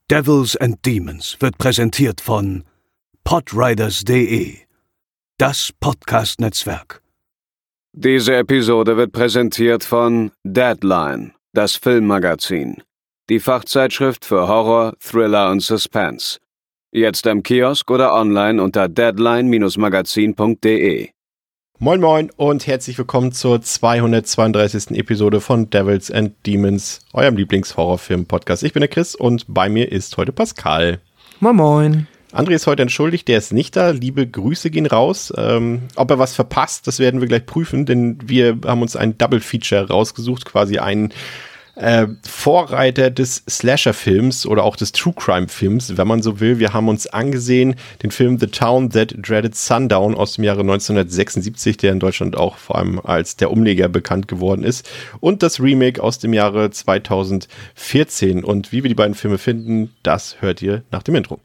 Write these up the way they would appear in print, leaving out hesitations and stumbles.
Devils and Demons wird präsentiert von podriders.de, das Podcast-Netzwerk. Diese Episode wird präsentiert von Deadline, das Filmmagazin, die Fachzeitschrift für Horror, Thriller und Suspense. Jetzt im Kiosk oder online unter deadline-magazin.de. Moin Moin und herzlich willkommen zur 232. Episode von Devils and Demons, eurem Lieblings-Horrorfilm-Podcast. Ich bin der Chris und bei mir ist heute Pascal. Moin Moin. André ist heute entschuldigt, der ist nicht da. Liebe Grüße gehen raus. Ob er was verpasst, das werden wir gleich prüfen, denn wir haben uns ein Double-Feature rausgesucht, quasi einen Vorreiter des Slasher-Films oder auch des True-Crime-Films, wenn man so will. Wir haben uns angesehen den Film The Town That Dreaded Sundown aus dem Jahre 1976, der in Deutschland auch vor allem als der Umleger bekannt geworden ist, und das Remake aus dem Jahre 2014. Und wie wir die beiden Filme finden, das hört ihr nach dem Intro.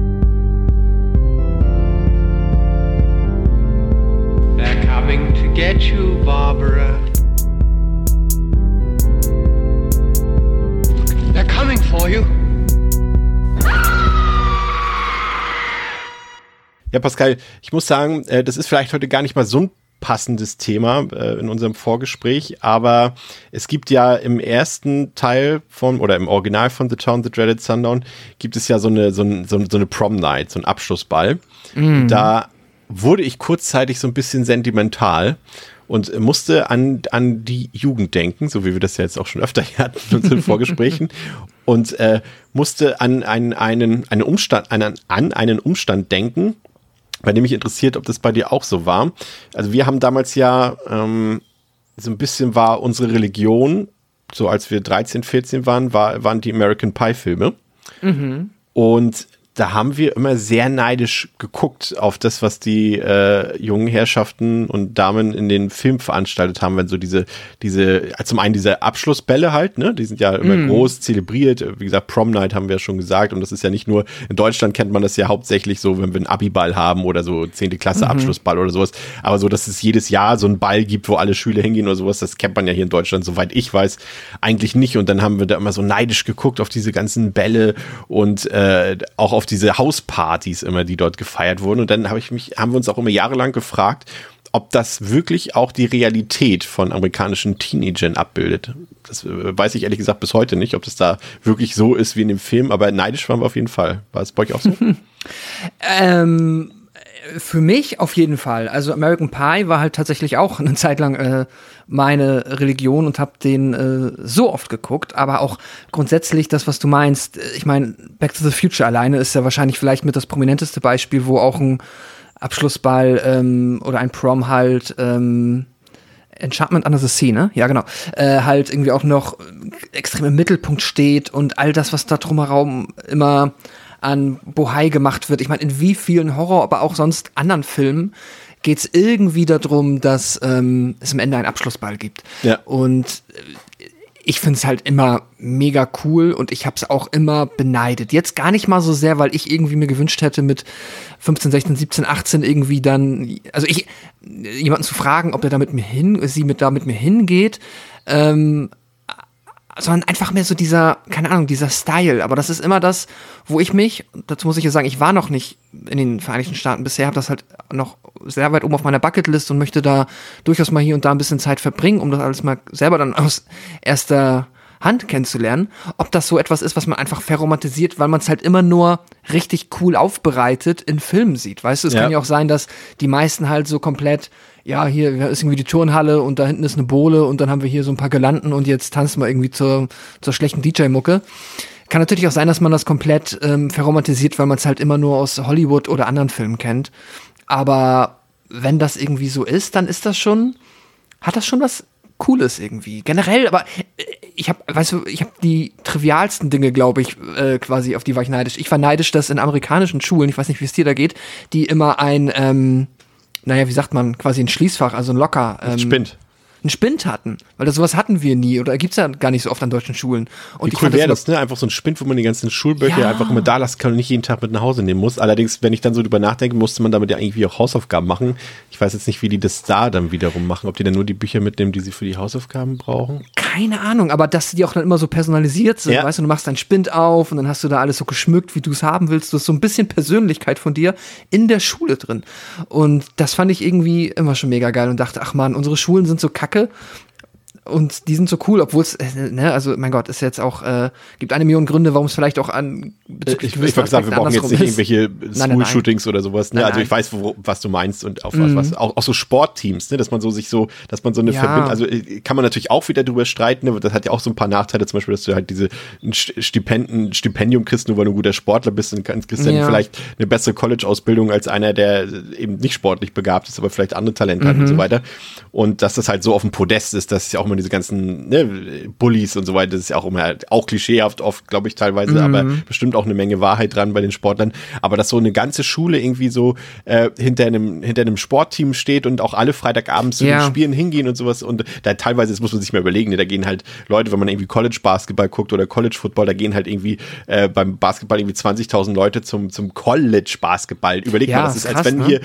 They're coming to get you, Barbara. They're coming for you. Ja, Pascal, ich muss sagen, das ist vielleicht heute gar nicht mal so ein passendes Thema in unserem Vorgespräch, aber es gibt ja im ersten Teil oder im Original von The Town That Dreaded Sundown gibt es ja so eine Prom Night, so ein Abschlussball. Mhm. Da wurde ich kurzzeitig so ein bisschen sentimental und musste an die Jugend denken, so wie wir das ja jetzt auch schon öfter hatten in unseren Vorgesprächen, und musste an einen Umstand denken, bei dem mich interessiert, ob das bei dir auch so war. Also wir haben damals ja so ein bisschen war unsere Religion, so als wir 13, 14 waren die American Pie Filme. Mhm. Und da haben wir immer sehr neidisch geguckt auf das, was die jungen Herrschaften und Damen in den Filmen veranstaltet haben, wenn so diese zum einen diese Abschlussbälle halt, ne, die sind ja immer groß zelebriert, wie gesagt, Prom Night haben wir ja schon gesagt, und das ist ja nicht nur, in Deutschland kennt man das ja hauptsächlich so, wenn wir einen Abiball haben oder so 10. Klasse Abschlussball oder sowas, aber so, dass es jedes Jahr so einen Ball gibt, wo alle Schüler hingehen oder sowas, das kennt man ja hier in Deutschland, soweit ich weiß, eigentlich nicht, und dann haben wir da immer so neidisch geguckt auf diese ganzen Bälle und auch auf diese Hauspartys immer, die dort gefeiert wurden. Und dann haben wir uns auch immer jahrelang gefragt, ob das wirklich auch die Realität von amerikanischen Teenagern abbildet. Das weiß ich ehrlich gesagt bis heute nicht, ob das da wirklich so ist wie in dem Film, aber neidisch waren wir auf jeden Fall. War es bei euch auch so? Für mich auf jeden Fall. Also American Pie war halt tatsächlich auch eine Zeit lang meine Religion und habe den so oft geguckt, aber auch grundsätzlich das, was du meinst, ich meine, Back to the Future alleine ist ja wahrscheinlich vielleicht mit das prominenteste Beispiel, wo auch ein Abschlussball oder ein Prom halt Enchantment Under the Sea, ne? Ja, genau. Halt irgendwie auch noch extrem im Mittelpunkt steht und all das, was da drumherum immer an Bohai gemacht wird. Ich meine, in wie vielen Horror, aber auch sonst anderen Filmen geht's irgendwie darum, dass es am Ende einen Abschlussball gibt. Ja. Und ich find's halt immer mega cool und ich hab's auch immer beneidet. Jetzt gar nicht mal so sehr, weil ich irgendwie mir gewünscht hätte, mit 15, 16, 17, 18 irgendwie dann, also jemanden zu fragen, ob er da mit mir hingeht, sondern einfach mehr so dieser Style. Aber das ist immer das, wo ich mich, dazu muss ich ja sagen, ich war noch nicht in den Vereinigten Staaten bisher, habe das halt noch sehr weit oben auf meiner Bucketlist und möchte da durchaus mal hier und da ein bisschen Zeit verbringen, um das alles mal selber dann aus erster Hand kennenzulernen. Ob das so etwas ist, was man einfach verromantisiert, weil man es halt immer nur richtig cool aufbereitet in Filmen sieht. Weißt du, es kann ja auch sein, dass die meisten halt so komplett, ja, hier ist irgendwie die Turnhalle und da hinten ist eine Bohle und dann haben wir hier so ein paar Girlanden und jetzt tanzen wir irgendwie zur schlechten DJ-Mucke. Kann natürlich auch sein, dass man das komplett verromantisiert, weil man es halt immer nur aus Hollywood oder anderen Filmen kennt. Aber wenn das irgendwie so ist, dann ist das schon, hat das schon was Cooles irgendwie. Generell, aber ich habe die trivialsten Dinge, glaube ich, quasi, auf die war ich neidisch. Ich war neidisch, dass in amerikanischen Schulen, ich weiß nicht, wie es dir da geht, die immer ein, wie sagt man, quasi ein Schließfach, also ein Locker. Spind. einen Spind hatten. Weil sowas hatten wir nie oder gibt's ja gar nicht so oft an deutschen Schulen. Und wie cool wäre das, ne? Einfach so ein Spind, wo man die ganzen Schulböcke einfach immer da lassen kann und nicht jeden Tag mit nach Hause nehmen muss. Allerdings, wenn ich dann so drüber nachdenke, musste man damit ja irgendwie auch Hausaufgaben machen. Ich weiß jetzt nicht, wie die das da dann wiederum machen. Ob die dann nur die Bücher mitnehmen, die sie für die Hausaufgaben brauchen? Keine Ahnung, aber dass die auch dann immer so personalisiert sind. Weißt du, du machst deinen Spind auf und dann hast du da alles so geschmückt, wie du es haben willst. Du hast so ein bisschen Persönlichkeit von dir in der Schule drin. Und das fand ich irgendwie immer schon mega geil und dachte, ach man, unsere Schulen sind so kacke und die sind so cool, obwohl es, ne, also mein Gott, ist jetzt auch, gibt 1 Million Gründe, warum es vielleicht auch an ich würde sagen, wir brauchen jetzt nicht irgendwelche School-Shootings oder sowas, ne? Also ich weiß, was du meinst und auf was, auch so Sportteams, ne? Dass man so eine Verbindung, also kann man natürlich auch wieder drüber streiten, ne? Das hat ja auch so ein paar Nachteile, zum Beispiel, dass du halt ein Stipendium kriegst, nur weil du ein guter Sportler bist und kriegst dann vielleicht eine bessere College-Ausbildung als einer, der eben nicht sportlich begabt ist, aber vielleicht andere Talente hat und so weiter. Und dass das halt so auf dem Podest ist, dass es ja auch immer diese ganzen Bullies und so weiter, das ist ja auch immer auch klischeehaft oft, glaube ich, teilweise, aber bestimmt auch eine Menge Wahrheit dran bei den Sportlern. Aber dass so eine ganze Schule irgendwie so hinter einem Sportteam steht und auch alle Freitagabends zu den Spielen hingehen und sowas. Und da teilweise, das muss man sich mal überlegen, ne, da gehen halt Leute, wenn man irgendwie College-Basketball guckt oder College-Football, da gehen halt irgendwie beim Basketball irgendwie 20.000 Leute zum College-Basketball. Überleg mal, das ist, als wenn hier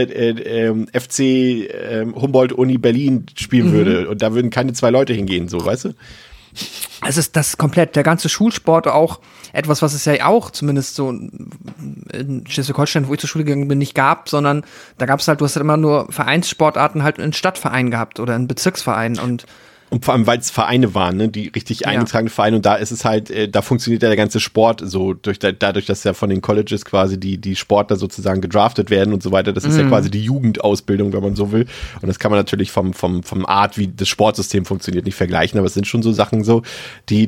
FC Humboldt-Uni Berlin spielen würde und da würden keine 2 Leute hingehen, so, weißt du? Es ist das komplett, der ganze Schulsport auch etwas, was es ja auch zumindest so in Schleswig-Holstein, wo ich zur Schule gegangen bin, nicht gab, sondern da gab es halt, du hast halt immer nur Vereinssportarten halt in Stadtvereinen gehabt oder in Bezirksvereinen und vor allem, weil es Vereine waren, ne, die richtig eingetragene Vereine und da ist es halt, da funktioniert ja der ganze Sport so dadurch, dass ja von den Colleges quasi die Sportler sozusagen gedraftet werden und so weiter. Das ist ja quasi die Jugendausbildung, wenn man so will. Und das kann man natürlich vom Art, wie das Sportsystem funktioniert, nicht vergleichen, aber es sind schon so Sachen so, die,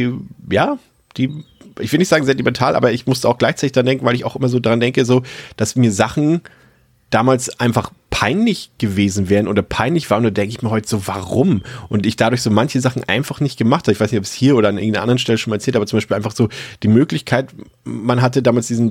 ich will nicht sagen sentimental, aber ich musste auch gleichzeitig dran denken, weil ich auch immer so dran denke, so, dass mir Sachen damals einfach peinlich gewesen wären oder peinlich waren, und da denke ich mir heute so, warum? Und ich dadurch so manche Sachen einfach nicht gemacht habe. Ich weiß nicht, ob es hier oder an irgendeiner anderen Stelle schon mal erzählt, aber zum Beispiel einfach so die Möglichkeit, man hatte damals diesen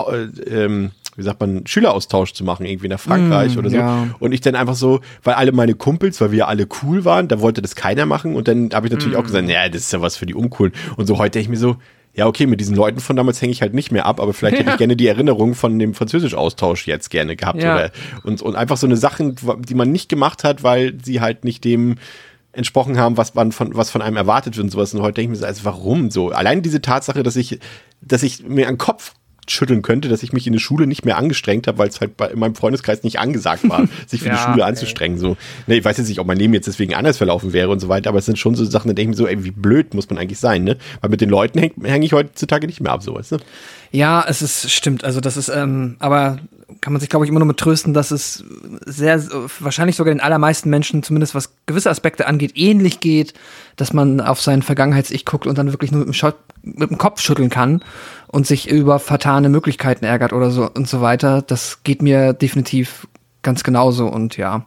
wie sagt man, Schüleraustausch zu machen, irgendwie nach Frankreich oder so. Ja. Und ich dann einfach so, weil alle meine Kumpels, weil wir alle cool waren, da wollte das keiner machen. Und dann habe ich natürlich auch gesagt, ja, das ist ja was für die Uncoolen. Und so heute denke ich mir so, ja, okay, mit diesen Leuten von damals hänge ich halt nicht mehr ab, aber vielleicht hätte ich gerne die Erinnerung von dem Französisch-Austausch jetzt gerne gehabt. Ja. Oder, und einfach so eine Sachen, die man nicht gemacht hat, weil sie halt nicht dem entsprochen haben, was von einem erwartet wird und sowas. Und heute denke ich mir so, also warum so? Allein diese Tatsache, dass ich mir an den Kopf schütteln könnte, dass ich mich in der Schule nicht mehr angestrengt habe, weil es halt in meinem Freundeskreis nicht angesagt war, sich für die Schule anzustrengen. So. Ne, ich weiß jetzt nicht, ob mein Leben jetzt deswegen anders verlaufen wäre und so weiter, aber es sind schon so Sachen, da denke ich mir so, ey, wie blöd muss man eigentlich sein, ne? Weil mit den Leuten hänge ich heutzutage nicht mehr ab, so, weißt du? Ja, stimmt, also das ist, aber kann man sich, glaube ich, immer nur mit trösten, dass es wahrscheinlich sogar den allermeisten Menschen, zumindest was gewisse Aspekte angeht, ähnlich geht, dass man auf sein Vergangenheits-Ich guckt und dann wirklich nur mit dem Kopf schütteln kann und sich über vertane Möglichkeiten ärgert oder so und so weiter. Das geht mir definitiv ganz genauso und ja,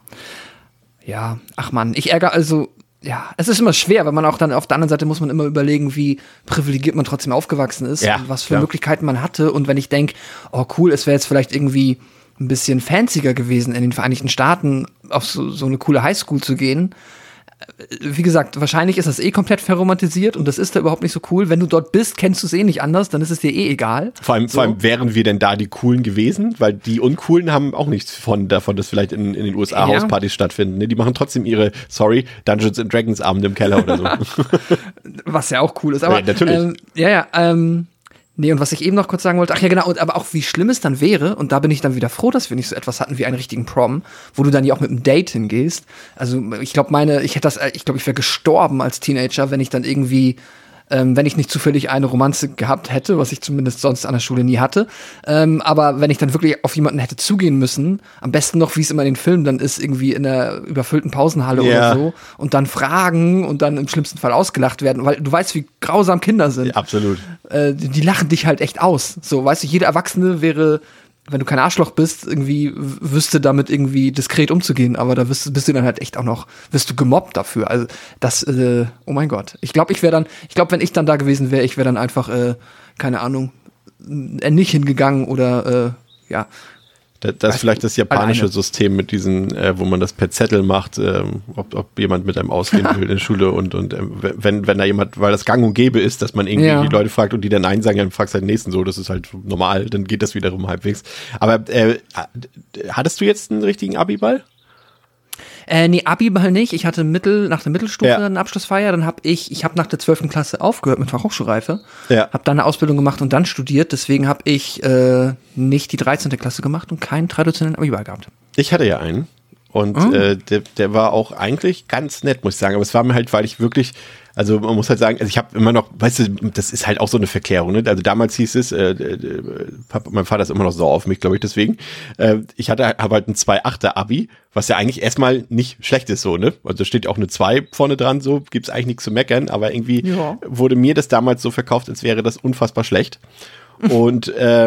ach man, ich ärgere also. Ja, es ist immer schwer, weil man auch dann auf der anderen Seite muss man immer überlegen, wie privilegiert man trotzdem aufgewachsen ist und was für Möglichkeiten man hatte. Und wenn ich denke, oh cool, es wäre jetzt vielleicht irgendwie ein bisschen fancier gewesen, in den Vereinigten Staaten auf so eine coole Highschool zu gehen. Wie gesagt, wahrscheinlich ist das komplett verromantisiert und das ist da überhaupt nicht so cool. Wenn du dort bist, kennst du es nicht anders, dann ist es dir egal. Vor allem wären wir denn da die Coolen gewesen, weil die Uncoolen haben auch nichts davon, dass vielleicht in den USA Hauspartys stattfinden. Ne? Die machen trotzdem ihre, Dungeons and Dragons Abende im Keller oder so. Was ja auch cool ist. Aber, natürlich. Nee, und was ich eben noch kurz sagen wollte, ach ja genau, aber auch wie schlimm es dann wäre, und da bin ich dann wieder froh, dass wir nicht so etwas hatten wie einen richtigen Prom, wo du dann ja auch mit einem Date hingehst. Also ich glaube, ich wäre gestorben als Teenager, wenn ich dann irgendwie, wenn ich nicht zufällig eine Romanze gehabt hätte, was ich zumindest sonst an der Schule nie hatte. Aber wenn ich dann wirklich auf jemanden hätte zugehen müssen, am besten noch, wie es immer in den Filmen dann ist, irgendwie in einer überfüllten Pausenhalle oder so, und dann fragen und dann im schlimmsten Fall ausgelacht werden, weil du weißt, wie grausam Kinder sind. Ja, absolut. Die lachen dich halt echt aus. So, weißt du, jeder Erwachsene wäre, wenn du kein Arschloch bist, irgendwie wüsste damit irgendwie diskret umzugehen, aber da bist du dann halt echt auch noch, wirst du gemobbt dafür. Also das, oh mein Gott. Ich glaube, wenn ich dann da gewesen wäre, ich wäre dann einfach, keine Ahnung, nicht hingegangen oder Das ist vielleicht das japanische System mit diesen, wo man das per Zettel macht, ob jemand mit einem ausgehen will in der Schule und wenn da jemand, weil das gang und gäbe ist, dass man irgendwie die Leute fragt und die dann Nein sagen, dann fragst du halt den nächsten so, das ist halt normal, dann geht das wiederum halbwegs. Aber hattest du jetzt einen richtigen Abiball? Nee, Abiball nicht. Ich hatte nach der Mittelstufe eine Abschlussfeier. Dann habe ich nach der 12. Klasse aufgehört mit Fachhochschulreife. Ja. Habe dann eine Ausbildung gemacht und dann studiert. Deswegen habe ich nicht die 13. Klasse gemacht und keinen traditionellen Abiball gehabt. Ich hatte ja einen. Und der war auch eigentlich ganz nett, muss ich sagen. Aber es war mir halt, weil ich wirklich, also man muss halt sagen, also ich habe immer noch, weißt du, das ist halt auch so eine Verklärung, ne? Also damals hieß es, mein Vater ist immer noch sauer auf mich, glaube ich, deswegen. Ich habe halt ein 2,8er Abi, was ja eigentlich erstmal nicht schlecht ist, so, ne? Also da steht auch eine 2 vorne dran, so, gibt's eigentlich nichts zu meckern, aber irgendwie wurde mir das damals so verkauft, als wäre das unfassbar schlecht. Und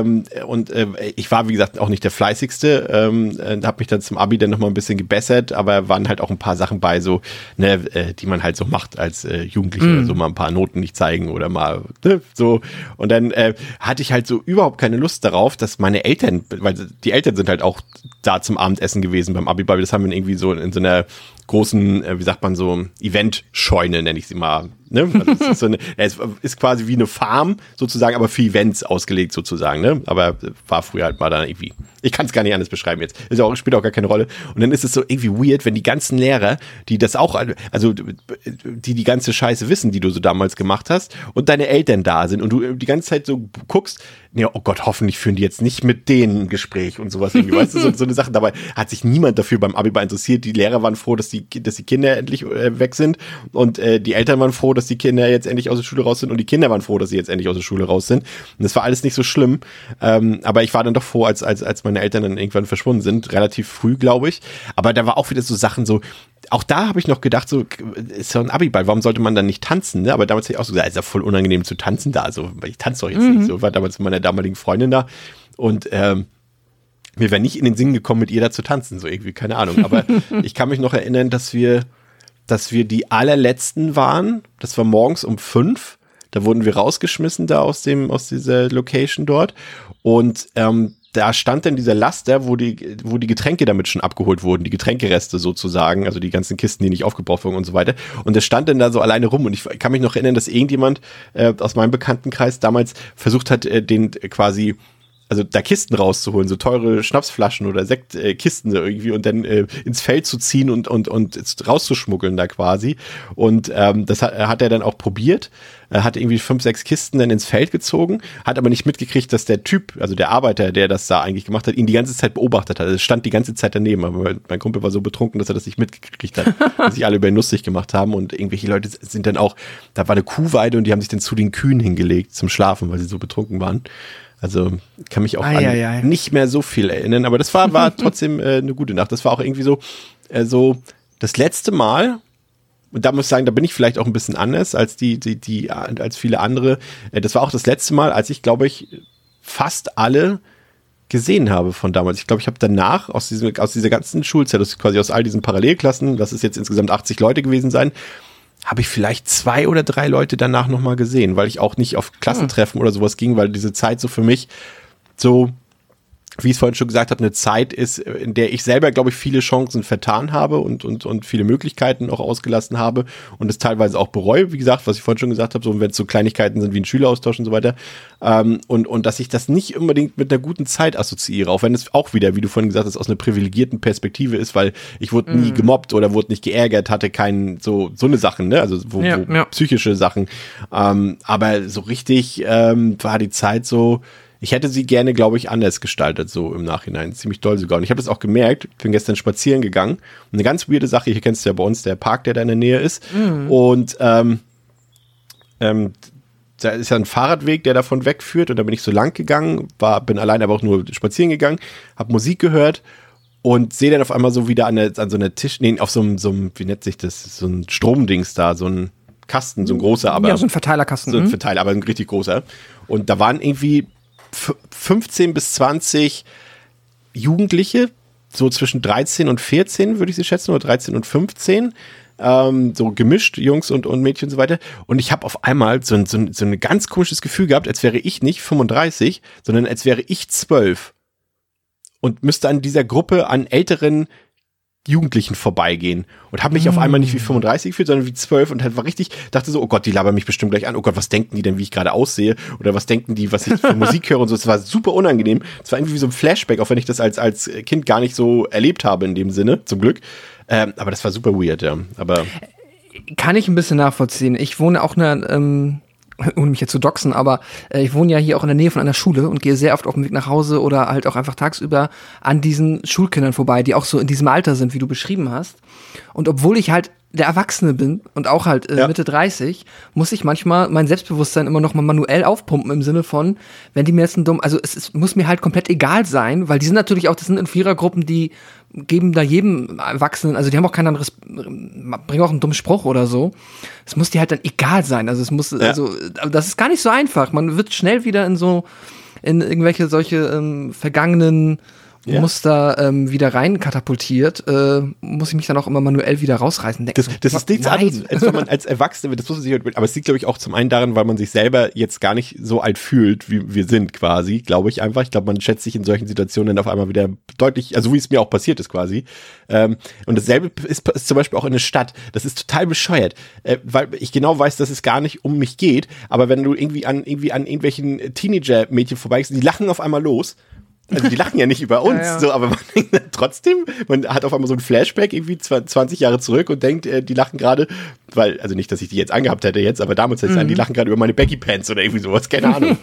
ich war, wie gesagt, auch nicht der Fleißigste, habe mich dann zum Abi dann nochmal ein bisschen gebessert, aber waren halt auch ein paar Sachen bei, so, ne, die man halt so macht als Jugendlicher, oder so mal ein paar Noten nicht zeigen oder mal, ne, so. Und dann hatte ich halt so überhaupt keine Lust darauf, dass meine Eltern, weil die Eltern sind halt auch da zum Abendessen gewesen beim Abi-Ball, das haben wir irgendwie so in so einer großen, wie sagt man so, Event-Scheune, nenne ich sie mal. Ne? Also es ist quasi wie eine Farm sozusagen, aber für Events ausgelegt sozusagen. Ne? Aber war früher halt mal da irgendwie, ich kann es gar nicht anders beschreiben jetzt. Spielt auch gar keine Rolle. Und dann ist es so irgendwie weird, wenn die ganzen Lehrer, die das auch, also die ganze Scheiße wissen, die du so damals gemacht hast und deine Eltern da sind und du die ganze Zeit so guckst, nee, oh Gott, hoffentlich führen die jetzt nicht mit denen ein Gespräch und sowas irgendwie, weißt du, so eine Sache. Dabei hat sich niemand dafür beim Abiball interessiert. Die Lehrer waren froh, dass die Kinder endlich weg sind und die Eltern waren froh, dass die Kinder jetzt endlich aus der Schule raus sind und die Kinder waren froh, dass sie jetzt endlich aus der Schule raus sind. Und das war alles nicht so schlimm. Aber ich war dann doch froh, als meine Eltern dann irgendwann verschwunden sind, relativ früh, glaube ich. Aber da war auch wieder so Sachen so, auch da habe ich noch gedacht, so, ist ja ein Abiball, warum sollte man dann nicht tanzen? Ne? Aber damals hätte ich auch so gesagt, ist ja voll unangenehm zu tanzen da. Also, ich tanze doch jetzt nicht. So war damals mit meiner damaligen Freundin da. Und mir wäre nicht in den Sinn gekommen, mit ihr da zu tanzen, so irgendwie, keine Ahnung. Aber ich kann mich noch erinnern, dass wir die allerletzten waren. Das war morgens um 5. Da wurden wir rausgeschmissen da aus dieser Location dort. Und da stand dann dieser Laster, wo die Getränke damit schon abgeholt wurden, die Getränkereste sozusagen, also die ganzen Kisten, die nicht aufgebraucht wurden und so weiter. Und der stand dann da so alleine rum und ich kann mich noch erinnern, dass irgendjemand aus meinem Bekanntenkreis damals versucht hat, den quasi, also da Kisten rauszuholen, so teure Schnapsflaschen oder Sektkisten irgendwie und dann ins Feld zu ziehen und rauszuschmuggeln da quasi. Und das hat er dann auch probiert. Er hat irgendwie 5, 6 Kisten dann ins Feld gezogen, hat aber nicht mitgekriegt, dass der Typ, also der Arbeiter, der das da eigentlich gemacht hat, ihn die ganze Zeit beobachtet hat. Also es stand die ganze Zeit daneben, aber mein Kumpel war so betrunken, dass er das nicht mitgekriegt hat, dass sich alle über ihn lustig gemacht haben und irgendwelche Leute sind dann auch, da war eine Kuhweide und die haben sich dann zu den Kühen hingelegt zum Schlafen, weil sie so betrunken waren. Also kann mich auch an nicht mehr so viel erinnern, aber das war trotzdem eine gute Nacht. Das war auch irgendwie so das letzte Mal, und da muss ich sagen, da bin ich vielleicht auch ein bisschen anders als als viele andere. Das war auch das letzte Mal, als ich, glaube ich, fast alle gesehen habe von damals. Ich glaube, ich habe danach aus dieser ganzen Schulzeit, quasi aus all diesen Parallelklassen, das ist jetzt insgesamt 80 Leute gewesen sein, habe ich vielleicht 2 oder 3 Leute danach nochmal gesehen, weil ich auch nicht auf Klassentreffen oder sowas ging, weil diese Zeit so für mich so, wie ich es vorhin schon gesagt habe, eine Zeit ist, in der ich selber, glaube ich, viele Chancen vertan habe und viele Möglichkeiten auch ausgelassen habe und es teilweise auch bereue, wie gesagt, was ich vorhin schon gesagt habe, so wenn es so Kleinigkeiten sind wie ein Schüleraustausch und so weiter und dass ich das nicht unbedingt mit einer guten Zeit assoziiere, auch wenn es auch wieder, wie du vorhin gesagt hast, aus einer privilegierten Perspektive ist, weil ich wurde nie gemobbt oder wurde nicht geärgert, hatte keinen so eine Sachen, ne, also wo psychische Sachen, aber so richtig war die Zeit so. Ich hätte sie gerne, glaube ich, anders gestaltet, so im Nachhinein. Ziemlich doll sogar. Und ich habe das auch gemerkt. Ich bin gestern spazieren gegangen. Und eine ganz weirde Sache, hier kennst du ja bei uns, der Park, der da in der Nähe ist. Und da ist ja ein Fahrradweg, der davon wegführt. Und da bin ich so lang gegangen, bin allein aber auch nur spazieren gegangen, habe Musik gehört und sehe dann auf einmal so wieder an so einer auf so einem, wie nennt sich das, so ein Stromdings da, so ein Kasten, so ein großer, aber. Ja, so ein Verteilerkasten. So ein Verteiler, aber ein richtig großer. Und da waren irgendwie 15 bis 20 Jugendliche, so zwischen 13 und 14 würde ich sie schätzen, oder 13 und 15, so gemischt, Jungs und Mädchen und so weiter. Und ich habe auf einmal so ein ganz komisches Gefühl gehabt, als wäre ich nicht 35, sondern als wäre ich 12. und müsste an dieser Gruppe an älteren Jugendlichen vorbeigehen und habe mich auf einmal nicht wie 35 gefühlt, sondern wie 12 und halt war richtig, dachte so, oh Gott, die labern mich bestimmt gleich an, oh Gott, was denken die denn, wie ich gerade aussehe oder was denken die, was ich für Musik höre und so. Es war super unangenehm. Es war irgendwie wie so ein Flashback, auch wenn ich das als Kind gar nicht so erlebt habe in dem Sinne, zum Glück. Aber das war super weird, ja. Aber kann ich ein bisschen nachvollziehen. Ich wohne auch ohne mich jetzt zu doxen, aber ich wohne ja hier auch in der Nähe von einer Schule und gehe sehr oft auf dem Weg nach Hause oder halt auch einfach tagsüber an diesen Schulkindern vorbei, die auch so in diesem Alter sind, wie du beschrieben hast. Und obwohl ich halt der Erwachsene bin und auch halt Mitte 30, muss ich manchmal mein Selbstbewusstsein immer noch mal manuell aufpumpen im Sinne von, wenn die mir jetzt es muss mir halt komplett egal sein, weil die sind natürlich auch, das sind in Vierergruppen, die geben da jedem Erwachsenen, also die haben auch kein anderes, bringen auch einen dummen Spruch oder so. Es muss dir halt dann egal sein, also es muss, also das ist gar nicht so einfach. Man wird schnell wieder in irgendwelche solche vergangenen Muster wieder rein katapultiert, muss ich mich dann auch immer manuell wieder rausreißen. Das ist nichts anderes, als wenn man als Erwachsene, das muss man sich halt, aber es liegt, glaube ich, auch zum einen daran, weil man sich selber jetzt gar nicht so alt fühlt, wie wir sind quasi, glaube ich einfach. Ich glaube, man schätzt sich in solchen Situationen dann auf einmal wieder deutlich, also wie es mir auch passiert ist quasi. Und dasselbe ist zum Beispiel auch in der Stadt. Das ist total bescheuert, weil ich genau weiß, dass es gar nicht um mich geht, aber wenn du irgendwie an irgendwelchen Teenager-Mädchen vorbeigehst, die lachen auf einmal los. Also die lachen ja nicht über uns, so, aber man denkt trotzdem, man hat auf einmal so ein Flashback irgendwie 20 Jahre zurück und denkt, die lachen gerade, weil, also nicht, dass ich die jetzt angehabt hätte jetzt, aber damals hätte es sein, die lachen gerade über meine Baggy Pants oder irgendwie sowas, keine Ahnung.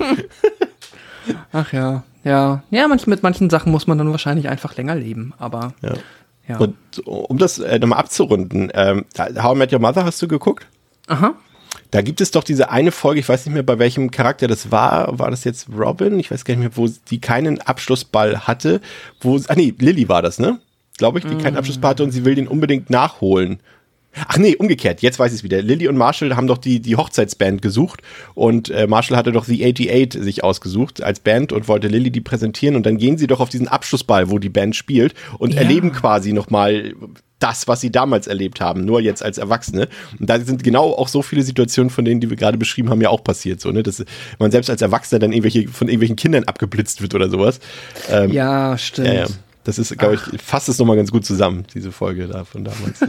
Ach ja, ja. Ja, mit manchen Sachen muss man dann wahrscheinlich einfach länger leben, aber ja. Und um das nochmal abzurunden, How I Met Your Mother hast du geguckt? Aha. Da gibt es doch diese eine Folge, ich weiß nicht mehr, bei welchem Charakter das war das jetzt Robin? Ich weiß gar nicht mehr, wo die keinen Abschlussball hatte, Lily war das, ne? Glaube ich, die keinen Abschlussball hatte und sie will den unbedingt nachholen. Ach nee, umgekehrt, jetzt weiß ich es wieder. Lily und Marshall haben doch die Hochzeitsband gesucht und Marshall hatte doch The 88 sich ausgesucht als Band und wollte Lily die präsentieren und dann gehen sie doch auf diesen Abschlussball, wo die Band spielt und erleben quasi nochmal das, was sie damals erlebt haben, nur jetzt als Erwachsene. Und da sind genau auch so viele Situationen von denen, die wir gerade beschrieben haben, ja auch passiert. So, ne? Dass man selbst als Erwachsener dann von irgendwelchen Kindern abgeblitzt wird oder sowas. Ja, stimmt. Ja. Das ist, glaube ich, fasst es nochmal ganz gut zusammen, diese Folge da von damals.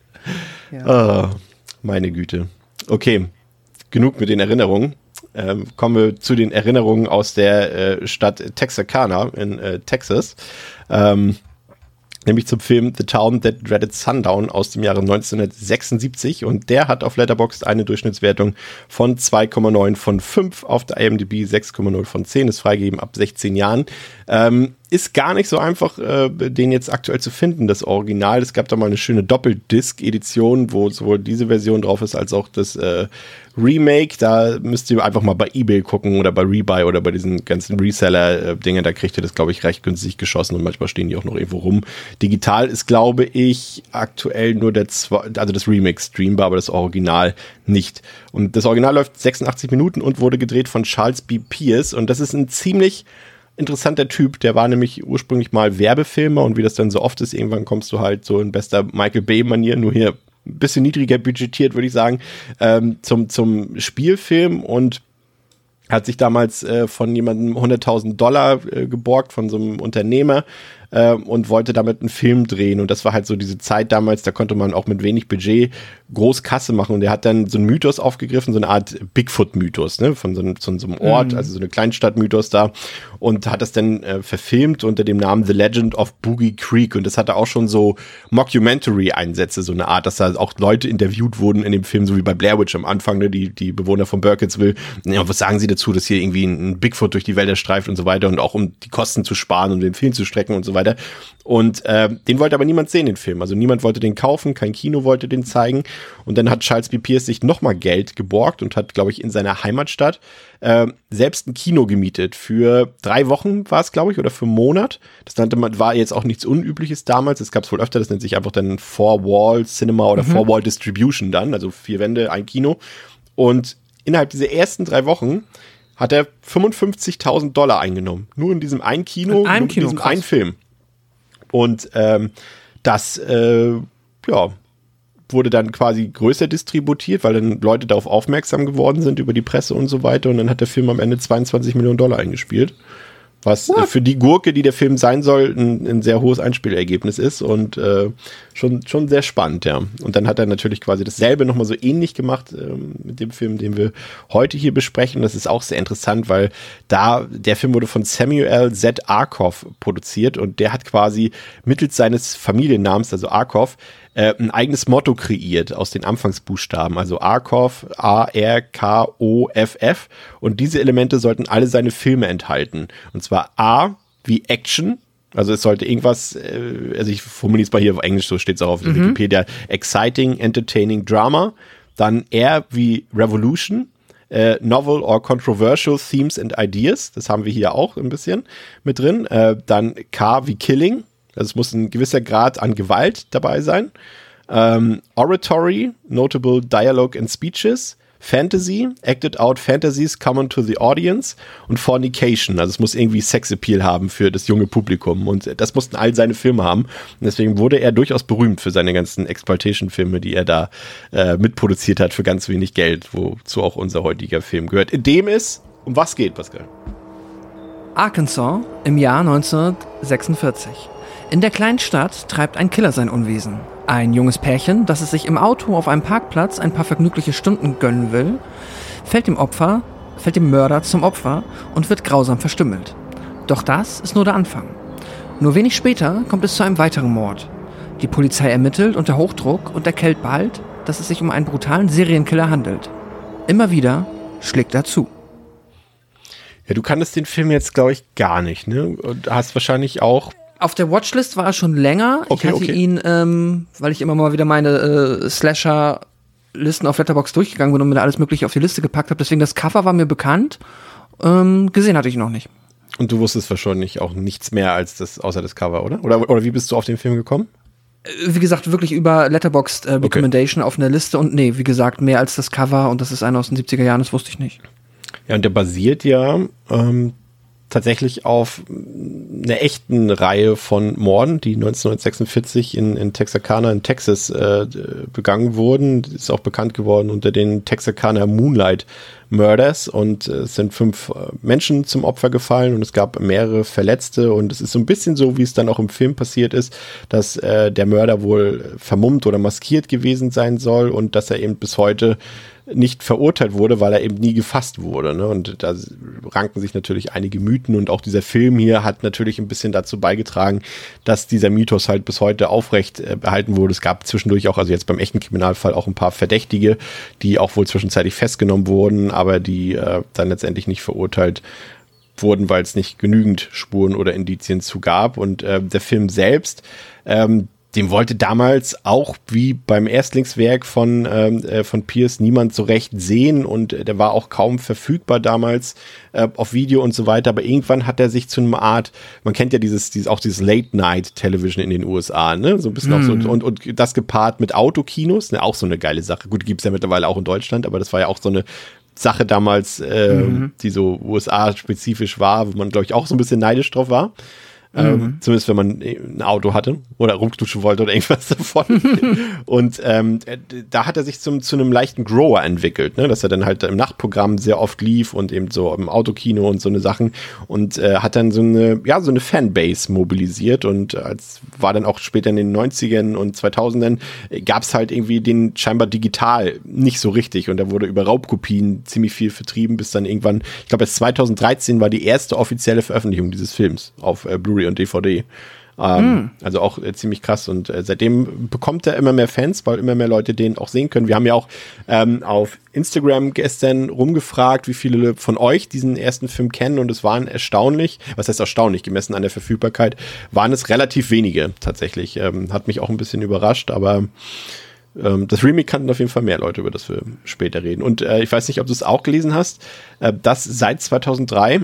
Meine Güte. Okay, genug mit den Erinnerungen. Kommen wir zu den Erinnerungen aus der Stadt Texarkana in Texas. Nämlich zum Film The Town That Dreaded Sundown aus dem Jahre 1976 und der hat auf Letterboxd eine Durchschnittswertung von 2,9 von 5, auf der IMDb 6,0 von 10, ist freigegeben ab 16 Jahren. Ist gar nicht so einfach, den jetzt aktuell zu finden, das Original. Es gab da mal eine schöne Doppeldisc-Edition, wo sowohl diese Version drauf ist, als auch das Remake. Da müsst ihr einfach mal bei eBay gucken oder bei Rebuy oder bei diesen ganzen Reseller-Dingen. Da kriegt ihr das, glaube ich, recht günstig geschossen und manchmal stehen die auch noch irgendwo rum. Digital ist, glaube ich, aktuell nur das Remake streambar, aber das Original nicht. Und das Original läuft 86 Minuten und wurde gedreht von Charles B. Pierce und das ist ein ziemlich interessanter Typ, der war nämlich ursprünglich mal Werbefilmer und wie das dann so oft ist, irgendwann kommst du halt so in bester Michael Bay-Manier, nur hier ein bisschen niedriger budgetiert, würde ich sagen, zum Spielfilm und hat sich damals von jemandem $100.000 geborgt, von so einem Unternehmer und wollte damit einen Film drehen und das war halt so diese Zeit damals, da konnte man auch mit wenig Budget groß Kasse machen und der hat dann so einen Mythos aufgegriffen, so eine Art Bigfoot-Mythos, ne, von so einem Ort, also so eine Kleinstadt-Mythos da und hat das dann verfilmt unter dem Namen The Legend of Boogie Creek und das hatte auch schon so Mockumentary-Einsätze, so eine Art, dass da auch Leute interviewt wurden in dem Film, so wie bei Blair Witch am Anfang, ne, die Bewohner von Burkittsville. Ja, was sagen sie dazu, dass hier irgendwie ein Bigfoot durch die Wälder streift und so weiter und auch um die Kosten zu sparen, um den Film zu strecken und so weiter. Und den wollte aber niemand sehen, den Film. Also niemand wollte den kaufen, kein Kino wollte den zeigen. Und dann hat Charles B. Pierce sich nochmal Geld geborgt und hat, glaube ich, in seiner Heimatstadt selbst ein Kino gemietet. Für 3 Wochen war es, glaube ich, oder für einen Monat. Das war jetzt auch nichts Unübliches damals. Das gab es wohl öfter. Das nennt sich einfach dann Four-Wall Cinema oder Four-Wall Distribution dann. Also 4 Wände, ein Kino. Und innerhalb dieser ersten 3 Wochen hat er $55.000 eingenommen. Nur in diesem einen Kino, in diesem einen Film. Und das wurde dann quasi größer distributiert, weil dann Leute darauf aufmerksam geworden sind über die Presse und so weiter. Und dann hat der Film am Ende $22 Millionen eingespielt. Was für die Gurke, die der Film sein soll, ein sehr hohes Einspielergebnis ist und schon sehr spannend, ja. Und dann hat er natürlich quasi dasselbe nochmal so ähnlich gemacht mit dem Film, den wir heute hier besprechen. Das ist auch sehr interessant, weil der Film wurde von Samuel Z. Arkoff produziert und der hat quasi mittels seines Familiennamens, also Arkoff, ein eigenes Motto kreiert aus den Anfangsbuchstaben, also Arkoff, A-R-K-O-F-F, und diese Elemente sollten alle seine Filme enthalten. Und zwar A wie Action, also es sollte irgendwas, also ich formuliere es mal hier auf Englisch, so steht es auch auf der Wikipedia, Exciting, Entertaining Drama, dann R wie Revolution, Novel or Controversial Themes and Ideas, das haben wir hier auch ein bisschen mit drin, dann K wie Killing, also es muss ein gewisser Grad an Gewalt dabei sein. Oratory, Notable Dialogue and Speeches. Fantasy, Acted Out Fantasies Common to the Audience. Und Fornication, also es muss irgendwie Sexappeal haben für das junge Publikum. Und das mussten all seine Filme haben. Und deswegen wurde er durchaus berühmt für seine ganzen Exploitation-Filme, die er da mitproduziert hat für ganz wenig Geld, wozu auch unser heutiger Film gehört. In dem es um was geht, Pascal? Arkansas im Jahr 1946. In der kleinen Stadt treibt ein Killer sein Unwesen. Ein junges Pärchen, das es sich im Auto auf einem Parkplatz ein paar vergnügliche Stunden gönnen will, fällt dem Mörder zum Opfer und wird grausam verstümmelt. Doch das ist nur der Anfang. Nur wenig später kommt es zu einem weiteren Mord. Die Polizei ermittelt unter Hochdruck und erkennt bald, dass es sich um einen brutalen Serienkiller handelt. Immer wieder schlägt er zu. Ja, du kanntest den Film jetzt, glaube ich, gar nicht, ne? Und hast wahrscheinlich auch... Auf der Watchlist war er schon länger. Okay, ich hatte ihn, weil ich immer mal wieder meine Slasher-Listen auf Letterboxd durchgegangen bin und mir da alles Mögliche auf die Liste gepackt habe. Deswegen das Cover war mir bekannt. Gesehen hatte ich noch nicht. Und du wusstest wahrscheinlich auch nichts mehr als außer das Cover, oder? Oder wie bist du auf den Film gekommen? Wie gesagt, wirklich über Letterboxd Recommendation auf einer Liste. Und nee, wie gesagt, mehr als das Cover. Und das ist einer aus den 70er Jahren, das wusste ich nicht. Ja, und der basiert ja tatsächlich auf einer echten Reihe von Morden, die 1946 in Texarkana in Texas begangen wurden. Das ist auch bekannt geworden unter den Texarkana Moonlight Murders, und es sind 5 Menschen zum Opfer gefallen und es gab mehrere Verletzte, und es ist so ein bisschen so, wie es dann auch im Film passiert ist, dass der Mörder wohl vermummt oder maskiert gewesen sein soll und dass er eben bis heute nicht verurteilt wurde, weil er eben nie gefasst wurde, ne? Und da ranken sich natürlich einige Mythen, und auch dieser Film hier hat natürlich ein bisschen dazu beigetragen, dass dieser Mythos halt bis heute aufrecht behalten wurde. Es gab zwischendurch auch, also jetzt beim echten Kriminalfall, auch ein paar Verdächtige, die auch wohl zwischenzeitlich festgenommen wurden, aber die dann letztendlich nicht verurteilt wurden, weil es nicht genügend Spuren oder Indizien zu gab. Und der Film selbst, dem wollte damals auch wie beim Erstlingswerk von Pierce niemand so recht sehen, und der war auch kaum verfügbar damals auf Video und so weiter, aber irgendwann hat er sich zu einer Art, man kennt ja dieses Late-Night-Television in den USA, ne, so ein bisschen auch so, und das gepaart mit Autokinos, ne, auch so eine geile Sache. Gut, gibt's ja mittlerweile auch in Deutschland, aber das war ja auch so eine Sache damals, die so USA-spezifisch war, wo man, glaube ich, auch so ein bisschen neidisch drauf war. Zumindest wenn man ein Auto hatte oder rumknutschen wollte oder irgendwas davon. Und da hat er sich zu einem leichten Grower entwickelt, ne? Dass er dann halt im Nachtprogramm sehr oft lief und eben so im Autokino und so eine Sachen, und hat dann so eine Fanbase mobilisiert, und war dann auch später in den 90ern und 2000ern gab es halt irgendwie den scheinbar digital nicht so richtig, und da wurde über Raubkopien ziemlich viel vertrieben, bis dann irgendwann, ich glaube erst 2013 war die erste offizielle Veröffentlichung dieses Films auf Blu-ray und DVD. Also auch ziemlich krass, und seitdem bekommt er immer mehr Fans, weil immer mehr Leute den auch sehen können. Wir haben ja auch auf Instagram gestern rumgefragt, wie viele von euch diesen ersten Film kennen, und es waren erstaunlich, was heißt erstaunlich, gemessen an der Verfügbarkeit, waren es relativ wenige tatsächlich. Hat mich auch ein bisschen überrascht, aber das Remake kannten auf jeden Fall mehr Leute, über das wir später reden. Und ich weiß nicht, ob du es auch gelesen hast, dass seit 2003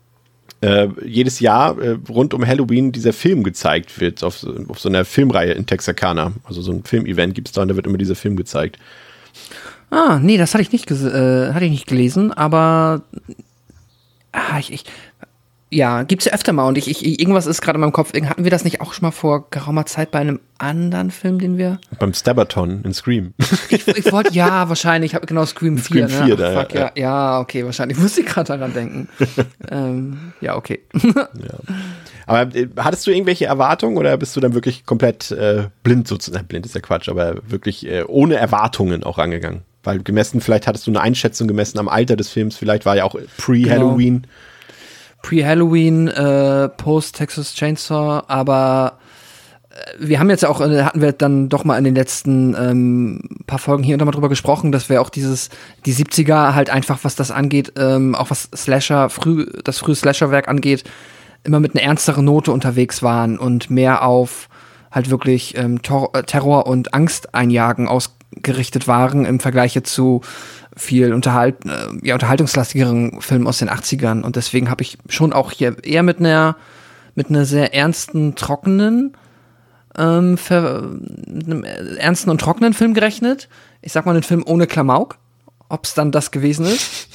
jedes Jahr rund um Halloween dieser Film gezeigt wird, auf so einer Filmreihe in Texarkana. Also so ein Filmevent gibt es da, und da wird immer dieser Film gezeigt. Nee, das hatte ich nicht gelesen, aber Ja, gibt's ja öfter mal und irgendwas ist gerade in meinem Kopf. Hatten wir das nicht auch schon mal vor geraumer Zeit bei einem anderen Film, den wir... Beim Stabberton in Scream. Ich wollte, ja, wahrscheinlich, genau, Scream 4, Scream 4, ne? da, Fuck, ja, okay, wahrscheinlich musste ich gerade daran denken. Ja, okay. Ja. Aber hattest du irgendwelche Erwartungen oder bist du dann wirklich komplett blind sozusagen? Blind ist ja Quatsch, aber wirklich ohne Erwartungen auch rangegangen? Weil gemessen, vielleicht hattest du eine Einschätzung gemessen am Alter des Films, vielleicht war ja auch Pre-Halloween. Genau. Pre-Halloween, Post-Texas Chainsaw, aber wir haben jetzt auch, hatten wir dann doch mal in den letzten paar Folgen hier und da mal drüber gesprochen, dass wir auch die 70er halt einfach, was das angeht, auch was das frühe Slasher-Werk angeht, immer mit einer ernsteren Note unterwegs waren und mehr auf halt wirklich Terror und Angst einjagen ausgerichtet waren im Vergleich zu viel unterhaltungslastigeren Filmen aus den 80ern. Und deswegen habe ich schon auch hier eher mit einer sehr ernsten, trockenen einem ernsten und trockenen Film gerechnet. Ich sag mal einen Film ohne Klamauk. Ob's dann das gewesen ist?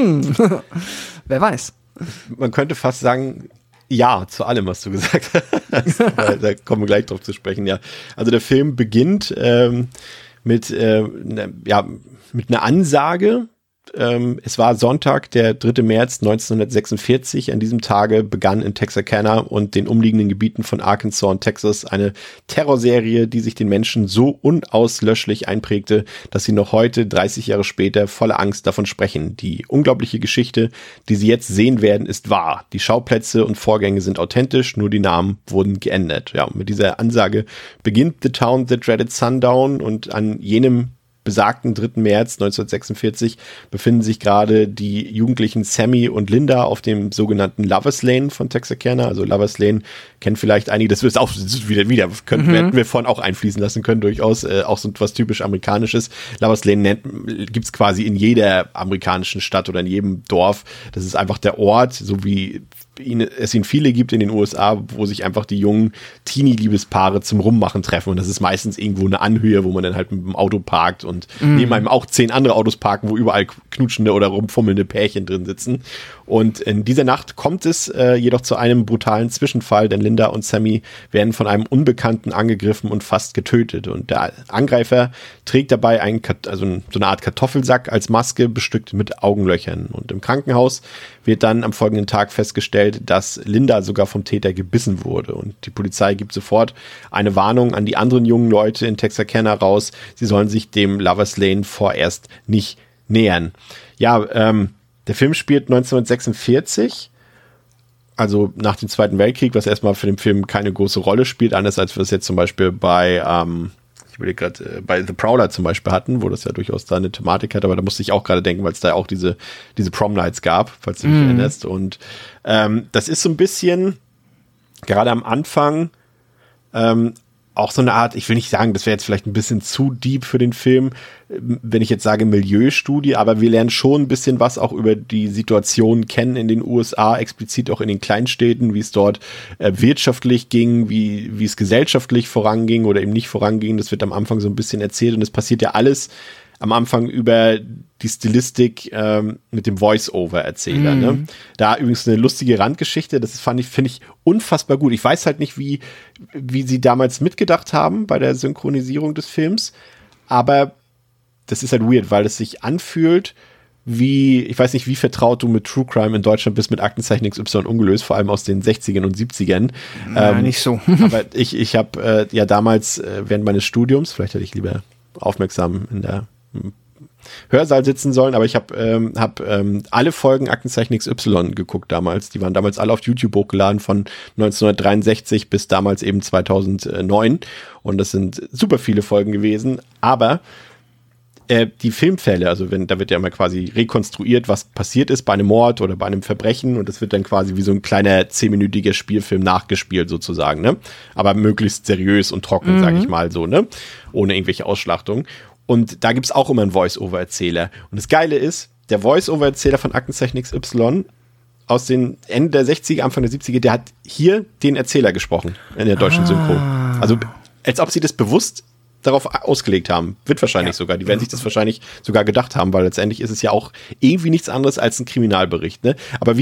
Wer weiß. Man könnte fast sagen, ja, zu allem, was du gesagt hast. Da kommen wir gleich drauf zu sprechen, ja. Also der Film beginnt mit einer Ansage. Es war Sonntag, der 3. März 1946. An diesem Tage begann in Texarkana und den umliegenden Gebieten von Arkansas und Texas eine Terrorserie, die sich den Menschen so unauslöschlich einprägte, dass sie noch heute, 30 Jahre später, voller Angst davon sprechen. Die unglaubliche Geschichte, die sie jetzt sehen werden, ist wahr. Die Schauplätze und Vorgänge sind authentisch, nur die Namen wurden geändert. Ja, und mit dieser Ansage beginnt The Town That Dreaded Sundown und an jenem besagten 3. März 1946 befinden sich gerade die Jugendlichen Sammy und Linda auf dem sogenannten Lovers Lane von Texarkana. Also Lovers Lane kennen vielleicht einige, das ist auch wieder hätten wir vorhin auch einfließen lassen können, durchaus auch so was typisch Amerikanisches. Lovers Lane gibt's quasi in jeder amerikanischen Stadt oder in jedem Dorf. Das ist einfach der Ort, so wie es ihn viele gibt in den USA, wo sich einfach die jungen Teenie-Liebespaare zum Rummachen treffen. Und das ist meistens irgendwo eine Anhöhe, wo man dann halt mit dem Auto parkt und neben einem auch 10 andere Autos parken, wo überall knutschende oder rumfummelnde Pärchen drin sitzen. Und in dieser Nacht kommt es jedoch zu einem brutalen Zwischenfall, denn Linda und Sammy werden von einem Unbekannten angegriffen und fast getötet. Und der Angreifer trägt dabei so eine Art Kartoffelsack als Maske, bestückt mit Augenlöchern. Und im Krankenhaus wird dann am folgenden Tag festgestellt, dass Linda sogar vom Täter gebissen wurde. Und die Polizei gibt sofort eine Warnung an die anderen jungen Leute in Texarkana raus. Sie sollen sich dem Lovers Lane vorerst nicht nähern. Ja, der Film spielt 1946, also nach dem Zweiten Weltkrieg, was erstmal für den Film keine große Rolle spielt, anders als wir es jetzt zum Beispiel bei The Prowler zum Beispiel hatten, wo das ja durchaus da eine Thematik hat, aber da musste ich auch gerade denken, weil es da auch diese Prom Nights gab, falls du dich erinnerst. Und das ist so ein bisschen, gerade am Anfang, auch so eine Art, ich will nicht sagen, das wäre jetzt vielleicht ein bisschen zu deep für den Film, wenn ich jetzt sage Milieustudie, aber wir lernen schon ein bisschen was auch über die Situation kennen in den USA, explizit auch in den Kleinstädten, wie es dort wirtschaftlich ging, wie es gesellschaftlich voranging oder eben nicht voranging. Das wird am Anfang so ein bisschen erzählt und es passiert ja alles am Anfang über die Stilistik mit dem Voice-Over-Erzähler. Ne? Da übrigens eine lustige Randgeschichte, das finde ich unfassbar gut. Ich weiß halt nicht, wie sie damals mitgedacht haben bei der Synchronisierung des Films, aber das ist halt weird, weil es sich anfühlt ich weiß nicht, wie vertraut du mit True Crime in Deutschland bist, mit Aktenzeichen XY ungelöst, vor allem aus den 60ern und 70ern. Nicht so. Aber ich habe ja damals während meines Studiums, vielleicht hätte ich lieber aufmerksam in der Hörsaal sitzen sollen, aber ich habe alle Folgen Aktenzeichen XY geguckt damals. Die waren damals alle auf YouTube hochgeladen von 1963 bis damals eben 2009 und das sind super viele Folgen gewesen, aber die Filmfälle, also da wird ja immer quasi rekonstruiert, was passiert ist bei einem Mord oder bei einem Verbrechen und das wird dann quasi wie so ein kleiner 10-minütiger Spielfilm nachgespielt sozusagen, ne? Aber möglichst seriös und trocken, sage ich mal so, ne? Ohne irgendwelche Ausschlachtungen. Und da gibt's auch immer einen Voice-Over-Erzähler. Und das Geile ist, der Voice-Over-Erzähler von Aktenzeichen XY aus den Ende der 60er, Anfang der 70er, der hat hier den Erzähler gesprochen in der deutschen Synchro. Also als ob sie das bewusst darauf ausgelegt haben. Wird wahrscheinlich sogar. Die werden sich das wahrscheinlich sogar gedacht haben, weil letztendlich ist es ja auch irgendwie nichts anderes als ein Kriminalbericht. Ne? Aber wie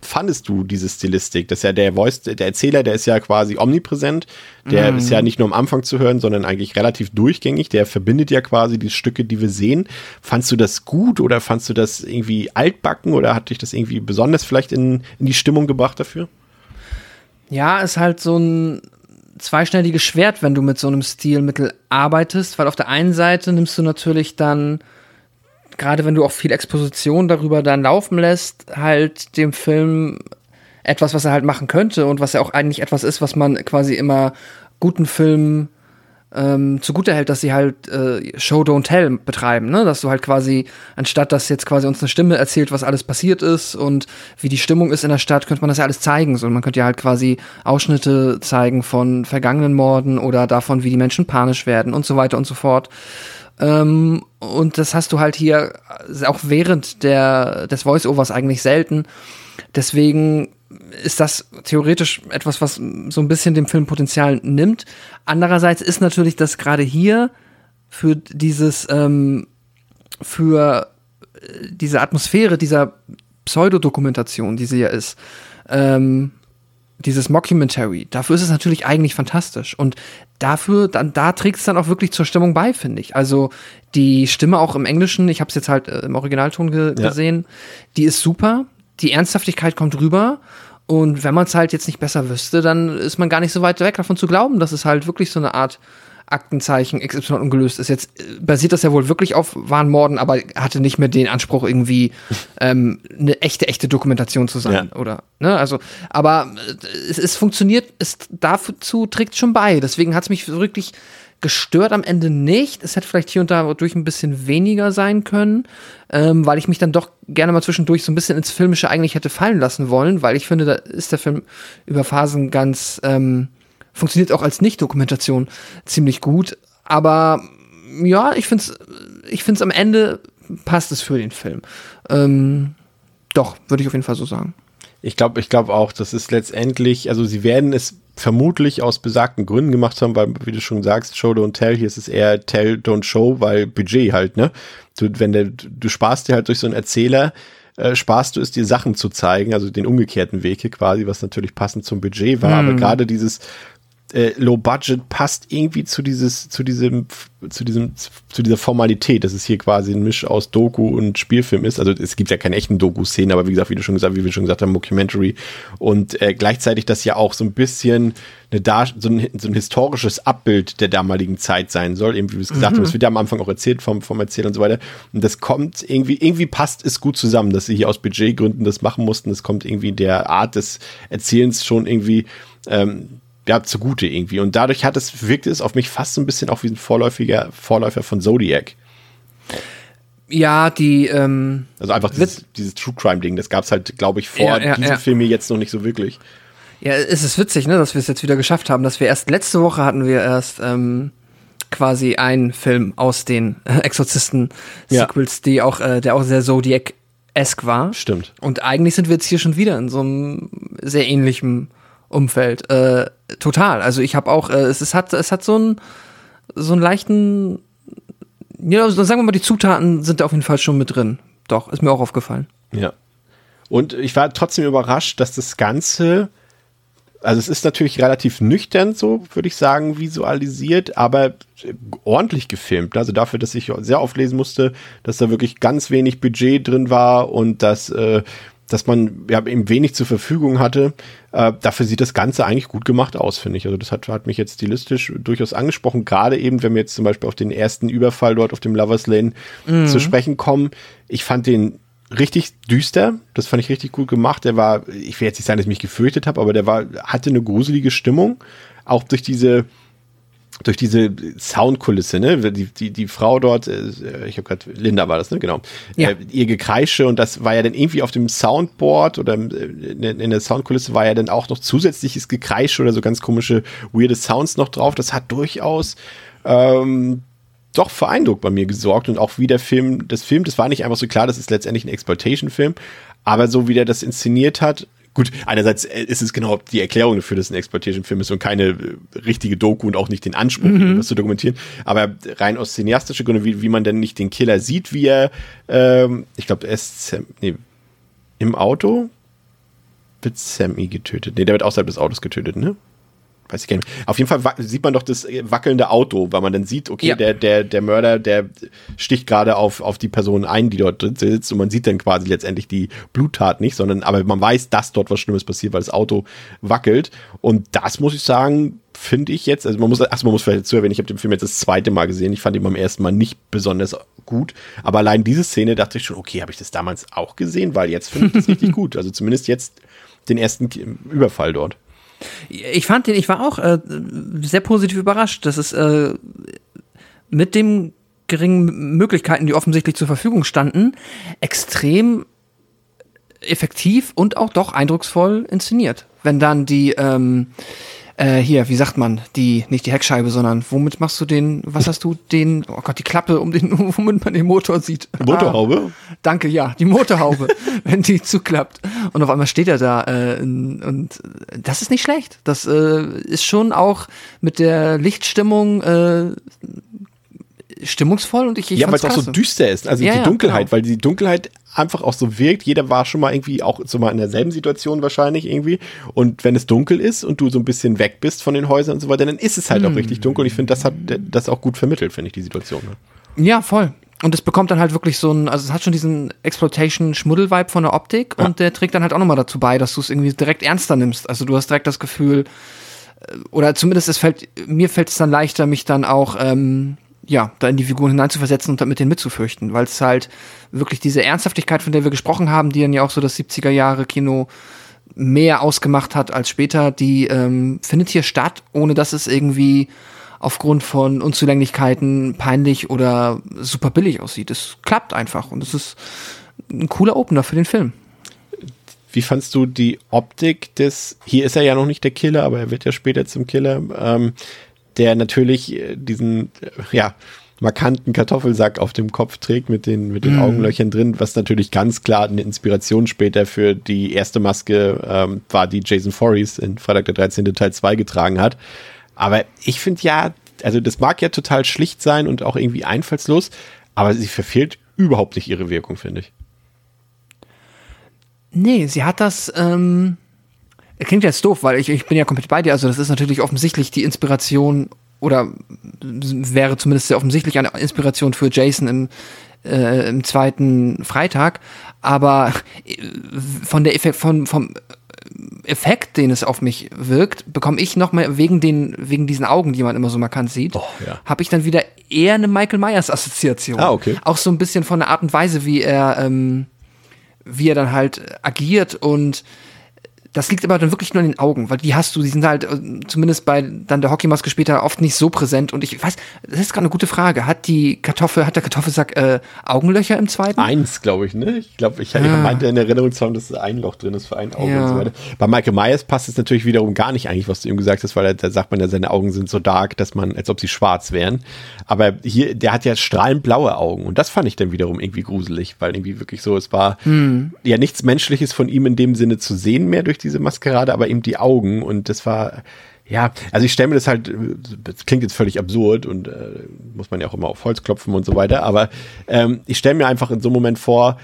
fandest du diese Stilistik? Das ist ja der Erzähler, der ist ja quasi omnipräsent. Der ist ja nicht nur am Anfang zu hören, sondern eigentlich relativ durchgängig. Der verbindet ja quasi die Stücke, die wir sehen. Fandst du das gut oder fandst du das irgendwie altbacken oder hat dich das irgendwie besonders vielleicht in die Stimmung gebracht dafür? Ja, ist halt so ein zweischneidiges Schwert, wenn du mit so einem Stilmittel arbeitest, weil auf der einen Seite nimmst du natürlich dann, gerade wenn du auch viel Exposition darüber dann laufen lässt, halt dem Film etwas, was er halt machen könnte und was ja auch eigentlich etwas ist, was man quasi immer guten Filmen zugute hält, dass sie halt Show, Don't Tell betreiben, ne? Dass du halt quasi, anstatt dass jetzt quasi uns eine Stimme erzählt, was alles passiert ist und wie die Stimmung ist in der Stadt, könnte man das ja alles zeigen. So, man könnte ja halt quasi Ausschnitte zeigen von vergangenen Morden oder davon, wie die Menschen panisch werden und so weiter und so fort. Und das hast du halt hier auch während des Voice-Overs eigentlich selten. Deswegen ist das theoretisch etwas, was so ein bisschen dem Film Potenzial nimmt. Andererseits ist natürlich das gerade hier für für diese Atmosphäre dieser Pseudodokumentation, die sie ja ist, dieses Mockumentary, dafür ist es natürlich eigentlich fantastisch. Und da trägt es dann auch wirklich zur Stimmung bei, finde ich. Also die Stimme auch im Englischen, ich habe es jetzt halt im Originalton gesehen, die ist super. Die Ernsthaftigkeit kommt rüber. Und wenn man es halt jetzt nicht besser wüsste, dann ist man gar nicht so weit weg davon zu glauben, dass es halt wirklich so eine Art Aktenzeichen XY ungelöst ist. Jetzt basiert das ja wohl wirklich auf wahren Morden, aber hatte nicht mehr den Anspruch, irgendwie eine echte Dokumentation zu sein. Ja. Oder, ne? Also, aber es funktioniert, dazu trägt schon bei. Deswegen hat es mich wirklich gestört am Ende nicht. Es hätte vielleicht hier und da durch ein bisschen weniger sein können, weil ich mich dann doch gerne mal zwischendurch so ein bisschen ins Filmische eigentlich hätte fallen lassen wollen, weil ich finde, da ist der Film über Phasen ganz funktioniert auch als Nicht-Dokumentation ziemlich gut. Aber ja, ich find's am Ende passt es für den Film. Doch, würde ich auf jeden Fall so sagen. Ich glaube auch, das ist letztendlich, also sie werden es vermutlich aus besagten Gründen gemacht haben, weil, wie du schon sagst, Show, Don't Tell, hier ist es eher Tell, Don't Show, weil Budget halt, ne? Du sparst dir halt durch so einen Erzähler, sparst du es dir Sachen zu zeigen, also den umgekehrten Weg hier quasi, was natürlich passend zum Budget war, aber gerade dieses Low Budget passt irgendwie zu dieser Formalität, dass es hier quasi ein Misch aus Doku und Spielfilm ist. Also es gibt ja keine echten Doku-Szenen, aber wie wir schon gesagt haben, Mockumentary. Und gleichzeitig das ja auch so ein bisschen so ein historisches Abbild der damaligen Zeit sein soll, eben wie wir es gesagt haben. Das wird ja am Anfang auch erzählt vom Erzähler und so weiter. Und das kommt irgendwie passt es gut zusammen, dass sie hier aus Budgetgründen das machen mussten. Das kommt irgendwie der Art des Erzählens schon irgendwie zugute irgendwie. Und dadurch wirkte es auf mich fast so ein bisschen auch wie ein Vorläufer von Zodiac. Ja, also einfach dieses True Crime-Ding, das gab es halt, glaube ich, vor diesem Film hier jetzt noch nicht so wirklich. Ja, es ist witzig, ne, dass wir es jetzt wieder geschafft haben, dass wir letzte Woche hatten wir quasi einen Film aus den Exorzisten-Sequels, der auch sehr Zodiac-esque war. Stimmt. Und eigentlich sind wir jetzt hier schon wieder in so einem sehr ähnlichen Umfeld. Total. Also ich habe auch, es hat so einen leichten, ja, sagen wir mal, die Zutaten sind da auf jeden Fall schon mit drin. Doch, ist mir auch aufgefallen. Ja. Und ich war trotzdem überrascht, dass das Ganze, also es ist natürlich relativ nüchtern, so würde ich sagen, visualisiert, aber ordentlich gefilmt. Also dafür, dass ich sehr auflesen musste, dass da wirklich ganz wenig Budget drin war und dass man eben wenig zur Verfügung hatte. Dafür sieht das Ganze eigentlich gut gemacht aus, finde ich. Also das hat mich jetzt stilistisch durchaus angesprochen. Gerade eben, wenn wir jetzt zum Beispiel auf den ersten Überfall dort auf dem Lovers Lane zu sprechen kommen. Ich fand den richtig düster. Das fand ich richtig gut gemacht. Ich will jetzt nicht sagen, dass ich mich gefürchtet habe, aber hatte eine gruselige Stimmung. Auch durch diese Soundkulisse, ne? Die Frau dort, ich habe gerade, Linda war das, ne? Genau. Ja. Ihr Gekreische, und das war ja dann irgendwie auf dem Soundboard oder in der Soundkulisse war ja dann auch noch zusätzliches Gekreische oder so ganz komische, weirde Sounds noch drauf. Das hat durchaus doch für Eindruck bei mir gesorgt, und auch wie das war nicht einfach so klar, das ist letztendlich ein Exploitation-Film, aber so wie der das inszeniert hat. Gut, einerseits ist es genau die Erklärung dafür, dass es ein Exploitation-Film ist und keine richtige Doku und auch nicht den Anspruch, das zu dokumentieren. Aber rein aus cineastischen Gründen, wie man denn nicht den Killer sieht, wie er, ich glaube, er ist im Auto. wird Sammy getötet? Nee, der wird außerhalb des Autos getötet, ne? Weiß ich gar nicht. Auf jeden Fall sieht man doch das wackelnde Auto, weil man dann sieht, okay, der Mörder, der sticht gerade auf die Person ein, die dort drin sitzt, und man sieht dann quasi letztendlich die Bluttat nicht, aber man weiß, dass dort was Schlimmes passiert, weil das Auto wackelt. Und das muss ich sagen, finde ich jetzt, also man muss vielleicht dazu erwähnen, ich habe den Film jetzt das zweite Mal gesehen, ich fand ihn beim ersten Mal nicht besonders gut, aber allein diese Szene dachte ich schon, okay, habe ich das damals auch gesehen, weil jetzt finde ich das richtig gut, also zumindest jetzt den ersten Überfall dort. Ich war auch sehr positiv überrascht, dass es mit den geringen Möglichkeiten, die offensichtlich zur Verfügung standen, extrem effektiv und auch doch eindrucksvoll inszeniert. Wenn dann die hier, wie sagt man, nicht die Heckscheibe, sondern womit machst du die Klappe, womit man den Motor sieht. Die Motorhaube? Danke, ja, die Motorhaube, wenn die zuklappt. Und auf einmal steht er da und das ist nicht schlecht. Das ist schon auch mit der Lichtstimmung stimmungsvoll und ich ja, weil es auch so düster ist. Also die Dunkelheit, genau. Weil die Dunkelheit einfach auch so wirkt. Jeder war schon mal irgendwie auch so mal in derselben Situation wahrscheinlich irgendwie. Und wenn es dunkel ist und du so ein bisschen weg bist von den Häusern und so weiter, dann ist es halt auch richtig dunkel. Und ich finde, das hat das auch gut vermittelt, finde ich, die Situation. Ne? Ja, voll. Und es bekommt dann halt wirklich also es hat schon diesen Exploitation-Schmuddel-Vibe von der Optik und der trägt dann halt auch nochmal dazu bei, dass du es irgendwie direkt ernster nimmst. Also du hast direkt das Gefühl, oder zumindest mir fällt es dann leichter, mich dann auch da in die Figuren hineinzuversetzen und damit den mitzufürchten, weil es halt wirklich diese Ernsthaftigkeit, von der wir gesprochen haben, die dann ja auch so das 70er-Jahre-Kino mehr ausgemacht hat als später, die findet hier statt, ohne dass es irgendwie aufgrund von Unzulänglichkeiten peinlich oder super billig aussieht. Es klappt einfach und es ist ein cooler Opener für den Film. Wie fandst du die Optik hier ist er ja noch nicht der Killer, aber er wird ja später zum Killer, der natürlich diesen, markanten Kartoffelsack auf dem Kopf trägt mit den Augenlöchern drin, was natürlich ganz klar eine Inspiration später für die erste Maske war, die Jason Voorhees in Freitag der 13. Teil 2 getragen hat. Aber ich finde also das mag ja total schlicht sein und auch irgendwie einfallslos, aber sie verfehlt überhaupt nicht ihre Wirkung, finde ich. Nee, sie hat das, klingt jetzt doof, weil ich bin ja komplett bei dir, also das ist natürlich offensichtlich die Inspiration oder wäre zumindest sehr offensichtlich eine Inspiration für Jason im zweiten Freitag, aber vom Effekt, den es auf mich wirkt, bekomme ich noch mal wegen diesen Augen, die man immer so markant sieht, habe ich dann wieder eher eine Michael Myers Assoziation. Okay. Auch so ein bisschen von der Art und Weise, wie er dann halt agiert und das liegt aber dann wirklich nur in den Augen, weil die sind halt zumindest bei dann der Hockeymaske später oft nicht so präsent und ich weiß, das ist gerade eine gute Frage. Hat der Kartoffelsack Augenlöcher im zweiten? 1, glaube ich, ne? Ich glaube, ich meinte in Erinnerung zu haben, dass ein Loch drin ist für ein Auge und so weiter. Bei Michael Myers passt es natürlich wiederum gar nicht eigentlich, was du ihm gesagt hast, weil da sagt man ja, seine Augen sind so dark, als ob sie schwarz wären. Aber hier, der hat ja strahlend blaue Augen und das fand ich dann wiederum irgendwie gruselig, weil irgendwie wirklich so, es war ja nichts Menschliches von ihm in dem Sinne zu sehen mehr durch diese Maskerade, aber eben die Augen und das war, also ich stelle mir das halt, das klingt jetzt völlig absurd und muss man ja auch immer auf Holz klopfen und so weiter, aber ich stelle mir einfach in so einem Moment vor,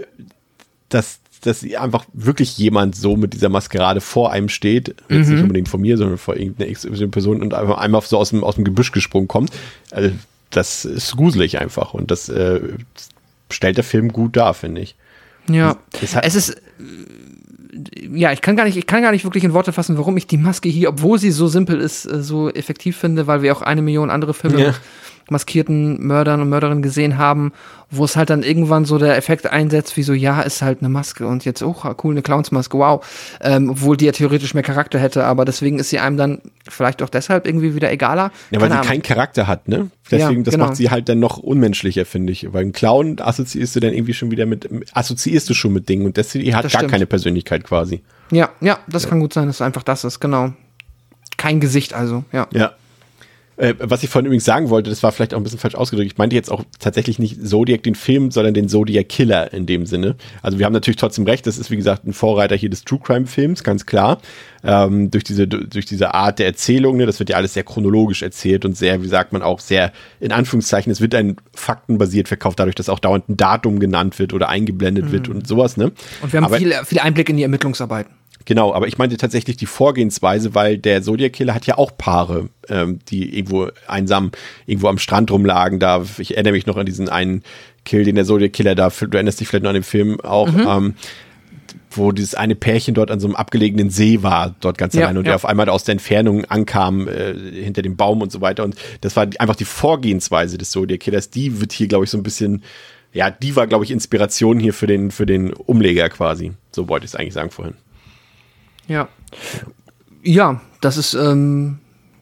dass einfach wirklich jemand so mit dieser Maskerade vor einem steht, jetzt nicht unbedingt vor mir, sondern vor irgendeiner Person und einfach einmal so aus dem Gebüsch gesprungen kommt. Also das ist gruselig einfach und das stellt der Film gut dar, finde ich. Ja, es ist ich kann gar nicht wirklich in Worte fassen, warum ich die Maske hier, obwohl sie so simpel ist, so effektiv finde, weil wir auch 1 Million andere Filme mit maskierten Mördern und Mörderinnen gesehen haben, wo es halt dann irgendwann so der Effekt einsetzt, wie so, ist halt eine Maske und jetzt, cool, eine Clownsmaske, wow. Obwohl die ja theoretisch mehr Charakter hätte, aber deswegen ist sie einem dann vielleicht auch deshalb irgendwie wieder egaler. Ja, weil sie keinen Charakter hat, ne? Deswegen, das macht sie halt dann noch unmenschlicher, finde ich. Weil ein Clown assoziierst du dann irgendwie schon wieder mit Dingen und deswegen hat gar keine Persönlichkeit quasi. Ja, das kann gut sein, dass es einfach das ist, genau. Kein Gesicht also, ja. Ja. Was ich vorhin übrigens sagen wollte, das war vielleicht auch ein bisschen falsch ausgedrückt. Ich meinte jetzt auch tatsächlich nicht Zodiac den Film, sondern den Zodiac Killer in dem Sinne. Also wir haben natürlich trotzdem recht, das ist wie gesagt ein Vorreiter hier des True Crime Films, ganz klar. Durch diese Art der Erzählung, ne, das wird ja alles sehr chronologisch erzählt und sehr, wie sagt man auch, sehr in Anführungszeichen, es wird ein faktenbasiert verkauft, dadurch, dass auch dauernd ein Datum genannt wird oder eingeblendet wird und sowas, ne? Und wir haben viel Einblick in die Ermittlungsarbeiten. Genau, aber ich meinte tatsächlich die Vorgehensweise, weil der Zodiac Killer hat ja auch Paare, die irgendwo einsam irgendwo am Strand rumlagen. Da, ich erinnere mich noch an diesen einen Kill, den der Zodiac Killer da, du erinnerst dich vielleicht noch an den Film auch, wo dieses eine Pärchen dort an so einem abgelegenen See war, dort ganz allein und der auf einmal aus der Entfernung ankam, hinter dem Baum und so weiter. Und das war einfach die Vorgehensweise des Zodiac Killers. Die wird hier, glaube ich, so ein bisschen, ja, die war, glaube ich, Inspiration hier für den Umleger quasi. So wollte ich es eigentlich sagen vorhin. Ja, das ist, also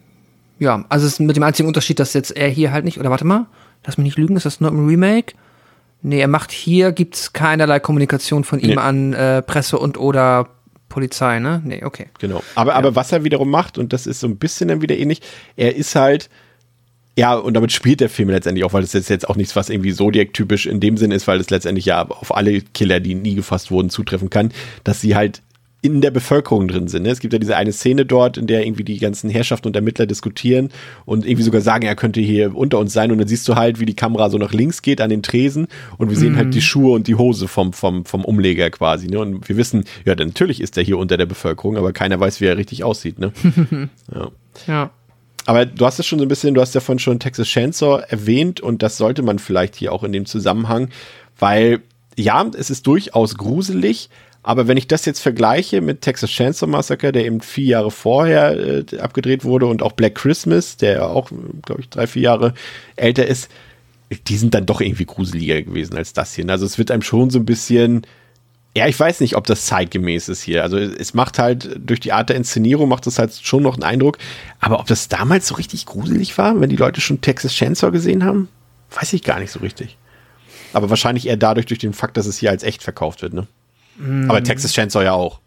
es ist mit dem einzigen Unterschied, dass jetzt er hier halt nicht, oder warte mal, lass mich nicht lügen, ist das nur im Remake? Nee, gibt's keinerlei Kommunikation von ihm an Presse und oder Polizei, ne? Nee, okay. Genau. Aber was er wiederum macht, und das ist so ein bisschen dann wieder ähnlich, er ist halt, ja, und damit spielt der Film letztendlich auch, weil das ist jetzt auch nichts, was irgendwie Zodiac-typisch in dem Sinn ist, weil es letztendlich ja auf alle Killer, die nie gefasst wurden, zutreffen kann, dass sie halt in der Bevölkerung drin sind. Ne? Es gibt ja diese eine Szene dort, in der irgendwie die ganzen Herrschaften und Ermittler diskutieren und irgendwie sogar sagen, er könnte hier unter uns sein, und dann siehst du halt, wie die Kamera so nach links geht an den Tresen und wir sehen halt die Schuhe und die Hose vom Umleger quasi. Ne? Und wir wissen, ja, natürlich ist er hier unter der Bevölkerung, aber keiner weiß, wie er richtig aussieht. Ne? Ja. Aber du hast es schon so ein bisschen, du hast ja vorhin schon Texas Chainsaw erwähnt, und das sollte man vielleicht hier auch in dem Zusammenhang, weil ja, es ist durchaus gruselig, aber wenn ich das jetzt vergleiche mit Texas Chainsaw Massacre, der eben 4 Jahre vorher abgedreht wurde, und auch Black Christmas, der ja auch, glaube ich, 3-4 Jahre älter ist, die sind dann doch irgendwie gruseliger gewesen als das hier. Also es wird einem schon so ein bisschen, ja, ich weiß nicht, ob das zeitgemäß ist hier. Also es macht halt, durch die Art der Inszenierung macht das halt schon noch einen Eindruck. Aber ob das damals so richtig gruselig war, wenn die Leute schon Texas Chainsaw gesehen haben, weiß ich gar nicht so richtig. Aber wahrscheinlich eher dadurch, durch den Fakt, dass es hier als echt verkauft wird, ne? Aber Texas Chainsaw ja auch.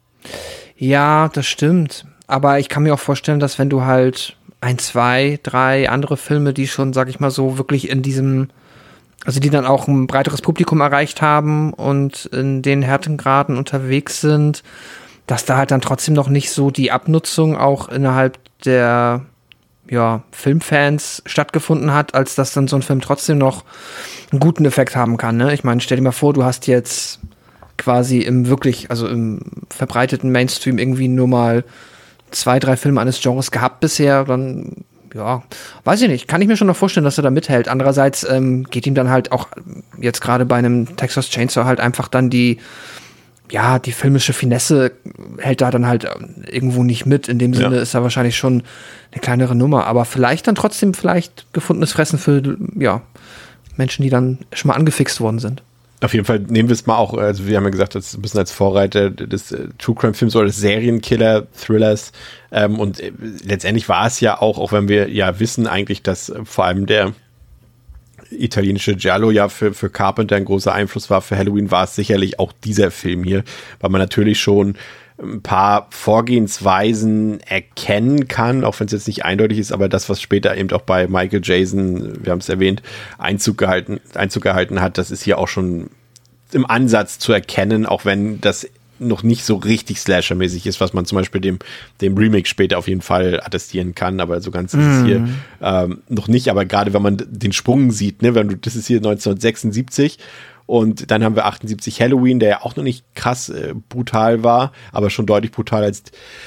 Ja, das stimmt. Aber ich kann mir auch vorstellen, dass wenn du halt 1, 2, 3 andere Filme, die schon, sag ich mal so, wirklich in diesem, also die dann auch ein breiteres Publikum erreicht haben und in den Härtegraden unterwegs sind, dass da halt dann trotzdem noch nicht so die Abnutzung auch innerhalb der Filmfans stattgefunden hat, als dass dann so ein Film trotzdem noch einen guten Effekt haben kann. Ne? Ich meine, stell dir mal vor, du hast jetzt quasi im verbreiteten Mainstream irgendwie nur mal 2, 3 Filme eines Genres gehabt bisher, dann, ja, weiß ich nicht, kann ich mir schon noch vorstellen, dass er da mithält. Andererseits geht ihm dann halt auch jetzt gerade bei einem Texas Chainsaw halt einfach dann die filmische Finesse hält da dann halt irgendwo nicht mit. In dem Sinne ist er wahrscheinlich schon eine kleinere Nummer, aber vielleicht dann trotzdem gefundenes Fressen für, Menschen, die dann schon mal angefixt worden sind. Auf jeden Fall nehmen wir es mal auch, also wir haben ja gesagt, das ist ein bisschen als Vorreiter des True-Crime-Films oder des Serienkiller-Thrillers, und letztendlich war es ja auch wenn wir ja wissen eigentlich, dass vor allem der italienische Giallo ja für Carpenter ein großer Einfluss war, für Halloween war es sicherlich auch dieser Film hier, weil man natürlich schon ein paar Vorgehensweisen erkennen kann, auch wenn es jetzt nicht eindeutig ist, aber das, was später eben auch bei Michael Jason, wir haben es erwähnt, Einzug gehalten hat, das ist hier auch schon im Ansatz zu erkennen, auch wenn das noch nicht so richtig slashermäßig ist, was man zum Beispiel dem Remake später auf jeden Fall attestieren kann, aber so ganz ist es hier noch nicht, aber gerade wenn man den Sprung sieht, ne, das ist hier 1976 und dann haben wir 78 Halloween, der ja auch noch nicht krass brutal war, aber schon deutlich brutal als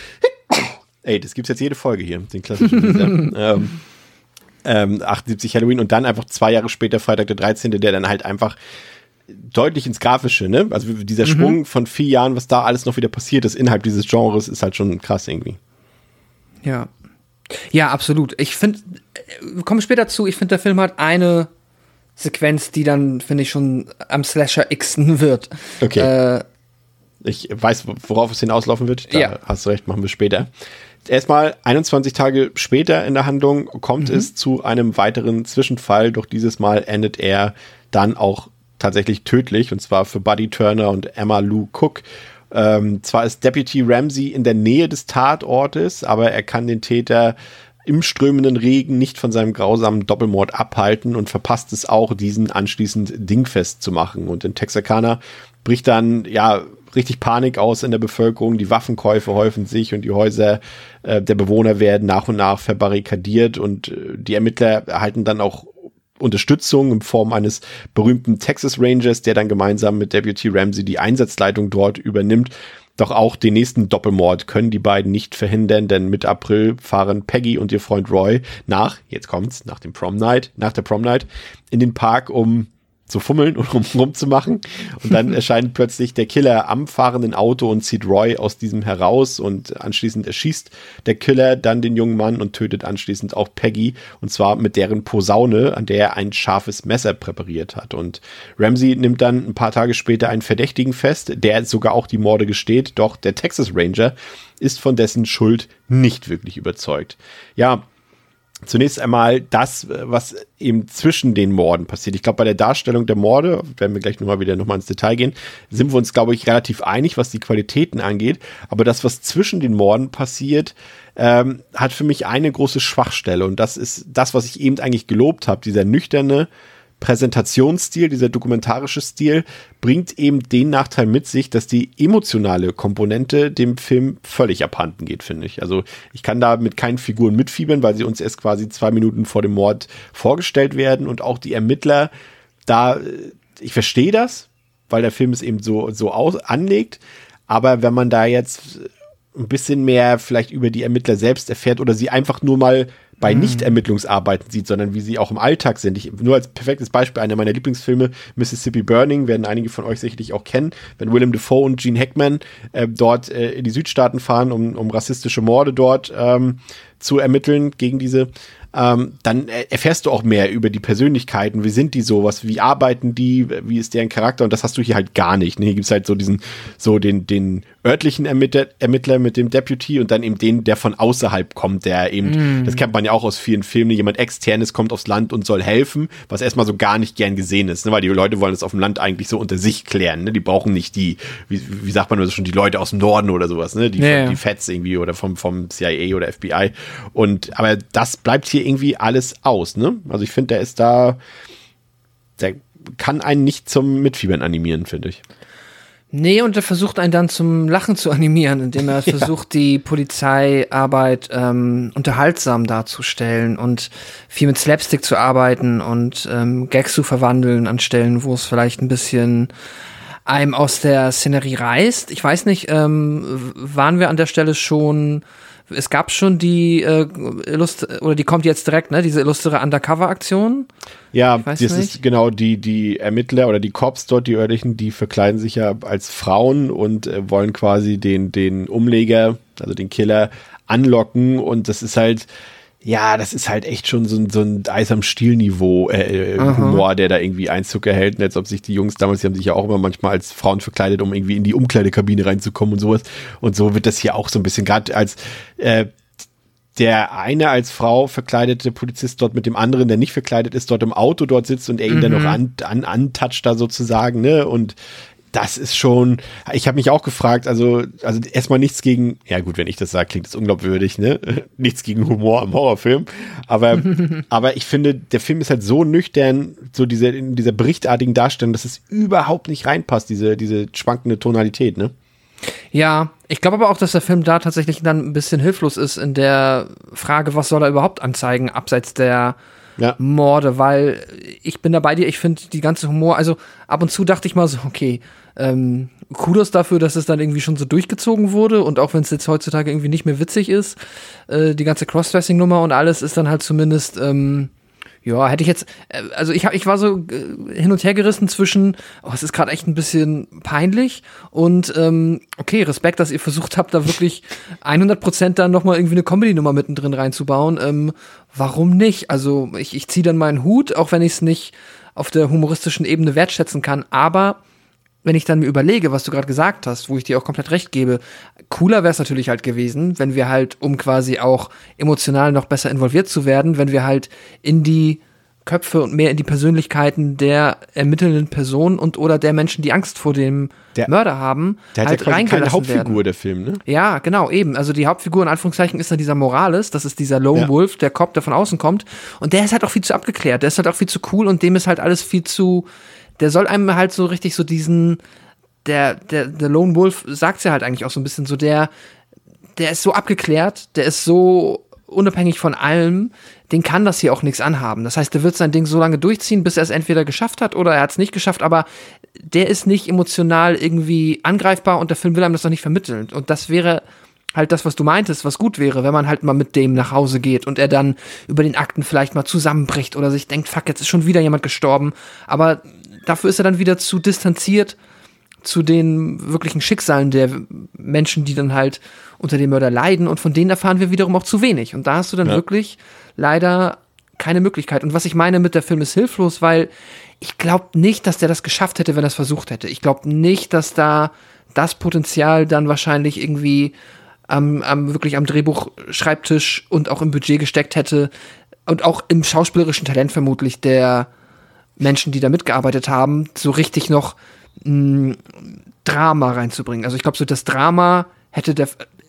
das gibt's jetzt jede Folge hier, den klassischen 78 Halloween und dann einfach 2 Jahre später Freitag der 13., der dann halt einfach deutlich ins Grafische, ne? Also dieser Sprung von 4 Jahren, was da alles noch wieder passiert ist innerhalb dieses Genres, ist halt schon krass irgendwie. Ja. Ja, absolut. Ich finde, komme später zu, ich finde, der Film hat eine Sequenz, die dann, finde ich, schon am Slasher Xen wird. Okay. Ich weiß, worauf es hinauslaufen wird. Da hast du recht, machen wir später. Erstmal 21 Tage später in der Handlung kommt es zu einem weiteren Zwischenfall, doch dieses Mal endet er dann auch tatsächlich tödlich, und zwar für Buddy Turner und Emma Lou Cook. Zwar ist Deputy Ramsey in der Nähe des Tatortes, aber er kann den Täter im strömenden Regen nicht von seinem grausamen Doppelmord abhalten und verpasst es auch, diesen anschließend dingfest zu machen. Und in Texarkana bricht dann, richtig Panik aus in der Bevölkerung. Die Waffenkäufe häufen sich und die Häuser der Bewohner werden nach und nach verbarrikadiert und die Ermittler erhalten dann auch Unterstützung in Form eines berühmten Texas Rangers, der dann gemeinsam mit Deputy Ramsey die Einsatzleitung dort übernimmt. Doch auch den nächsten Doppelmord können die beiden nicht verhindern, denn Mitte April fahren Peggy und ihr Freund Roy nach der Prom Night, in den Park, um zu fummeln und rumzumachen. Und dann erscheint plötzlich der Killer am fahrenden Auto und zieht Roy aus diesem heraus und anschließend erschießt der Killer dann den jungen Mann und tötet anschließend auch Peggy, und zwar mit deren Posaune, an der er ein scharfes Messer präpariert hat. Und Ramsey nimmt dann ein paar Tage später einen Verdächtigen fest, der sogar auch die Morde gesteht, doch der Texas Ranger ist von dessen Schuld nicht wirklich überzeugt. Ja, zunächst einmal das, was eben zwischen den Morden passiert. Ich glaube, bei der Darstellung der Morde, werden wir gleich nochmal ins Detail gehen, sind wir uns, glaube ich, relativ einig, was die Qualitäten angeht. Aber das, was zwischen den Morden passiert, hat für mich eine große Schwachstelle. Und das ist das, was ich eben eigentlich gelobt habe. Dieser nüchterne Präsentationsstil, dieser dokumentarische Stil bringt eben den Nachteil mit sich, dass die emotionale Komponente dem Film völlig abhanden geht, finde ich. Also ich kann da mit keinen Figuren mitfiebern, weil sie uns erst quasi 2 Minuten vor dem Mord vorgestellt werden, und auch die Ermittler, ich verstehe das, weil der Film es eben so anlegt, aber wenn man da jetzt ein bisschen mehr vielleicht über die Ermittler selbst erfährt oder sie einfach nur mal bei Nicht-Ermittlungsarbeiten sieht, sondern wie sie auch im Alltag sind. Nur als perfektes Beispiel, einer meiner Lieblingsfilme, Mississippi Burning, werden einige von euch sicherlich auch kennen, wenn Willem Dafoe und Gene Hackman dort in die Südstaaten fahren, um rassistische Morde dort zu ermitteln gegen diese, dann erfährst du auch mehr über die Persönlichkeiten. Wie sind die so? Wie arbeiten die? Wie ist deren Charakter? Und das hast du hier halt gar nicht. Ne? Hier gibt's halt den örtlichen Ermittler mit dem Deputy und dann eben den, der von außerhalb kommt, der eben, das kennt man ja auch aus vielen Filmen, jemand Externes kommt aufs Land und soll helfen, was erstmal so gar nicht gern gesehen ist, ne? Weil die Leute wollen das auf dem Land eigentlich so unter sich klären. Ne? Die brauchen nicht wie sagt man das schon, die Leute aus dem Norden oder sowas, ne? Die Feds irgendwie oder vom CIA oder FBI. Aber das bleibt hier irgendwie alles aus, ne? Also ich finde, der kann einen nicht zum Mitfiebern animieren, finde ich. Nee, und er versucht einen dann zum Lachen zu animieren, indem er versucht, die Polizeiarbeit unterhaltsam darzustellen und viel mit Slapstick zu arbeiten und Gags zu verwandeln an Stellen, wo es vielleicht ein bisschen einem aus der Szenerie reißt. Ich weiß nicht, waren wir an der Stelle schon, es gab schon die die kommt jetzt direkt, ne, diese illustre Undercover-Aktion? Ja, das ist genau die Ermittler oder die Cops dort, die örtlichen, die verkleiden sich ja als Frauen und wollen quasi den Umleger, also den Killer, anlocken, und das ist halt echt schon so ein Eis am Stiel-Niveau Humor, der da irgendwie Einzug erhält. Und als ob sich die Jungs damals, die haben sich ja auch immer manchmal als Frauen verkleidet, um irgendwie in die Umkleidekabine reinzukommen und sowas. Und so wird das hier auch so ein bisschen, gerade als der eine als Frau verkleidete Polizist dort mit dem anderen, der nicht verkleidet ist, dort im Auto dort sitzt und er ihn dann noch antatscht da sozusagen, ne? Und das ist schon, ich habe mich auch gefragt, also erstmal nichts gegen, ja gut, wenn ich das sage, klingt das unglaubwürdig, ne? Nichts gegen Humor im Horrorfilm, aber ich finde, der Film ist halt so nüchtern, so in dieser berichtartigen Darstellung, dass es überhaupt nicht reinpasst, diese schwankende Tonalität, ne? Ja, ich glaube aber auch, dass der Film da tatsächlich dann ein bisschen hilflos ist in der Frage, was soll er überhaupt anzeigen, abseits der Morde, weil ich bin da bei dir, ich finde die ganze Humor, also ab und zu dachte ich mal so, okay, Kudos dafür, dass es dann irgendwie schon so durchgezogen wurde, und auch wenn es jetzt heutzutage irgendwie nicht mehr witzig ist, die ganze Crossdressing-Nummer und alles ist dann halt zumindest hätte ich jetzt, also ich war so hin und her gerissen zwischen, es ist gerade echt ein bisschen peinlich und okay, Respekt, dass ihr versucht habt, da wirklich 100% dann nochmal irgendwie eine Comedy-Nummer mittendrin reinzubauen. Warum nicht? Also ich ziehe dann meinen Hut, auch wenn ich es nicht auf der humoristischen Ebene wertschätzen kann, aber wenn ich dann mir überlege, was du gerade gesagt hast, wo ich dir auch komplett recht gebe, cooler wäre es natürlich halt gewesen, wenn wir halt, um quasi auch emotional noch besser involviert zu werden, wenn wir halt in die Köpfe und mehr in die Persönlichkeiten der ermittelnden Person und oder der Menschen, die Angst vor dem Mörder haben, der halt hat ja reingelassen keine Hauptfigur, werden. Der Film, ne? Ja, genau, eben. Also die Hauptfigur in Anführungszeichen ist dann dieser Morales, das ist dieser Lone Wolf, der Cop, der von außen kommt, und der ist halt auch viel zu abgeklärt, der ist halt auch viel zu cool, und dem ist halt alles viel zu, der soll einem halt so richtig so diesen, der Lone Wolf sagt's ja halt eigentlich auch so ein bisschen so, der ist so abgeklärt, der ist so unabhängig von allem, den kann das hier auch nichts anhaben. Das heißt, der wird sein Ding so lange durchziehen, bis er es entweder geschafft hat oder er hat es nicht geschafft, aber der ist nicht emotional irgendwie angreifbar und der Film will einem das doch nicht vermitteln. Und das wäre halt das, was du meintest, was gut wäre, wenn man halt mal mit dem nach Hause geht und er dann über den Akten vielleicht mal zusammenbricht oder sich denkt, fuck, jetzt ist schon wieder jemand gestorben. Aber dafür ist er dann wieder zu distanziert zu den wirklichen Schicksalen der Menschen, die dann halt unter dem Mörder leiden, und von denen erfahren wir wiederum auch zu wenig. Und da hast du dann wirklich leider keine Möglichkeit. Und was ich meine mit der Film ist hilflos, weil ich glaube nicht, dass der das geschafft hätte, wenn er es versucht hätte. Ich glaube nicht, dass da das Potenzial dann wahrscheinlich irgendwie wirklich am Drehbuchschreibtisch und auch im Budget gesteckt hätte und auch im schauspielerischen Talent vermutlich der Menschen, die da mitgearbeitet haben, so richtig noch Drama reinzubringen. Also ich glaube, so das Drama hätte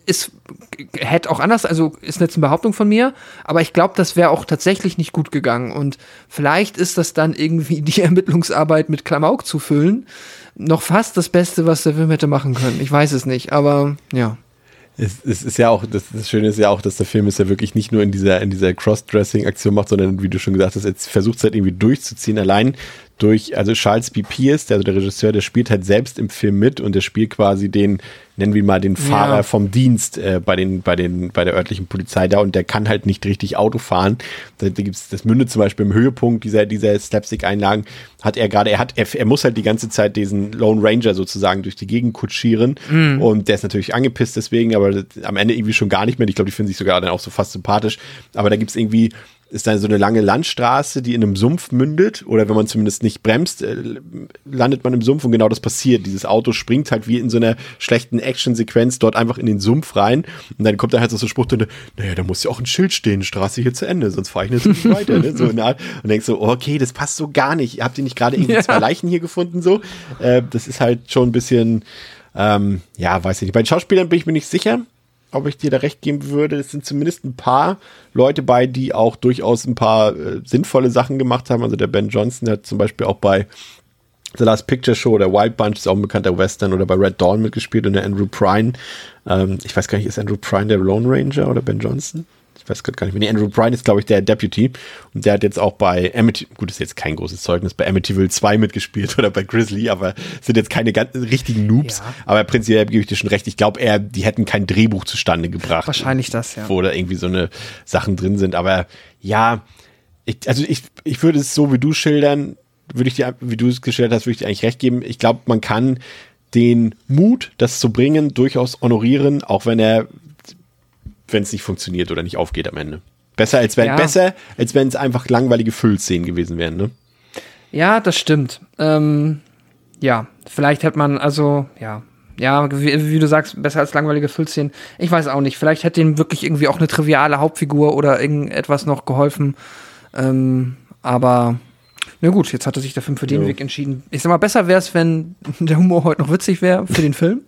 auch anders, also ist jetzt eine Behauptung von mir, aber ich glaube, das wäre auch tatsächlich nicht gut gegangen, und vielleicht ist das dann irgendwie die Ermittlungsarbeit mit Klamauk zu füllen noch fast das Beste, was der Film hätte machen können. Ich weiß es nicht, aber ja. Es ist ja auch, das Schöne ist ja auch, dass der Film es ja wirklich nicht nur in dieser Cross-Dressing-Aktion macht, sondern, wie du schon gesagt hast, jetzt versucht es halt irgendwie durchzuziehen, allein durch, also Charles B. Pierce, der Regisseur, der spielt halt selbst im Film mit, und der spielt quasi den, nennen wir mal den Fahrer vom Dienst bei der örtlichen Polizei da, und der kann halt nicht richtig Auto fahren. Das mündet zum Beispiel im Höhepunkt dieser Slapstick-Einlagen, er muss halt die ganze Zeit diesen Lone Ranger sozusagen durch die Gegend kutschieren, und der ist natürlich angepisst deswegen, aber am Ende irgendwie schon gar nicht mehr. Ich glaube, die finden sich sogar dann auch so fast sympathisch, aber da gibt's irgendwie, ist dann so eine lange Landstraße, die in einem Sumpf mündet, oder wenn man zumindest nicht bremst, landet man im Sumpf, und genau das passiert. Dieses Auto springt halt wie in so einer schlechten Action-Sequenz dort einfach in den Sumpf rein, und dann kommt da halt so ein Spruch drin, naja, da muss ja auch ein Schild stehen, Straße hier zu Ende, sonst fahre ich nicht weiter. Ne? So, und denkst so, okay, das passt so gar nicht. Habt ihr nicht gerade irgendwie 2 Leichen hier gefunden? So, das ist halt schon ein bisschen, weiß ich nicht. Bei den Schauspielern bin ich mir nicht sicher, ob ich dir da recht geben würde. Es sind zumindest ein paar Leute bei, die auch durchaus ein paar sinnvolle Sachen gemacht haben. Also der Ben Johnson, der hat zum Beispiel auch bei The Last Picture Show oder Wild Bunch, ist auch ein bekannter Western, oder bei Red Dawn mitgespielt, und der Andrew Prine. Ich weiß gar nicht, ist Andrew Prine der Lone Ranger oder Ben Johnson? Ich weiß gerade gar nicht mehr. Nee, Andrew Prine ist, glaube ich, der Deputy, und der hat jetzt auch bei gut, ist jetzt kein großes Zeugnis, bei Amityville 2 mitgespielt oder bei Grizzly, aber sind jetzt keine ganz richtigen Noobs, aber prinzipiell gebe ich dir schon recht. Ich glaube die hätten kein Drehbuch zustande gebracht. Wahrscheinlich das, ja. Wo da irgendwie so eine Sachen drin sind, aber ja, ich würde es so, wie du schildern, wie du es geschildert hast, würde ich dir eigentlich recht geben. Ich glaube, man kann den Mut, das zu bringen, durchaus honorieren, auch wenn es nicht funktioniert oder nicht aufgeht am Ende. Besser, als wenn es einfach langweilige Füllszenen gewesen wären, ne? Ja, das stimmt. Vielleicht hätte man, wie du sagst, besser als langweilige Füllszenen. Ich weiß auch nicht. Vielleicht hätte ihm wirklich irgendwie auch eine triviale Hauptfigur oder irgendetwas noch geholfen. Aber na gut, jetzt hatte sich der Film für den Weg entschieden. Ich sag mal, besser wäre es, wenn der Humor heute noch witzig wäre für den Film.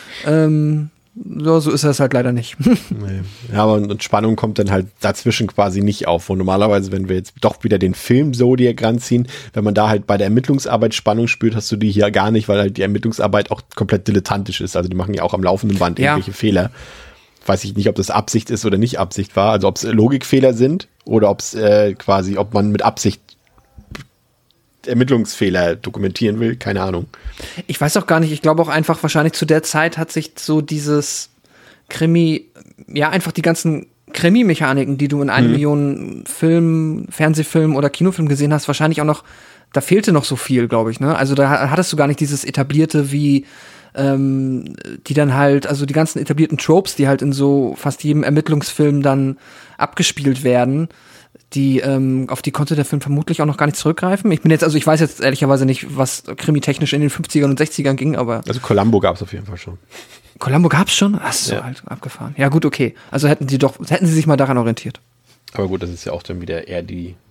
So ist das halt leider nicht. Nee. Ja, aber und Spannung kommt dann halt dazwischen quasi nicht auf. Und normalerweise, wenn wir jetzt doch wieder den Film Zodiac ranziehen, wenn man da halt bei der Ermittlungsarbeit Spannung spürt, hast du die hier gar nicht, weil halt die Ermittlungsarbeit auch komplett dilettantisch ist. Also die machen ja auch am laufenden Band irgendwelche Fehler. Weiß ich nicht, ob das Absicht ist oder nicht Absicht war. Also ob es Logikfehler sind oder ob es ob man mit Absicht Ermittlungsfehler dokumentieren will, keine Ahnung. Ich weiß auch gar nicht, ich glaube auch einfach, wahrscheinlich zu der Zeit hat sich so dieses Krimi, einfach die ganzen Krimi-Mechaniken, die du in 1 Million Filmen, Fernsehfilmen oder Kinofilmen gesehen hast, wahrscheinlich auch noch, da fehlte noch so viel, glaube ich, ne? Also da hattest du gar nicht dieses etablierte, wie die dann halt, also die ganzen etablierten Tropes, die halt in so fast jedem Ermittlungsfilm dann abgespielt werden, auf die konnte der Film vermutlich auch noch gar nicht zurückgreifen. Ich weiß jetzt ehrlicherweise nicht, was krimitechnisch in den 50ern und 60ern ging, aber. Also Columbo gab es auf jeden Fall schon. Columbo gab's schon? Ach so, halt abgefahren. Ja, gut, okay. Also hätten sie sich mal daran orientiert. Aber gut, das ist ja auch dann wieder eher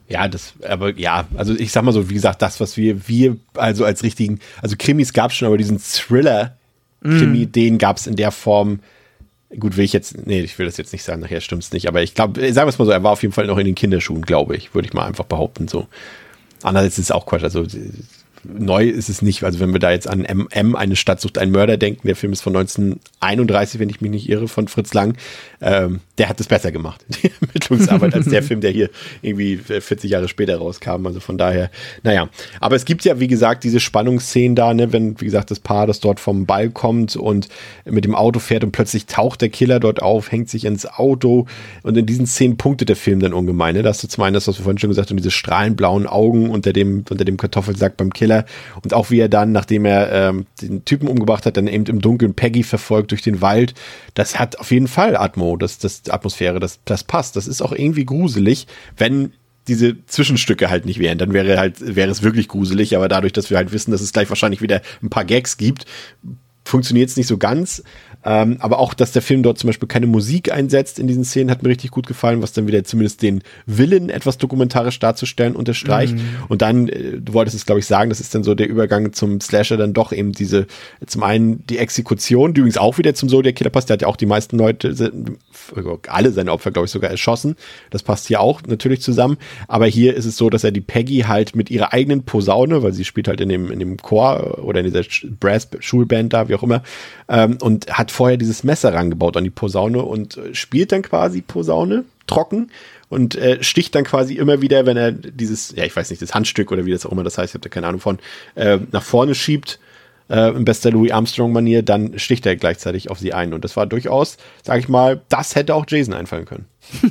also ich sag mal so, wie gesagt, das, was wir also als richtigen, also Krimis gab's schon, aber diesen Thriller-Krimi, den gab's in der Form. Gut, ich will das jetzt nicht sagen, nachher stimmt's nicht, aber ich glaube, sagen wir es mal so, er war auf jeden Fall noch in den Kinderschuhen, glaube ich, würde ich mal einfach behaupten, so. Andererseits ist es auch Quatsch, also neu ist es nicht. Also wenn wir da jetzt an M, eine Stadt sucht einen Mörder denken, der Film ist von 1931, wenn ich mich nicht irre, von Fritz Lang, der hat es besser gemacht, die Ermittlungsarbeit, als der Film, der hier irgendwie 40 Jahre später rauskam. Also von daher, naja. Aber es gibt ja, wie gesagt, diese Spannungsszenen da, ne, wenn, wie gesagt, das Paar, das dort vom Ball kommt und mit dem Auto fährt und plötzlich taucht der Killer dort auf, hängt sich ins Auto und in diesen Szenen punktet der Film dann ungemein. Ne? Da hast du zum einen das, was wir vorhin schon gesagt haben, diese strahlenblauen Augen unter dem Kartoffelsack beim Killer und auch wie er dann, nachdem er den Typen umgebracht hat, dann eben im Dunkeln Peggy verfolgt durch den Wald. Das hat auf jeden Fall Atmosphäre, das passt. Das ist auch irgendwie gruselig, wenn diese Zwischenstücke halt nicht wären. Dann wäre es wirklich gruselig, aber dadurch, dass wir halt wissen, dass es gleich wahrscheinlich wieder ein paar Gags gibt, funktioniert es nicht so ganz. Aber auch, dass der Film dort zum Beispiel keine Musik einsetzt in diesen Szenen, hat mir richtig gut gefallen, was dann wieder zumindest den Willen, etwas dokumentarisch darzustellen, unterstreicht. Und dann, du wolltest es, glaube ich, sagen, das ist dann so der Übergang zum Slasher, dann doch eben zum einen die Exekution, die übrigens auch wieder zum Zodiac Killer passt. Der hat ja auch die meisten Leute, alle seine Opfer, glaube ich, sogar erschossen. Das passt hier auch natürlich zusammen. Aber hier ist es so, dass er die Peggy halt mit ihrer eigenen Posaune, weil sie spielt halt in dem Chor oder in dieser Brass-Schulband da, wie auch immer, und hat vorher dieses Messer rangebaut an die Posaune und spielt dann quasi Posaune trocken und sticht dann quasi immer wieder, wenn er dieses, ja, ich weiß nicht, das Handstück oder wie das auch immer das heißt, ich habe da keine Ahnung von, nach vorne schiebt, in bester Louis Armstrong-Manier, dann sticht er gleichzeitig auf sie ein. Und das war durchaus, sag ich mal, das hätte auch Jason einfallen können.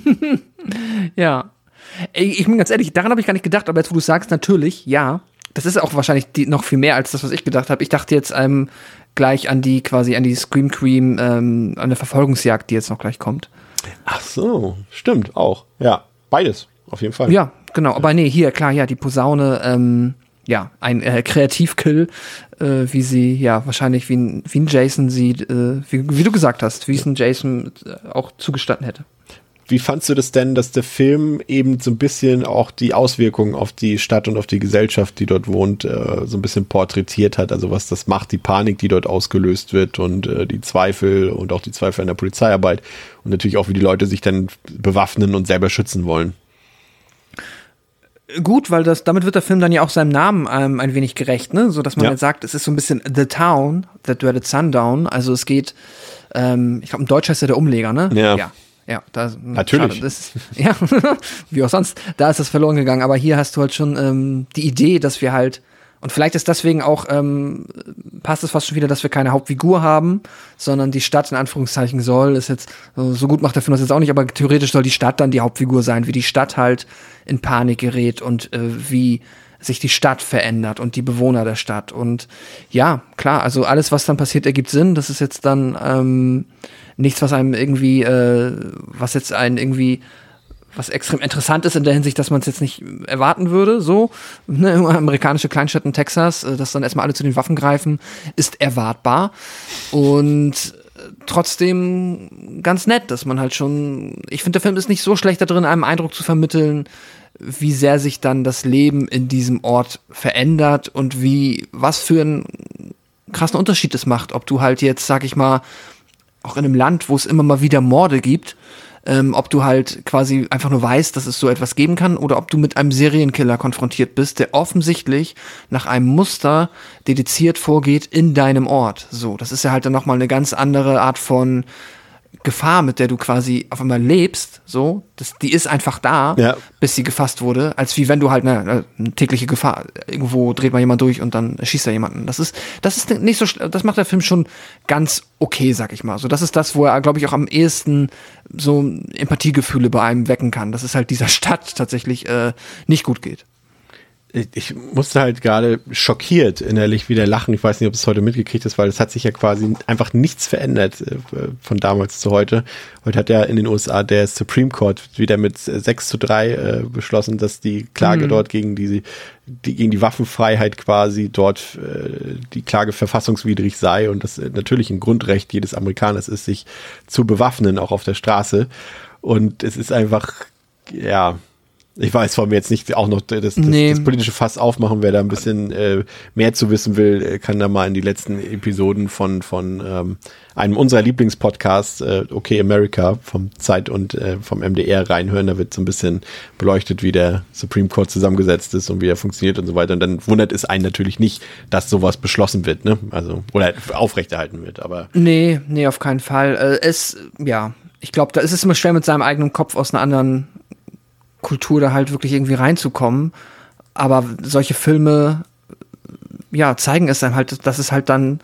Ja. Ich bin ganz ehrlich, daran habe ich gar nicht gedacht, aber jetzt, wo du sagst, natürlich, ja. Das ist auch wahrscheinlich noch viel mehr als das, was ich gedacht habe. Ich dachte jetzt gleich an die Scream Queen, an eine Verfolgungsjagd, die jetzt noch gleich kommt. Ach so, stimmt, auch. Ja, beides, auf jeden Fall. Ja, genau. Aber nee, hier, klar, ja, die Posaune, ja, ein Kreativkill, wie sie, ja, wahrscheinlich wie ein Jason sieht, wie du gesagt hast, wie es ein Jason auch zugestanden hätte. Wie fandst du das denn, dass der Film eben so ein bisschen auch die Auswirkungen auf die Stadt und auf die Gesellschaft, die dort wohnt, so ein bisschen porträtiert hat? Also was das macht, die Panik, die dort ausgelöst wird und die Zweifel und auch die Zweifel an der Polizeiarbeit und natürlich auch, wie die Leute sich dann bewaffnen und selber schützen wollen. Gut, weil damit wird der Film dann ja auch seinem Namen ein wenig gerecht, ne? So dass man halt sagt, es ist so ein bisschen The Town, That Dreaded Sundown. Also es geht, ich glaube, im Deutsch heißt ja der Umleger, ne? Ja, natürlich. Ja, wie auch sonst, da ist das verloren gegangen. Aber hier hast du halt schon die Idee, dass wir halt, und vielleicht ist deswegen auch, passt es fast schon wieder, dass wir keine Hauptfigur haben, sondern die Stadt in Anführungszeichen ist jetzt, so gut macht der Film das jetzt auch nicht, aber theoretisch soll die Stadt dann die Hauptfigur sein, wie die Stadt halt in Panik gerät und wie sich die Stadt verändert und die Bewohner der Stadt. Und ja, klar, also alles, was dann passiert, ergibt Sinn. Das ist jetzt dann nichts, was einem irgendwie, was extrem interessant ist in der Hinsicht, dass man es jetzt nicht erwarten würde, so. Ne, amerikanische Kleinstadt in Texas, dass dann erstmal alle zu den Waffen greifen, ist erwartbar. Und trotzdem ganz nett, dass man halt schon, ich finde, der Film ist nicht so schlecht da drin, einem Eindruck zu vermitteln, wie sehr sich dann das Leben in diesem Ort verändert und was für einen krassen Unterschied es macht, ob du halt jetzt, sag ich mal, auch in einem Land, wo es immer mal wieder Morde gibt, ob du halt quasi einfach nur weißt, dass es so etwas geben kann, oder ob du mit einem Serienkiller konfrontiert bist, der offensichtlich nach einem Muster dediziert vorgeht in deinem Ort. So, das ist ja halt dann nochmal eine ganz andere Art von Gefahr, mit der du quasi auf einmal lebst, so, die ist einfach da, bis sie gefasst wurde, als wie wenn du halt eine tägliche Gefahr, irgendwo dreht mal jemand durch und dann schießt er jemanden. Das ist nicht so, das macht der Film schon ganz okay, sag ich mal. So, das ist das, wo er, glaube ich, auch am ehesten so Empathiegefühle bei einem wecken kann, dass es halt dieser Stadt tatsächlich nicht gut geht. Ich musste halt gerade schockiert innerlich wieder lachen. Ich weiß nicht, ob es heute mitgekriegt ist, weil es hat sich ja quasi einfach nichts verändert von damals zu heute. Heute hat ja in den USA der Supreme Court wieder mit 6:3 beschlossen, dass die Klage dort gegen die Waffenfreiheit quasi dort die Klage verfassungswidrig sei und das natürlich ein Grundrecht jedes Amerikaners ist, sich zu bewaffnen, auch auf der Straße. Und es ist einfach, ja, Ich weiß, wollen wir jetzt nicht auch noch das politische Fass aufmachen. Wer da ein bisschen mehr zu wissen will, kann da mal in die letzten Episoden von einem unserer Lieblingspodcasts, Okay America, vom Zeit und vom MDR reinhören. Da wird so ein bisschen beleuchtet, wie der Supreme Court zusammengesetzt ist und wie er funktioniert und so weiter. Und dann wundert es einen natürlich nicht, dass sowas beschlossen wird, ne? Also, oder aufrechterhalten wird, aber. Nee, auf keinen Fall. Ich glaube, da ist es immer schwer, mit seinem eigenen Kopf aus einer anderen Kultur da halt wirklich irgendwie reinzukommen. Aber solche Filme, zeigen es dann halt, dass es halt dann,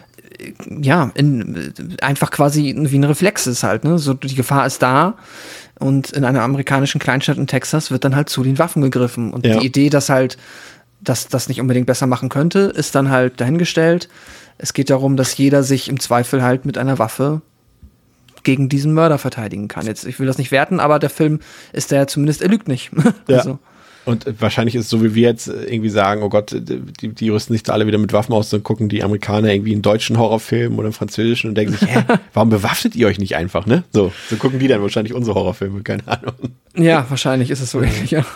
einfach quasi wie ein Reflex ist halt, ne? So, die Gefahr ist da und in einer amerikanischen Kleinstadt in Texas wird dann halt zu den Waffen gegriffen. Und die Idee, dass halt das nicht unbedingt besser machen könnte, ist dann halt dahingestellt. Es geht darum, dass jeder sich im Zweifel halt mit einer Waffe gegen diesen Mörder verteidigen kann. Jetzt, ich will das nicht werten, aber der Film ist ja zumindest, er lügt nicht. Also. Und wahrscheinlich ist es so, wie wir jetzt irgendwie sagen, oh Gott, die rüsten sich da alle wieder mit Waffen aus und gucken die Amerikaner irgendwie einen deutschen Horrorfilm oder einen französischen und denken sich, warum bewaffnet ihr euch nicht einfach, ne? So gucken die dann wahrscheinlich unsere Horrorfilme, keine Ahnung. Ja, wahrscheinlich ist es so ähnlich, ja.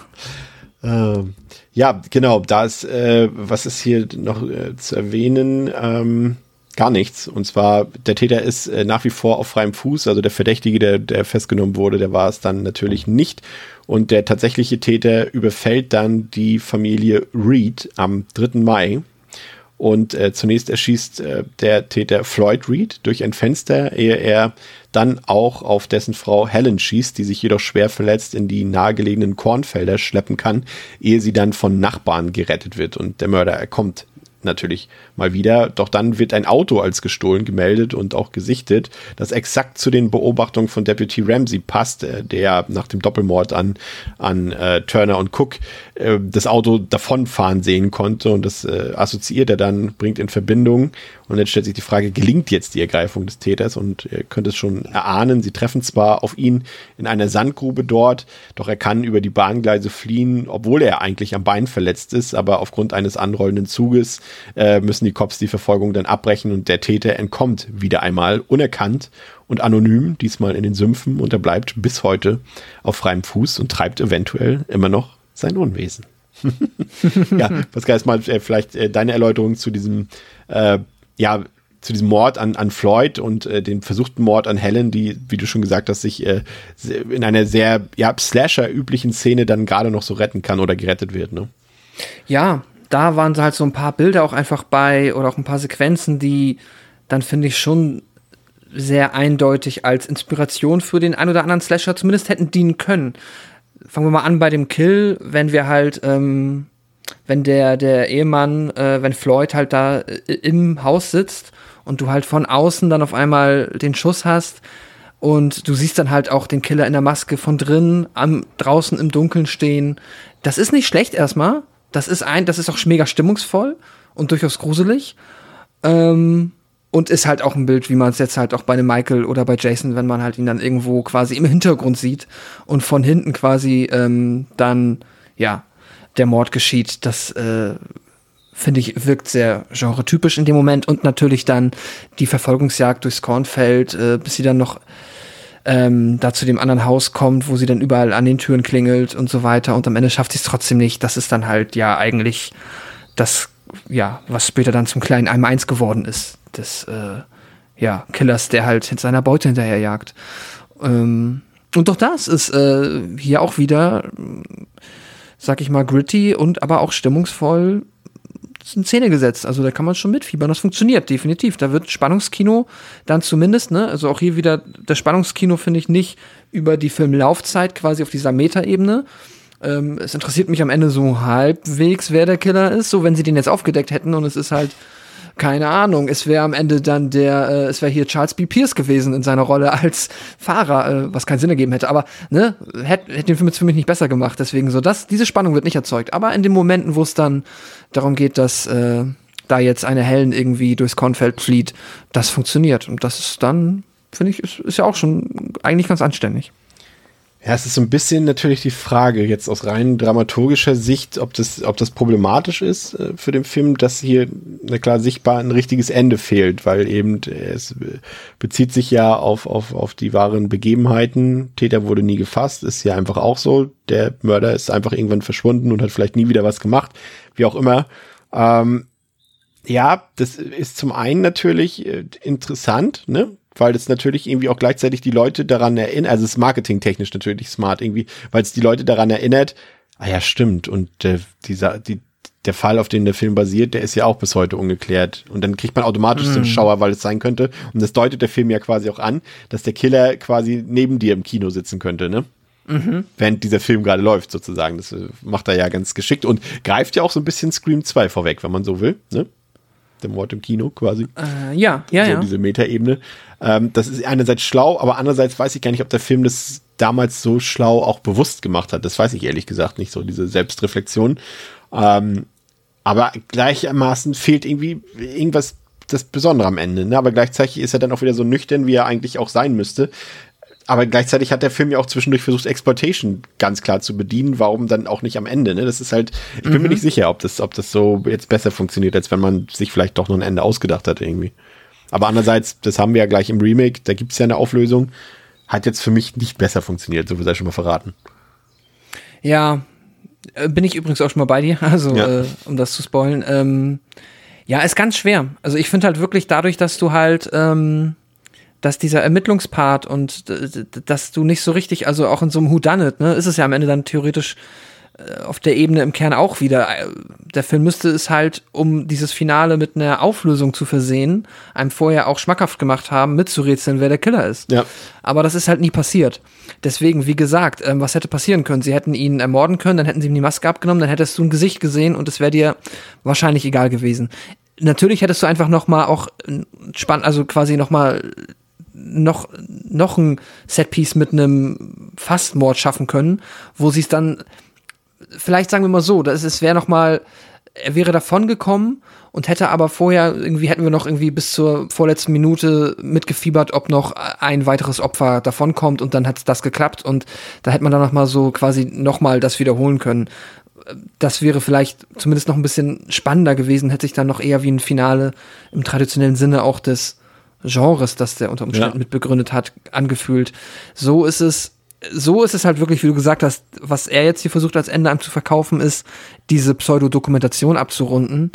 Ja, genau, was ist hier noch zu erwähnen? Gar nichts. Und zwar, der Täter ist nach wie vor auf freiem Fuß. Also der Verdächtige, der festgenommen wurde, der war es dann natürlich nicht. Und der tatsächliche Täter überfällt dann die Familie Reed am 3. Mai. Und zunächst erschießt der Täter Floyd Reed durch ein Fenster, ehe er dann auch auf dessen Frau Helen schießt, die sich jedoch schwer verletzt in die nahegelegenen Kornfelder schleppen kann, ehe sie dann von Nachbarn gerettet wird. Und der Mörder kommt natürlich mal wieder, doch dann wird ein Auto als gestohlen gemeldet und auch gesichtet, das exakt zu den Beobachtungen von Deputy Ramsey passt, der nach dem Doppelmord an Turner und Cook das Auto davonfahren sehen konnte, und das assoziiert er dann, bringt in Verbindung, und jetzt stellt sich die Frage, gelingt jetzt die Ergreifung des Täters? Und ihr könnt es schon erahnen, sie treffen zwar auf ihn in einer Sandgrube dort, doch er kann über die Bahngleise fliehen, obwohl er eigentlich am Bein verletzt ist, aber aufgrund eines anrollenden Zuges müssen die Cops die Verfolgung dann abbrechen, und der Täter entkommt wieder einmal unerkannt und anonym, diesmal in den Sümpfen, und er bleibt bis heute auf freiem Fuß und treibt eventuell immer noch sein Unwesen. Ja, Pascal, erstmal vielleicht deine Erläuterung zu diesem zu diesem Mord an Floyd und den versuchten Mord an Helen, die, wie du schon gesagt hast, sich in einer sehr Slasher-üblichen Szene dann gerade noch so retten kann oder gerettet wird, ne? Ja, da waren halt so ein paar Bilder auch einfach bei oder auch ein paar Sequenzen, die dann, finde ich, schon sehr eindeutig als Inspiration für den ein oder anderen Slasher zumindest hätten dienen können. Fangen wir mal an bei dem Kill, wenn wir halt, wenn der Ehemann, wenn Floyd halt da im Haus sitzt und du halt von außen dann auf einmal den Schuss hast und du siehst dann halt auch den Killer in der Maske von drin, draußen im Dunkeln stehen. Das ist nicht schlecht erstmal. Das ist auch mega stimmungsvoll und durchaus gruselig. Und ist halt auch ein Bild, wie man es jetzt halt auch bei einem Michael oder bei Jason, wenn man halt ihn dann irgendwo quasi im Hintergrund sieht und von hinten quasi dann, ja, der Mord geschieht. Das, finde ich, wirkt sehr genretypisch in dem Moment. Und natürlich dann die Verfolgungsjagd durchs Kornfeld, bis sie dann noch da zu dem anderen Haus kommt, wo sie dann überall an den Türen klingelt und so weiter. Und am Ende schafft sie es trotzdem nicht. Das ist dann halt ja eigentlich das, ja, was später dann zum kleinen 1 geworden ist. Des Killers, der halt seiner Beute hinterherjagt. Und doch das ist hier auch wieder, sag ich mal, gritty und aber auch stimmungsvoll in Szene gesetzt. Also da kann man schon mitfiebern. Das funktioniert definitiv. Da wird Spannungskino dann zumindest, ne, also auch hier wieder das Spannungskino, finde ich, nicht über die Filmlaufzeit quasi auf dieser Metaebene. Es interessiert mich am Ende so halbwegs, wer der Killer ist, so wenn sie den jetzt aufgedeckt hätten und es ist halt, keine Ahnung, es wäre am Ende dann es wäre hier Charles B. Pierce gewesen in seiner Rolle als Fahrer, was keinen Sinn ergeben hätte. Aber, ne, hätte den Film jetzt für mich nicht besser gemacht. Deswegen so, diese Spannung wird nicht erzeugt. Aber in den Momenten, wo es dann darum geht, dass da jetzt eine Helen irgendwie durchs Kornfeld flieht, das funktioniert. Und das ist dann, finde ich, ist ja auch schon eigentlich ganz anständig. Ja, es ist so ein bisschen natürlich die Frage, jetzt aus rein dramaturgischer Sicht, ob das problematisch ist für den Film, dass hier, na klar, sichtbar ein richtiges Ende fehlt, weil eben es bezieht sich ja auf die wahren Begebenheiten. Täter wurde nie gefasst, ist ja einfach auch so. Der Mörder ist einfach irgendwann verschwunden und hat vielleicht nie wieder was gemacht, wie auch immer. Ja, das ist zum einen natürlich interessant, ne? Weil das natürlich irgendwie auch gleichzeitig die Leute daran erinnert, also es ist marketingtechnisch natürlich smart irgendwie, weil es die Leute daran erinnert, ah ja, stimmt, und der Fall, auf den der Film basiert, der ist ja auch bis heute ungeklärt. Und dann kriegt man automatisch so einen Schauer, weil es sein könnte. Und das deutet der Film ja quasi auch an, dass der Killer quasi neben dir im Kino sitzen könnte, ne? Während dieser Film gerade läuft, sozusagen. Das macht er ja ganz geschickt und greift ja auch so ein bisschen Scream 2 vorweg, wenn man so will, ne? Der Mord im Kino quasi. Ja. Diese Metaebene. Das ist einerseits schlau, aber andererseits weiß ich gar nicht, ob der Film das damals so schlau auch bewusst gemacht hat. Das weiß ich ehrlich gesagt nicht, so diese Selbstreflexion. Aber gleichermaßen fehlt irgendwie irgendwas das Besondere am Ende. Ne? Aber gleichzeitig ist er dann auch wieder so nüchtern, wie er eigentlich auch sein müsste. Aber gleichzeitig hat der Film ja auch zwischendurch versucht, Exploitation ganz klar zu bedienen. Warum dann auch nicht am Ende? Ne? Das ist halt, ich bin mir nicht sicher, ob das so jetzt besser funktioniert, als wenn man sich vielleicht doch noch ein Ende ausgedacht hat irgendwie. Aber andererseits, das haben wir ja gleich im Remake, da gibt es ja eine Auflösung, hat jetzt für mich nicht besser funktioniert, so viel sei schon mal verraten. Ja, bin ich übrigens auch schon mal bei dir, also um das zu spoilen. Ja, ist ganz schwer. Also ich finde halt wirklich dadurch, dass du halt dass dieser Ermittlungspart und dass du nicht so richtig, also auch in so einem Whodunit, ne, ist es ja am Ende dann theoretisch auf der Ebene im Kern auch wieder. Der Film müsste es halt, um dieses Finale mit einer Auflösung zu versehen, einem vorher auch schmackhaft gemacht haben, mitzurätseln, wer der Killer ist. Ja. Aber das ist halt nie passiert. Deswegen, wie gesagt, was hätte passieren können? Sie hätten ihn ermorden können, dann hätten sie ihm die Maske abgenommen, dann hättest du ein Gesicht gesehen und es wäre dir wahrscheinlich egal gewesen. Natürlich hättest du einfach noch mal auch also quasi noch mal noch ein Setpiece mit einem Fastmord schaffen können, wo sie es dann, vielleicht sagen wir mal so, es wäre noch mal, er wäre davon gekommen und hätte aber vorher hätten wir noch irgendwie bis zur vorletzten Minute mitgefiebert, ob noch ein weiteres Opfer davonkommt und dann hat das geklappt und da hätte man dann noch mal so quasi noch mal das wiederholen können. Das wäre vielleicht zumindest noch ein bisschen spannender gewesen, hätte sich dann noch eher wie ein Finale im traditionellen Sinne auch des Genres, das der unter Umständen mit begründet hat, angefühlt. So ist es halt wirklich, wie du gesagt hast, was er jetzt hier versucht als Ende zu verkaufen, ist, diese Pseudodokumentation abzurunden.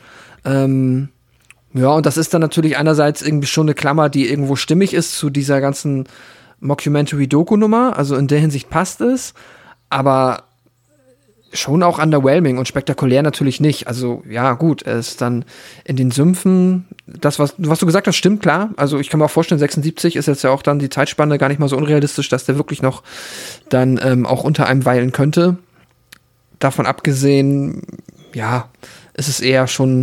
Ja, und das ist dann natürlich einerseits irgendwie schon eine Klammer, die irgendwo stimmig ist zu dieser ganzen Mockumentary-Doku-Nummer, also in der Hinsicht passt es, aber schon auch underwhelming und spektakulär natürlich nicht. Also, ja, gut, er ist dann in den Sümpfen, das, was du gesagt hast, stimmt, klar. Also, ich kann mir auch vorstellen, 76 ist jetzt ja auch dann die Zeitspanne gar nicht mal so unrealistisch, dass der wirklich noch dann auch unter einem weilen könnte. Davon abgesehen, ja, ist es eher schon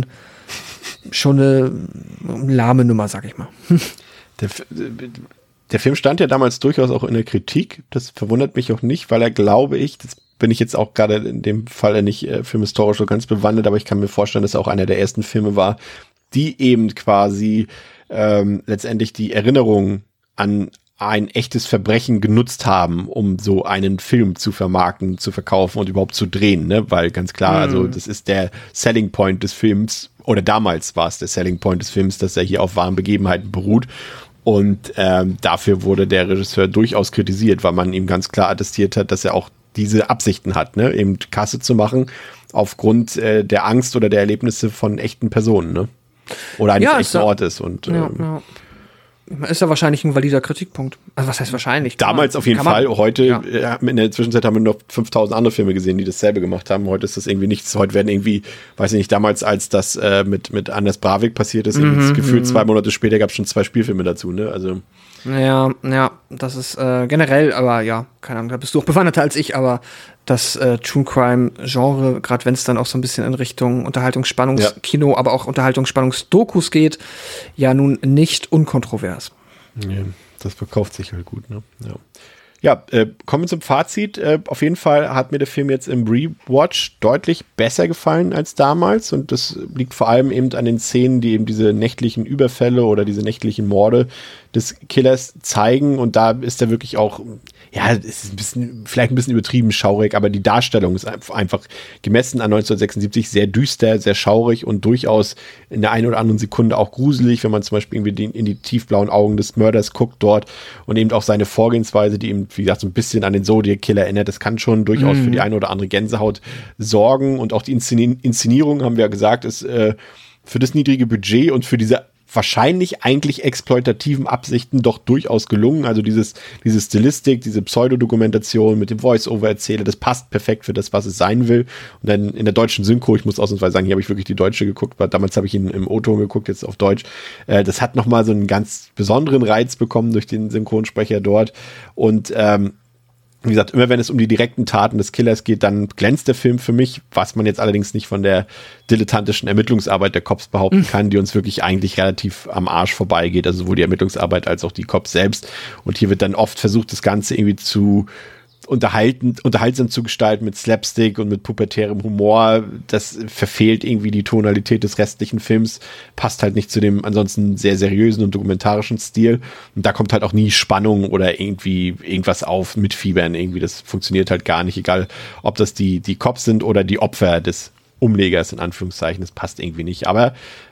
eine lahme Nummer, sag ich mal. Der Film stand ja damals durchaus auch in der Kritik. Das verwundert mich auch nicht, weil er, glaube ich, das bin ich jetzt auch gerade in dem Fall nicht filmhistorisch so ganz bewandert, aber ich kann mir vorstellen, dass er auch einer der ersten Filme war, die eben quasi letztendlich die Erinnerung an ein echtes Verbrechen genutzt haben, um so einen Film zu vermarkten, zu verkaufen und überhaupt zu drehen, ne? Weil ganz klar, also das ist der Selling Point des Films, oder damals war es der Selling Point des Films, dass er hier auf wahren Begebenheiten beruht. Und dafür wurde der Regisseur durchaus kritisiert, weil man ihm ganz klar attestiert hat, dass er auch diese Absichten hat, ne, eben Kasse zu machen, aufgrund der Angst oder der Erlebnisse von echten Personen, ne? Oder eines echten Ortes. Und ist ja wahrscheinlich ein valider Kritikpunkt. Also was heißt wahrscheinlich? Damals auf jeden Fall. Heute, in der Zwischenzeit haben wir noch 5000 andere Filme gesehen, die dasselbe gemacht haben. Heute ist das irgendwie nichts. Heute werden irgendwie, weiß ich nicht, damals, als das mit Anders Breivik passiert ist, gefühlt 2 Monate später gab es schon 2 Spielfilme dazu, ne? Also ja, das ist generell, aber ja, keine Ahnung, da bist du auch bewanderter als ich, aber das True Crime Genre, gerade wenn es dann auch so ein bisschen in Richtung Unterhaltungsspannungskino, aber auch Unterhaltungsspannungsdokus geht, ja nun nicht unkontrovers. Ja, das verkauft sich halt gut, ne? Ja, kommen wir zum Fazit. Auf jeden Fall hat mir der Film jetzt im Rewatch deutlich besser gefallen als damals und das liegt vor allem eben an den Szenen, die eben diese nächtlichen Überfälle oder diese nächtlichen Morde, des Killers zeigen und da ist er wirklich auch, ja, es ist vielleicht ein bisschen übertrieben schaurig, aber die Darstellung ist einfach gemessen an 1976 sehr düster, sehr schaurig und durchaus in der einen oder anderen Sekunde auch gruselig, wenn man zum Beispiel irgendwie in die tiefblauen Augen des Mörders guckt dort und eben auch seine Vorgehensweise, die eben, wie gesagt, so ein bisschen an den Zodiac-Killer erinnert, das kann schon durchaus für die eine oder andere Gänsehaut sorgen und auch die Inszenierung, haben wir ja gesagt, ist für das niedrige Budget und für diese wahrscheinlich eigentlich exploitativen Absichten doch durchaus gelungen. Also diese Stilistik, diese Pseudodokumentation mit dem Voice-Over-Erzähler, das passt perfekt für das, was es sein will. Und dann in der deutschen Synchro, ich muss ausnahmsweise sagen, hier habe ich wirklich die deutsche geguckt, weil damals habe ich ihn im O-Ton geguckt, jetzt auf Deutsch. Das hat nochmal so einen ganz besonderen Reiz bekommen durch den Synchronsprecher dort. Und wie gesagt, immer wenn es um die direkten Taten des Killers geht, dann glänzt der Film für mich, was man jetzt allerdings nicht von der dilettantischen Ermittlungsarbeit der Cops behaupten kann, die uns wirklich eigentlich relativ am Arsch vorbeigeht, also sowohl die Ermittlungsarbeit als auch die Cops selbst. Und hier wird dann oft versucht, das Ganze irgendwie zu unterhaltsam zu gestalten mit Slapstick und mit pubertärem Humor. Das verfehlt irgendwie die Tonalität des restlichen Films, passt halt nicht zu dem ansonsten sehr seriösen und dokumentarischen Stil. Und da kommt halt auch nie Spannung oder irgendwie irgendwas auf mit Fiebern irgendwie. Das funktioniert halt gar nicht, egal ob das die Cops sind oder die Opfer des Umlegers in Anführungszeichen. Das passt irgendwie nicht. Aber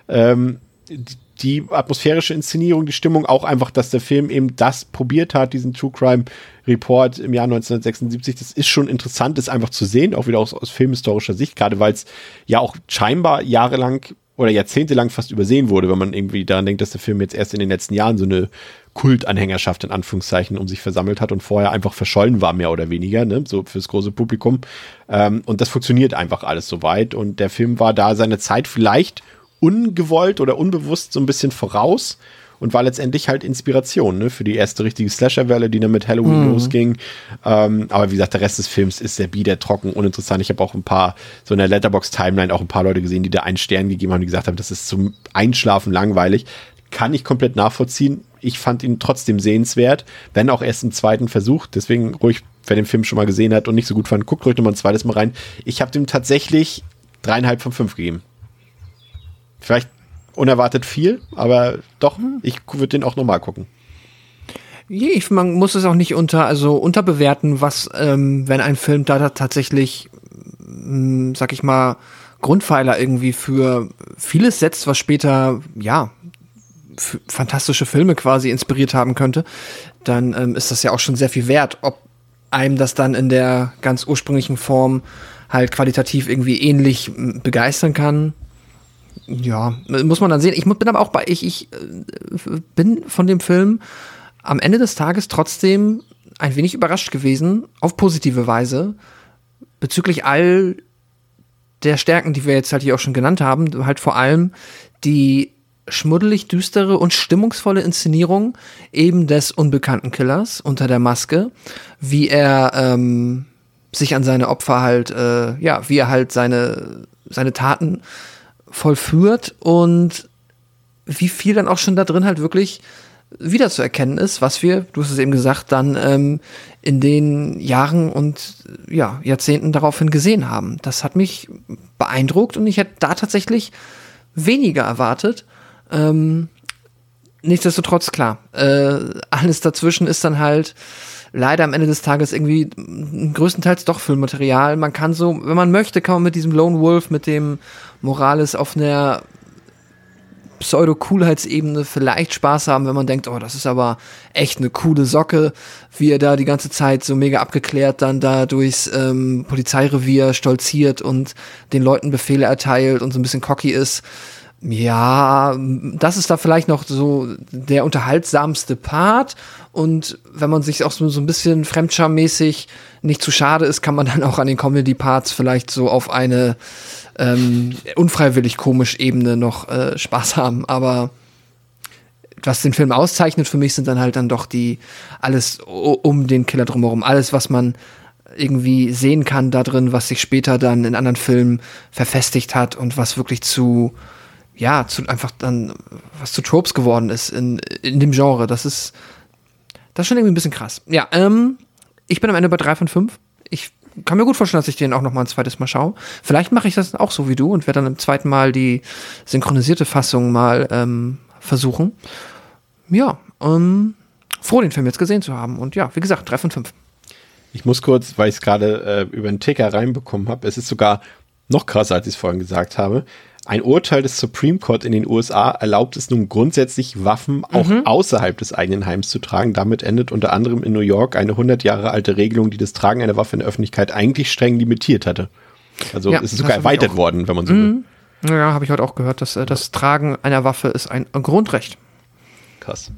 die atmosphärische Inszenierung, die Stimmung, auch einfach, dass der Film eben das probiert hat, diesen True Crime Report im Jahr 1976, das ist schon interessant, das einfach zu sehen, auch wieder aus filmhistorischer Sicht, gerade weil es ja auch scheinbar jahrelang oder jahrzehntelang fast übersehen wurde, wenn man irgendwie daran denkt, dass der Film jetzt erst in den letzten Jahren so eine Kultanhängerschaft in Anführungszeichen um sich versammelt hat und vorher einfach verschollen war, mehr oder weniger, ne, so fürs große Publikum. Und das funktioniert einfach alles soweit und der Film war da seine Zeit vielleicht ungewollt oder unbewusst so ein bisschen voraus und war letztendlich halt Inspiration, ne, für die erste richtige Slasher-Welle, die dann mit Halloween losging. Aber wie gesagt, der Rest des Films ist sehr bieder, trocken, uninteressant. Ich habe auch so in der Letterboxd-Timeline auch ein paar Leute gesehen, die da einen Stern gegeben haben, die gesagt haben, das ist zum Einschlafen langweilig. Kann ich komplett nachvollziehen. Ich fand ihn trotzdem sehenswert, wenn auch erst im zweiten Versuch. Deswegen ruhig, wer den Film schon mal gesehen hat und nicht so gut fand, guckt ruhig nochmal ein zweites Mal rein. Ich habe dem tatsächlich 3,5 von 5 gegeben. Vielleicht unerwartet viel, aber doch, ich würde den auch nochmal gucken. Man muss es auch nicht unterbewerten, was, wenn ein Film da tatsächlich, sag ich mal, Grundpfeiler irgendwie für vieles setzt, was später, ja, fantastische Filme quasi inspiriert haben könnte, dann ist das ja auch schon sehr viel wert. Ob einem das dann in der ganz ursprünglichen Form halt qualitativ irgendwie ähnlich begeistern kann, ja, muss man dann sehen. Ich bin aber auch ich bin von dem Film am Ende des Tages trotzdem ein wenig überrascht gewesen, auf positive Weise, bezüglich all der Stärken, die wir jetzt halt hier auch schon genannt haben, halt vor allem die schmuddelig düstere und stimmungsvolle Inszenierung eben des unbekannten Killers unter der Maske, wie er sich an seine Opfer halt, wie er halt seine Taten vollführt und wie viel dann auch schon da drin halt wirklich wiederzuerkennen ist, was wir, du hast es eben gesagt, dann in den Jahren und Jahrzehnten daraufhin gesehen haben. Das hat mich beeindruckt und ich hätte da tatsächlich weniger erwartet. Nichtsdestotrotz, klar, alles dazwischen ist dann halt leider am Ende des Tages irgendwie größtenteils doch Filmmaterial. Man kann so, wenn man möchte, kann man mit diesem Lone Wolf, mit dem Morales auf einer Pseudo-Coolheitsebene vielleicht Spaß haben, wenn man denkt, oh, das ist aber echt eine coole Socke, wie er da die ganze Zeit so mega abgeklärt dann da durchs Polizeirevier stolziert und den Leuten Befehle erteilt und so ein bisschen cocky ist. Ja, das ist da vielleicht noch so der unterhaltsamste Part und wenn man sich auch so ein bisschen fremdschammäßig nicht zu schade ist, kann man dann auch an den Comedy-Parts vielleicht so auf eine unfreiwillig komisch Ebene noch Spaß haben, aber was den Film auszeichnet für mich sind dann halt dann doch alles um den Killer drumherum, alles was man irgendwie sehen kann da drin, was sich später dann in anderen Filmen verfestigt hat und was wirklich einfach dann was zu Tropes geworden ist in dem Genre. Das ist schon irgendwie ein bisschen krass. Ja, ich bin am Ende bei 3 von 5. Ich kann mir gut vorstellen, dass ich den auch noch mal ein zweites Mal schaue. Vielleicht mache ich das auch so wie du und werde dann im zweiten Mal die synchronisierte Fassung mal versuchen. Ja, Froh, den Film jetzt gesehen zu haben. Und ja, wie gesagt, 3 von 5. Ich muss kurz, weil ich es gerade über den Ticker reinbekommen habe, es ist sogar noch krasser, als ich es vorhin gesagt habe. Ein Urteil des Supreme Court in den USA erlaubt es nun grundsätzlich, Waffen auch außerhalb des eigenen Heims zu tragen. Damit endet unter anderem in New York eine 100 Jahre alte Regelung, die das Tragen einer Waffe in der Öffentlichkeit eigentlich streng limitiert hatte. Also es ist sogar erweitert worden, wenn man so will. Ja, habe ich heute auch gehört, dass das Tragen einer Waffe ist ein Grundrecht. Krass.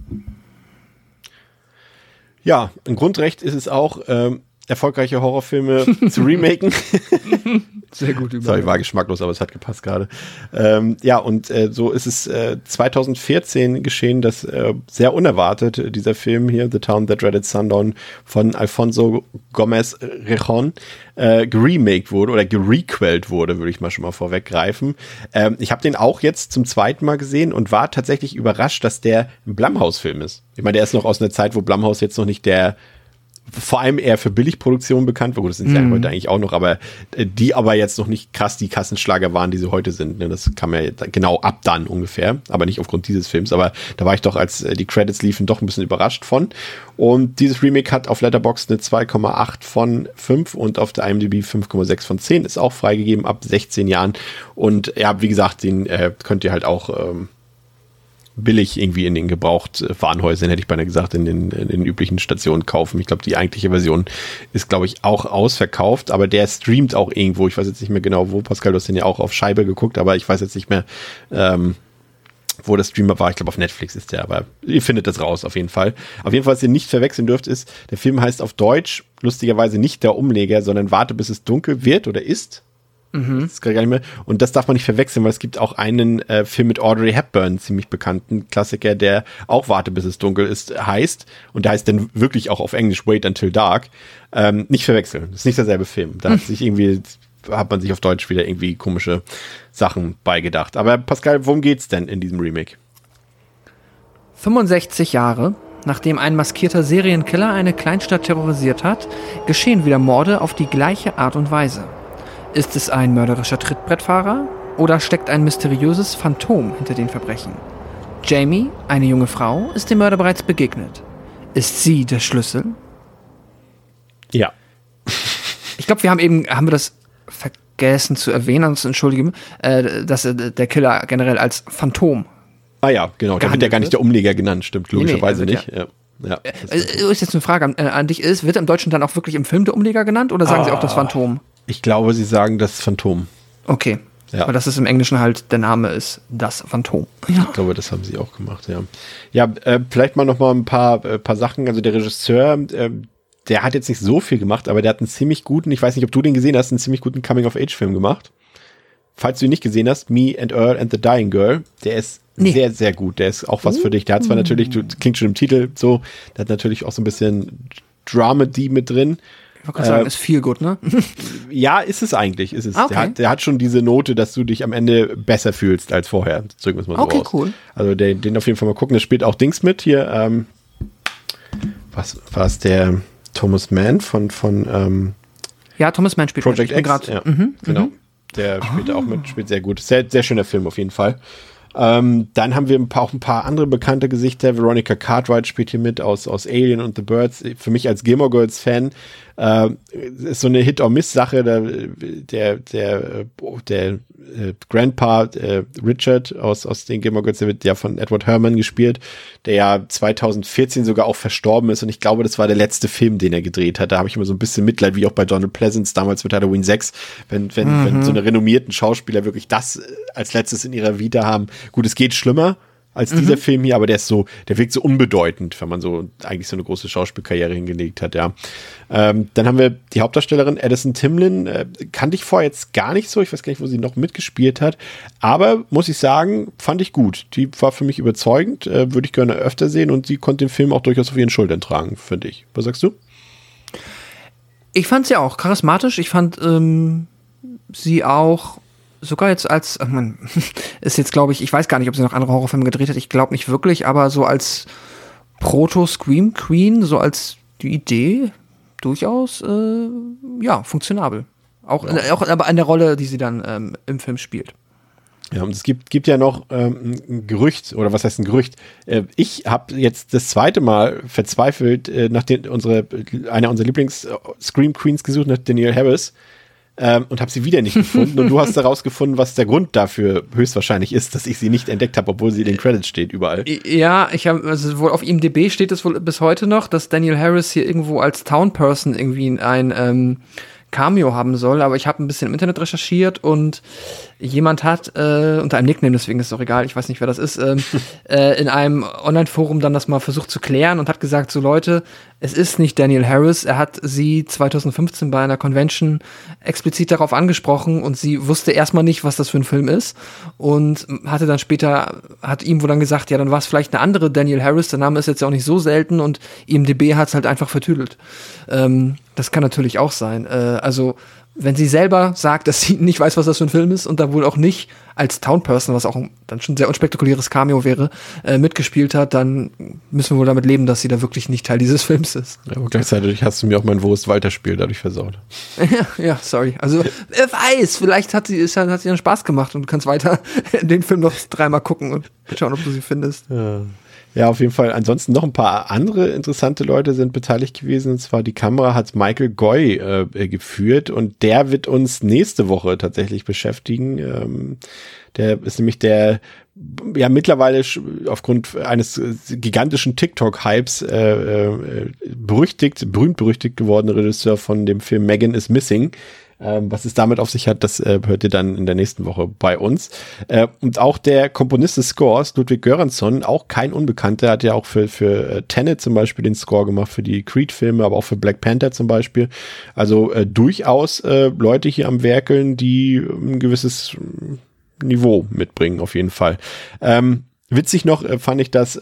Ja, ein Grundrecht ist es auch, erfolgreiche Horrorfilme zu remaken. Sehr gut. Sorry, war geschmacklos, aber es hat gepasst gerade. So ist es 2014 geschehen, dass sehr unerwartet dieser Film hier, The Town That Dreaded Sundown, von Alfonso Gomez Rejon geremaked wurde oder gerequelt wurde, würde ich mal schon mal vorweggreifen. Ich habe den auch jetzt zum zweiten Mal gesehen und war tatsächlich überrascht, dass der ein Blumhouse-Film ist. Ich meine, der ist noch aus einer Zeit, wo Blumhouse jetzt noch nicht der vor allem eher für Billigproduktionen bekannt war. Gut, das sind sie ja heute eigentlich auch noch, aber die aber jetzt noch nicht krass die Kassenschlager waren, die sie heute sind. Ne? Das kam ja genau ab dann ungefähr, aber nicht aufgrund dieses Films. Aber da war ich doch, als die Credits liefen, doch ein bisschen überrascht von. Und dieses Remake hat auf Letterboxd eine 2,8 von 5 und auf der IMDb 5,6 von 10. Ist auch freigegeben ab 16 Jahren. Und ja, wie gesagt, den könnt ihr halt auch billig irgendwie in den Gebrauchtwarenhäusern, hätte ich beinahe gesagt, in den üblichen Stationen kaufen. Ich glaube, die eigentliche Version ist, glaube ich, auch ausverkauft, aber der streamt auch irgendwo. Ich weiß jetzt nicht mehr genau, wo. Pascal, du hast den ja auch auf Scheibe geguckt, aber ich weiß jetzt nicht mehr, wo der Streamer war. Ich glaube, auf Netflix ist der, aber ihr findet das raus, auf jeden Fall. Auf jeden Fall, was ihr nicht verwechseln dürft, ist, der Film heißt auf Deutsch lustigerweise nicht Der Umleger, sondern Warte, bis es dunkel wird oder ist. Das ist gar nicht mehr. Und das darf man nicht verwechseln, weil es gibt auch einen Film mit Audrey Hepburn, ziemlich bekannten Klassiker, der auch Warte, bis es dunkel ist, heißt. Und der heißt dann wirklich auch auf Englisch Wait Until Dark. Nicht verwechseln. Das ist nicht derselbe Film. Da hat man sich auf Deutsch wieder irgendwie komische Sachen beigedacht. Aber Pascal, worum geht's denn in diesem Remake? 65 Jahre, nachdem ein maskierter Serienkiller eine Kleinstadt terrorisiert hat, geschehen wieder Morde auf die gleiche Art und Weise. Ist es ein mörderischer Trittbrettfahrer oder steckt ein mysteriöses Phantom hinter den Verbrechen? Jamie, eine junge Frau, ist dem Mörder bereits begegnet. Ist sie der Schlüssel? Ja. Ich glaube, wir haben das vergessen zu erwähnen, ansonsten entschuldige, dass der Killer generell als Phantom. Ah ja, genau. Da wird ja gar nicht der Umleger genannt, stimmt, logischerweise nicht. Ja. Ja, ist jetzt eine Frage an dich. Wird im Deutschen dann auch wirklich im Film der Umleger genannt oder sagen sie auch das Phantom? Ich glaube, sie sagen das Phantom. Okay. Ja. Aber dass es im Englischen halt der Name ist, das Phantom. Ja. Ich glaube, das haben sie auch gemacht, ja. Ja, vielleicht mal noch mal ein paar Sachen. Also der Regisseur, der hat jetzt nicht so viel gemacht, aber der hat einen ziemlich guten, ich weiß nicht, ob du den gesehen hast, einen ziemlich guten Coming-of-Age-Film gemacht. Falls du ihn nicht gesehen hast, Me and Earl and the Dying Girl, der ist sehr, sehr gut. Der ist auch was für dich. Der hat zwar natürlich, klingt schon im Titel so, der hat natürlich auch so ein bisschen Dramedy mit drin. Ich wollte gerade sagen, ist viel gut, ne? Ja, ist es eigentlich. Ist es. Okay. Der hat schon diese Note, dass du dich am Ende besser fühlst als vorher. Drücken wir es mal so aus. Okay, cool. Also den auf jeden Fall mal gucken. Da spielt auch Dings mit hier. Was war es? Der Thomas Mann von ja, Thomas Mann spielt Project mit. X. Ja, genau. Der spielt auch mit. Spielt sehr gut. Sehr, sehr schöner Film auf jeden Fall. Dann haben wir auch ein paar andere bekannte Gesichter. Veronica Cartwright spielt hier mit aus Alien und The Birds. Für mich als Gilmore Girls Fan ist so eine Hit-or-Miss-Sache. Der Grandpa Richard aus den Gilmore Girls, der wird ja von Edward Herrmann gespielt, der ja 2014 sogar auch verstorben ist. Und ich glaube, das war der letzte Film, den er gedreht hat. Da habe ich immer so ein bisschen Mitleid, wie auch bei Donald Pleasence damals mit Halloween 6, wenn so eine renommierten Schauspieler wirklich das als letztes in ihrer Vita haben. Gut, es geht schlimmer als dieser Film hier, aber der wirkt so unbedeutend, wenn man so eigentlich so eine große Schauspielkarriere hingelegt hat, ja. Dann haben wir die Hauptdarstellerin Addison Timlin, kannte ich vorher jetzt gar nicht so, ich weiß gar nicht, wo sie noch mitgespielt hat, aber muss ich sagen, fand ich gut. Die war für mich überzeugend, würde ich gerne öfter sehen und sie konnte den Film auch durchaus auf ihren Schultern tragen, finde ich. Was sagst du? Ich fand sie auch charismatisch, ich fand sie auch sogar jetzt als, ist jetzt glaube ich weiß gar nicht, ob sie noch andere Horrorfilme gedreht hat, ich glaube nicht wirklich, aber so als Proto-Scream Queen, so als die Idee durchaus, funktionabel. Auch aber an der Rolle, die sie dann im Film spielt. Ja, und es gibt ja noch ein Gerücht, oder was heißt ein Gerücht? Ich habe jetzt das zweite Mal verzweifelt nach einer unserer Lieblings-Scream-Queens gesucht, nach Danielle Harris, und habe sie wieder nicht gefunden. Und du hast herausgefunden, was der Grund dafür höchstwahrscheinlich ist, dass ich sie nicht entdeckt habe, obwohl sie in den Credits steht überall. Ja, ich habe, also wohl auf IMDb steht es wohl bis heute noch, dass Danielle Harris hier irgendwo als Town-Person irgendwie ein Cameo haben soll, aber ich habe ein bisschen im Internet recherchiert und jemand hat, unter einem Nickname, deswegen ist es auch egal, ich weiß nicht, wer das ist, in einem Online-Forum dann das mal versucht zu klären und hat gesagt, so Leute, es ist nicht Danielle Harris, er hat sie 2015 bei einer Convention explizit darauf angesprochen und sie wusste erstmal nicht, was das für ein Film ist und hatte dann später, hat ihm wohl dann gesagt, ja, dann war es vielleicht eine andere Danielle Harris, der Name ist jetzt ja auch nicht so selten und IMDb hat es halt einfach vertüdelt. Das kann natürlich auch sein. Also, wenn sie selber sagt, dass sie nicht weiß, was das für ein Film ist und da wohl auch nicht als Town-Person, was auch dann schon ein sehr unspektakuläres Cameo wäre, mitgespielt hat, dann müssen wir wohl damit leben, dass sie da wirklich nicht Teil dieses Films ist. Ja, aber gleichzeitig hast du mir auch mein Wo-ist-Walter-Spiel dadurch versaut. Ja, sorry. Also, wer weiß, vielleicht hat sie dann Spaß gemacht und du kannst weiter den Film noch 3-mal gucken und schauen, ob du sie findest. Ja, auf jeden Fall. Ansonsten noch ein paar andere interessante Leute sind beteiligt gewesen. Und zwar die Kamera hat Michael Goy geführt und der wird uns nächste Woche tatsächlich beschäftigen. Der ist nämlich der ja mittlerweile aufgrund eines gigantischen TikTok-Hypes berühmt berüchtigt gewordene Regisseur von dem Film Megan is Missing. Was es damit auf sich hat, das hört ihr dann in der nächsten Woche bei uns. Und auch der Komponist des Scores, Ludwig Göransson, auch kein Unbekannter, hat ja auch für Tenet zum Beispiel den Score gemacht, für die Creed-Filme, aber auch für Black Panther zum Beispiel. Also durchaus Leute hier am Werkeln, die ein gewisses Niveau mitbringen, auf jeden Fall. Witzig noch fand ich, dass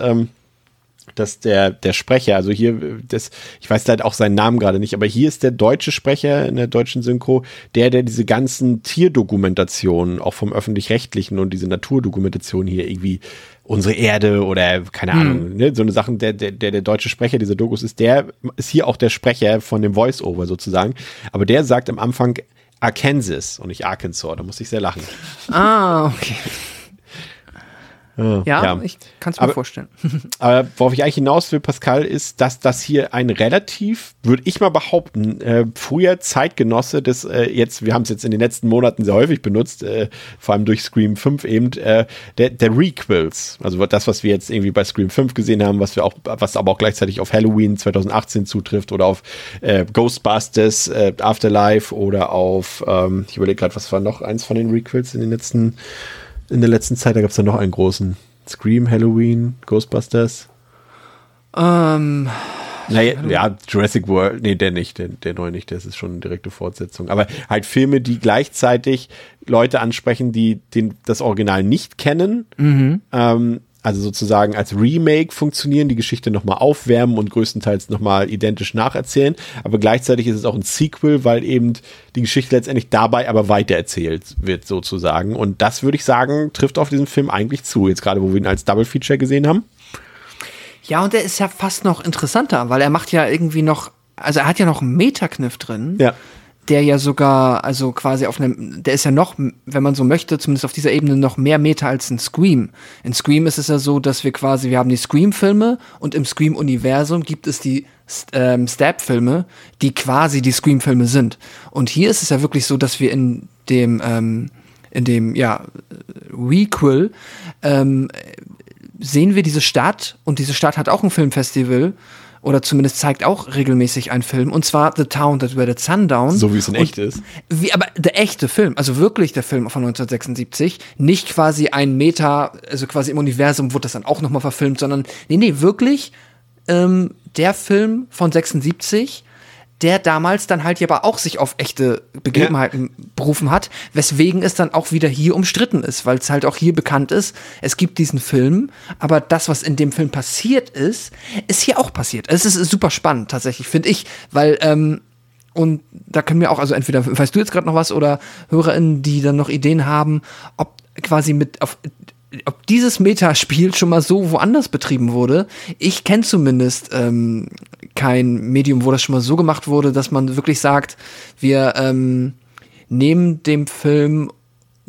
der Sprecher, also hier, ich weiß leider auch seinen Namen gerade nicht, aber hier ist der deutsche Sprecher in der deutschen Synchro, der diese ganzen Tierdokumentationen, auch vom Öffentlich-Rechtlichen und diese Naturdokumentation hier irgendwie unsere Erde oder keine Ahnung, ne, so eine Sachen, der deutsche Sprecher dieser Dokus ist, der ist hier auch der Sprecher von dem Voice-Over sozusagen, aber der sagt am Anfang Arkansas und nicht Arkansas, da muss ich sehr lachen. Okay. Ja, ich kann es mir vorstellen. Aber worauf ich eigentlich hinaus will, Pascal, ist, dass das hier ein relativ, würde ich mal behaupten, früher Zeitgenosse des wir haben es jetzt in den letzten Monaten sehr häufig benutzt, vor allem durch Scream 5 eben, der Requels. Also das, was wir jetzt irgendwie bei Scream 5 gesehen haben, was aber auch gleichzeitig auf Halloween 2018 zutrifft oder auf Ghostbusters, Afterlife oder auf, ich überlege gerade, was war noch eins von den Requels in der letzten Zeit, da gab es dann noch einen großen. Scream, Halloween, Ghostbusters. Ja, Jurassic World, nee, der nicht, der neue nicht, das ist schon eine direkte Fortsetzung. Aber halt Filme, die gleichzeitig Leute ansprechen, die das Original nicht kennen, also sozusagen als Remake funktionieren, die Geschichte nochmal aufwärmen und größtenteils nochmal identisch nacherzählen, aber gleichzeitig ist es auch ein Sequel, weil eben die Geschichte letztendlich dabei aber weitererzählt wird sozusagen und das würde ich sagen, trifft auf diesen Film eigentlich zu, jetzt gerade, wo wir ihn als Double Feature gesehen haben. Ja, und der ist ja fast noch interessanter, weil er macht ja irgendwie noch, also er hat ja noch einen Metakniff drin. Ja. Der ja sogar, also quasi der ist ja noch, wenn man so möchte, zumindest auf dieser Ebene noch mehr Meta als in Scream. In Scream ist es ja so, dass wir haben die Scream-Filme und im Scream-Universum gibt es die Stab-Filme, die quasi die Scream-Filme sind. Und hier ist es ja wirklich so, dass wir in dem Requel sehen wir diese Stadt und diese Stadt hat auch ein Filmfestival oder zumindest zeigt auch regelmäßig einen Film, und zwar The Town That Dreaded Sundown. So wie es in echt ist. Aber der echte Film, also wirklich der Film von 1976, nicht quasi ein Meta, also quasi im Universum wurde das dann auch nochmal verfilmt, sondern nee, wirklich der Film von 76, der damals dann halt ja aber auch sich auf echte Begebenheiten berufen hat, weswegen es dann auch wieder hier umstritten ist, weil es halt auch hier bekannt ist, es gibt diesen Film, aber das, was in dem Film passiert ist hier auch passiert. Es ist super spannend tatsächlich, finde ich, weil und da können wir auch, also entweder weißt du jetzt gerade noch was oder HörerInnen, die dann noch Ideen haben, ob quasi ob dieses Metaspiel schon mal so woanders betrieben wurde. Ich kenne zumindest kein Medium, wo das schon mal so gemacht wurde, dass man wirklich sagt, wir nehmen dem Film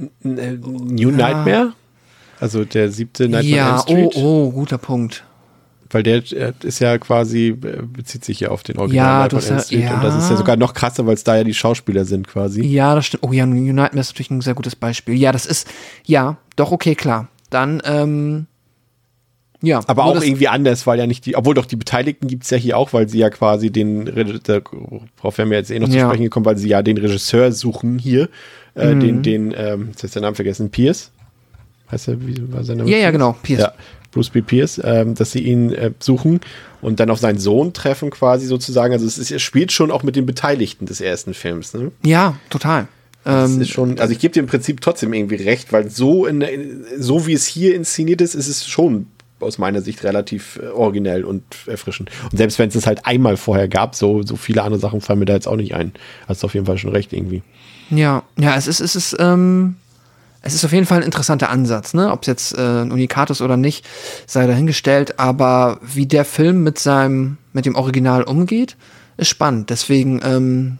New Nightmare? Also der 7. Nightmare on Elm Street? Oh, guter Punkt. Weil der ist ja quasi, bezieht sich ja auf den Original Nightmare on Elm Street. Und das ist ja sogar noch krasser, weil es da ja die Schauspieler sind quasi. Ja, das stimmt. Oh ja, New Nightmare ist natürlich ein sehr gutes Beispiel. Ja, das ist, doch, okay, klar. Dann, Aber auch irgendwie anders, weil ja nicht obwohl doch die Beteiligten gibt es ja hier auch, weil sie ja quasi darauf wären wir jetzt noch zu sprechen gekommen, weil sie ja den Regisseur suchen hier, jetzt ist der Name vergessen, Pierce? Heißt er, wie war sein Name? Ja, genau, Pierce. Ja, Bruce B. Pierce, dass sie ihn suchen und dann auf seinen Sohn treffen quasi sozusagen. Also es spielt schon auch mit den Beteiligten des ersten Films, ne? Ja, total. Das ist schon, also ich gebe dir im Prinzip trotzdem irgendwie recht, weil so wie es hier inszeniert ist es schon aus meiner Sicht relativ originell und erfrischend. Und selbst wenn es es halt einmal vorher gab, so viele andere Sachen fallen mir da jetzt auch nicht ein. Hast du auf jeden Fall schon recht irgendwie. Ja, es ist auf jeden Fall ein interessanter Ansatz, ne? Ob es jetzt ein Unikat ist oder nicht, sei dahingestellt, aber wie der Film mit dem Original umgeht, ist spannend. Deswegen,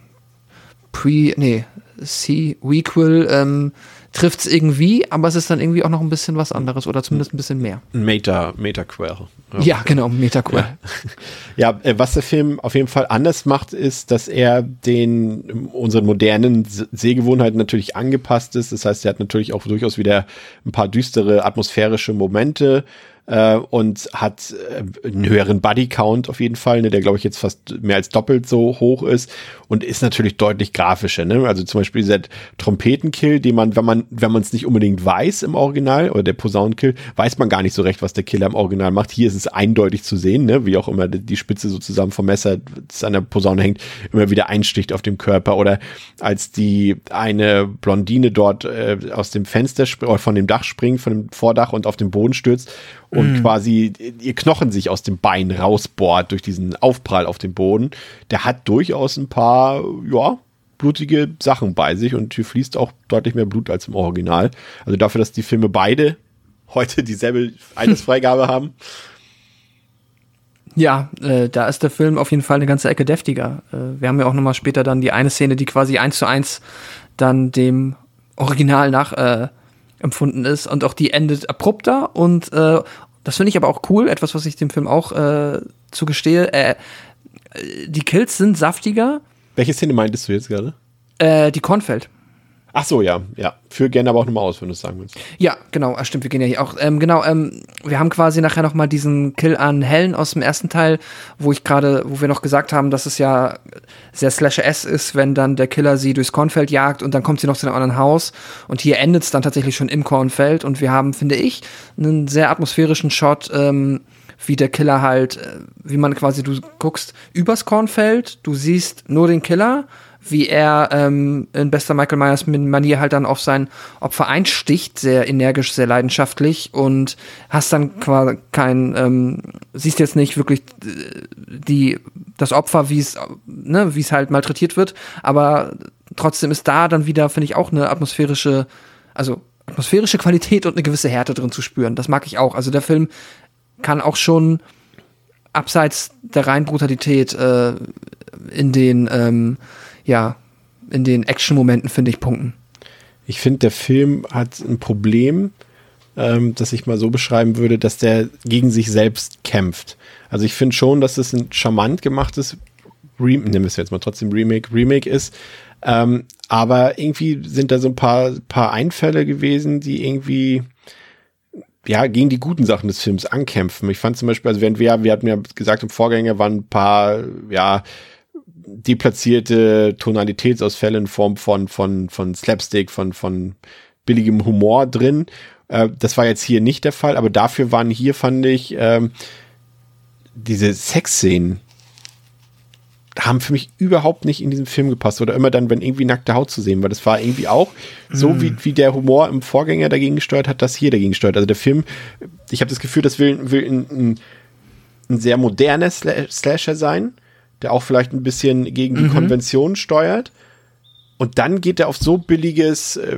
Sequel trifft es irgendwie, aber es ist dann irgendwie auch noch ein bisschen was anderes oder zumindest ein bisschen mehr. Meta-Quell. Ja, genau, Meta-Quell. Ja, was der Film auf jeden Fall anders macht, ist, dass er unseren modernen Sehgewohnheiten natürlich angepasst ist. Das heißt, er hat natürlich auch durchaus wieder ein paar düstere atmosphärische Momente und hat einen höheren Bodycount auf jeden Fall, ne, der glaube ich jetzt fast mehr als doppelt so hoch ist und ist natürlich deutlich grafischer. Ne? Also zum Beispiel dieser Trompetenkill, den man, wenn man es nicht unbedingt weiß im Original, oder der Posaunenkill, weiß man gar nicht so recht, was der Killer im Original macht. Hier ist es eindeutig zu sehen, ne? Wie auch immer die Spitze so zusammen vom Messer, das an der Posaune hängt, immer wieder einsticht auf dem Körper. Oder als die eine Blondine dort aus dem Fenster oder von dem Dach springt, von dem Vordach und auf den Boden stürzt und quasi ihr Knochen sich aus dem Bein rausbohrt durch diesen Aufprall auf dem Boden, der hat durchaus ein paar, blutige Sachen bei sich und hier fließt auch deutlich mehr Blut als im Original. Also dafür, dass die Filme beide heute dieselbe Altersfreigabe haben. Ja, da ist der Film auf jeden Fall eine ganze Ecke deftiger. Wir haben ja auch nochmal später dann die eine Szene, die quasi 1:1 dann dem Original nachempfunden ist und auch die endet abrupter und das finde ich aber auch cool, etwas, was ich dem Film auch zugestehe. Die Kills sind saftiger. Welche Szene meintest du jetzt gerade? Die Kornfeld. Ach so, ja. Führ gerne aber auch nochmal aus, wenn du es sagen willst. Ja, genau, stimmt, wir gehen ja hier auch. Wir haben quasi nachher nochmal diesen Kill an Helen aus dem ersten Teil, wo wir noch gesagt haben, dass es ja sehr Slasher-S ist, wenn dann der Killer sie durchs Kornfeld jagt und dann kommt sie noch zu einem anderen Haus und hier endet es dann tatsächlich schon im Kornfeld und wir haben, finde ich, einen sehr atmosphärischen Shot, wie der Killer halt, wie man quasi, du guckst übers Kornfeld, du siehst nur den Killer, wie er in bester Michael Myers-Manier halt dann auf sein Opfer einsticht, sehr energisch, sehr leidenschaftlich und hast dann quasi siehst jetzt nicht wirklich das Opfer, wie es halt malträtiert wird, aber trotzdem ist da dann wieder, finde ich, auch eine atmosphärische Qualität und eine gewisse Härte drin zu spüren. Das mag ich auch. Also der Film kann auch schon abseits der reinen Brutalität in den Action-Momenten, finde ich, punkten. Ich finde, der Film hat ein Problem, das ich mal so beschreiben würde, dass der gegen sich selbst kämpft. Also ich finde schon, dass es ein charmant gemachtes Remake ist, aber irgendwie sind da so ein paar Einfälle gewesen, die irgendwie gegen die guten Sachen des Films ankämpfen. Ich fand zum Beispiel, also wir hatten ja gesagt, im Vorgänger waren ein paar, deplatzierte Tonalitätsausfälle in Form von Slapstick, von billigem Humor drin. Das war jetzt hier nicht der Fall, aber dafür waren hier, fand ich, diese Sexszenen haben für mich überhaupt nicht in diesen Film gepasst oder immer dann, wenn irgendwie nackte Haut zu sehen war. Das war irgendwie auch so, wie der Humor im Vorgänger dagegen gesteuert hat, das hier dagegen steuert. Also der Film, ich habe das Gefühl, das will ein sehr moderner Slasher sein, der auch vielleicht ein bisschen gegen die Konvention steuert. Und dann geht er auf so billige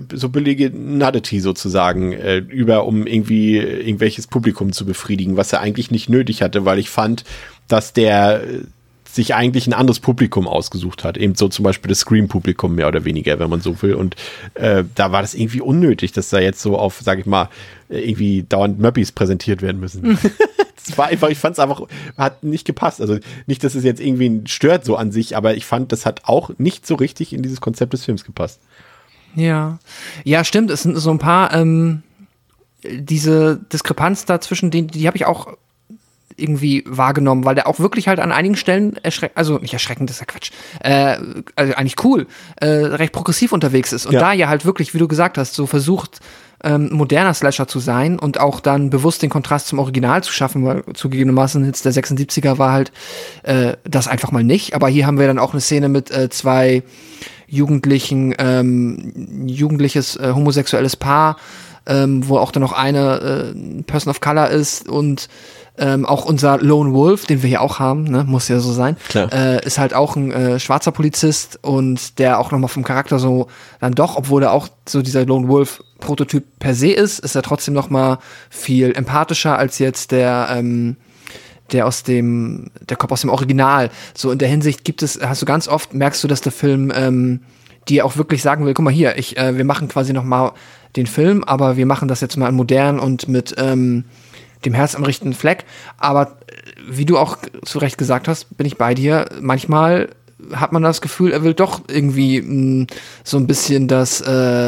Nudity sozusagen über, um irgendwie irgendwelches Publikum zu befriedigen, was er eigentlich nicht nötig hatte, weil ich fand, dass der sich eigentlich ein anderes Publikum ausgesucht hat. Eben so zum Beispiel das Scream-Publikum mehr oder weniger, wenn man so will. Und da war das irgendwie unnötig, dass da jetzt so auf, sag ich mal, irgendwie dauernd Möppis präsentiert werden müssen. Das war einfach, ich fand es einfach, hat nicht gepasst. Also nicht, dass es jetzt irgendwie stört so an sich, aber ich fand, das hat auch nicht so richtig in dieses Konzept des Films gepasst. Ja, stimmt. Es sind so ein paar, diese Diskrepanz dazwischen, die habe ich auch irgendwie wahrgenommen, weil der auch wirklich halt an einigen Stellen nicht erschreckend, das ist ja Quatsch, also eigentlich cool, recht progressiv unterwegs ist und da ja halt wirklich, wie du gesagt hast, so versucht, moderner Slasher zu sein und auch dann bewusst den Kontrast zum Original zu schaffen, weil zugegebenermaßen jetzt der 76er war halt das einfach mal nicht, aber hier haben wir dann auch eine Szene mit zwei jugendliches homosexuelles Paar, wo auch dann noch eine Person of Color ist und auch unser Lone Wolf, den wir hier auch haben, ne, muss ja so sein, ist halt auch ein schwarzer Polizist und der auch nochmal vom Charakter so dann doch, obwohl er auch so dieser Lone Wolf Prototyp per se ist er trotzdem nochmal viel empathischer als jetzt der Kopf aus dem Original. So in der Hinsicht hast du ganz oft, merkst du, dass der Film dir auch wirklich sagen will, guck mal hier, wir machen quasi nochmal den Film, aber wir machen das jetzt mal modern und mit dem Herz am richtigen Fleck. Aber wie du auch zu Recht gesagt hast, bin ich bei dir. Manchmal hat man das Gefühl, er will doch irgendwie so ein bisschen das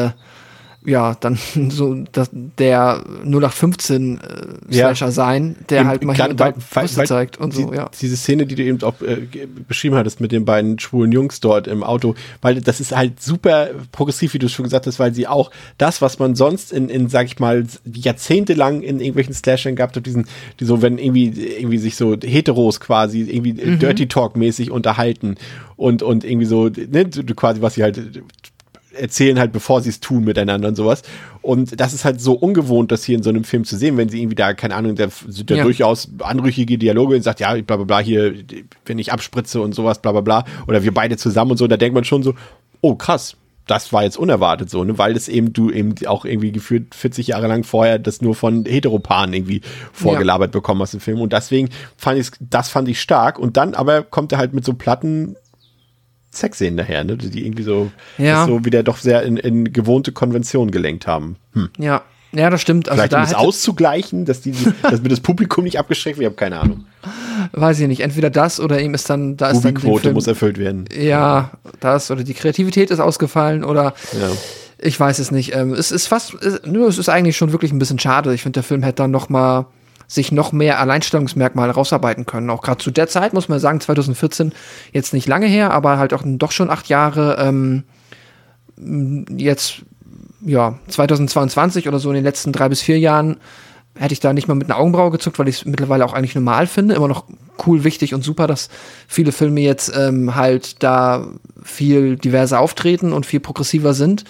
dann so der 0815 Slasher sein, der halt mal hier und da Brüste zeigt und so, Diese Szene, die du eben auch beschrieben hattest mit den beiden schwulen Jungs dort im Auto, weil das ist halt super progressiv, wie du schon gesagt hast, weil sie auch das, was man sonst in sag ich mal, jahrzehntelang in irgendwelchen Slashern gehabt hat, die so, wenn irgendwie sich so Heteros quasi irgendwie Dirty Talk mäßig unterhalten und irgendwie so, ne, quasi was sie halt erzählen halt, bevor sie es tun miteinander und sowas. Und das ist halt so ungewohnt, das hier in so einem Film zu sehen, wenn sie irgendwie da, keine Ahnung, da sind ja durchaus anrüchige Dialoge und sagt, ja, bla bla bla, hier, wenn ich abspritze und sowas, bla bla bla, oder wir beide zusammen und so, da denkt man schon so, oh krass, das war jetzt unerwartet so, ne, weil du eben auch irgendwie gefühlt 40 Jahre lang vorher das nur von Heteroparen irgendwie vorgelabert bekommen hast im Film. Und deswegen fand ich stark. Und dann aber kommt er halt mit so platten Sexszenen daher, ne? Die irgendwie so, das so wieder doch sehr in gewohnte Konventionen gelenkt haben. Ja, das stimmt. Also vielleicht um es auszugleichen, dass mir das Publikum nicht abgeschreckt wird, ich habe keine Ahnung. Weiß ich nicht, entweder das oder ihm ist dann, da ist dann Quote muss erfüllt werden. Ja, das oder die Kreativität ist ausgefallen oder ich weiß es nicht. Es ist eigentlich schon wirklich ein bisschen schade. Ich finde, der Film hätte dann sich noch mehr Alleinstellungsmerkmale rausarbeiten können. Auch gerade zu der Zeit, muss man sagen, 2014, jetzt nicht lange her, aber halt auch doch schon 8 Jahre, jetzt, 2022 oder so in den letzten 3 bis 4 Jahren hätte ich da nicht mal mit einer Augenbraue gezuckt, weil ich es mittlerweile auch eigentlich normal finde. Immer noch cool, wichtig und super, dass viele Filme jetzt halt da viel diverser auftreten und viel progressiver sind.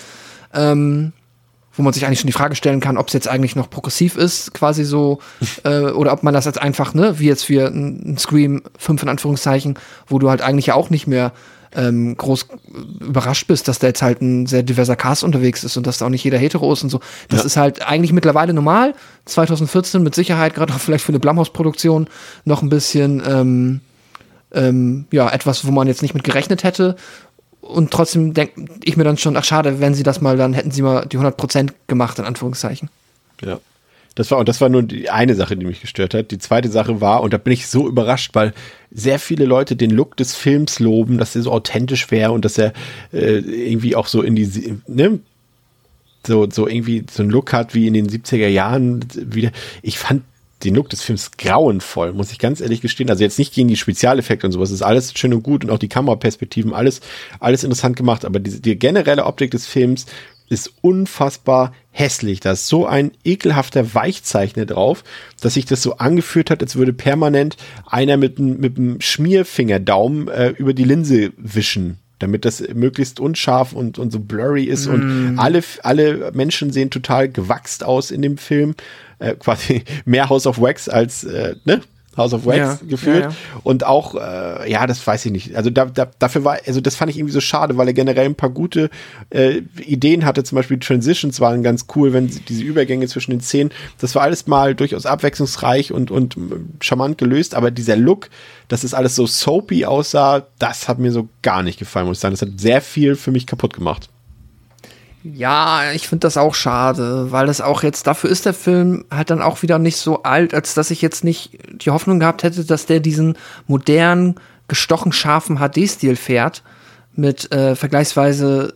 Wo man sich eigentlich schon die Frage stellen kann, ob es jetzt eigentlich noch progressiv ist, quasi so, oder ob man das jetzt einfach, ne, wie jetzt für ein Scream 5 in Anführungszeichen, wo du halt eigentlich ja auch nicht mehr groß überrascht bist, dass da jetzt halt ein sehr diverser Cast unterwegs ist und dass da auch nicht jeder hetero ist und so. Das ist halt eigentlich mittlerweile normal. 2014 mit Sicherheit, gerade auch vielleicht für eine Blumhouse-Produktion, noch ein bisschen etwas, wo man jetzt nicht mit gerechnet hätte. Und trotzdem denke ich mir dann schon, ach schade, wenn sie das mal, dann hätten sie mal die 100% gemacht, in Anführungszeichen. Ja. Das war nur die eine Sache, die mich gestört hat. Die zweite Sache war, und da bin ich so überrascht, weil sehr viele Leute den Look des Films loben, dass er so authentisch wäre und dass er irgendwie auch so in die, ne, so irgendwie so einen Look hat wie in den 70er Jahren wieder. Ich fand den Look des Films grauenvoll, muss ich ganz ehrlich gestehen. Also jetzt nicht gegen die Spezialeffekte und sowas, das ist alles schön und gut und auch die Kameraperspektiven, alles interessant gemacht, aber die generelle Optik des Films ist unfassbar hässlich. Da ist so ein ekelhafter Weichzeichner drauf, dass sich das so angefühlt hat, als würde permanent einer mit einem Schmierfingerdaumen über die Linse wischen, damit das möglichst unscharf und so blurry ist. Und alle Menschen sehen total gewachst aus in dem Film. Quasi mehr House of Wax als House of Wax gefühlt. Ja. Und auch, das weiß ich nicht. Also dafür das fand ich irgendwie so schade, weil er generell ein paar gute Ideen hatte. Zum Beispiel Transitions waren ganz cool, wenn diese Übergänge zwischen den Szenen, das war alles mal durchaus abwechslungsreich und charmant gelöst, aber dieser Look, dass es alles so soapy aussah, das hat mir so gar nicht gefallen, muss ich sagen. Das hat sehr viel für mich kaputt gemacht. Ja, ich finde das auch schade, weil das auch jetzt, dafür ist der Film halt dann auch wieder nicht so alt, als dass ich jetzt nicht die Hoffnung gehabt hätte, dass der diesen modernen, gestochen scharfen HD-Stil fährt, mit vergleichsweise,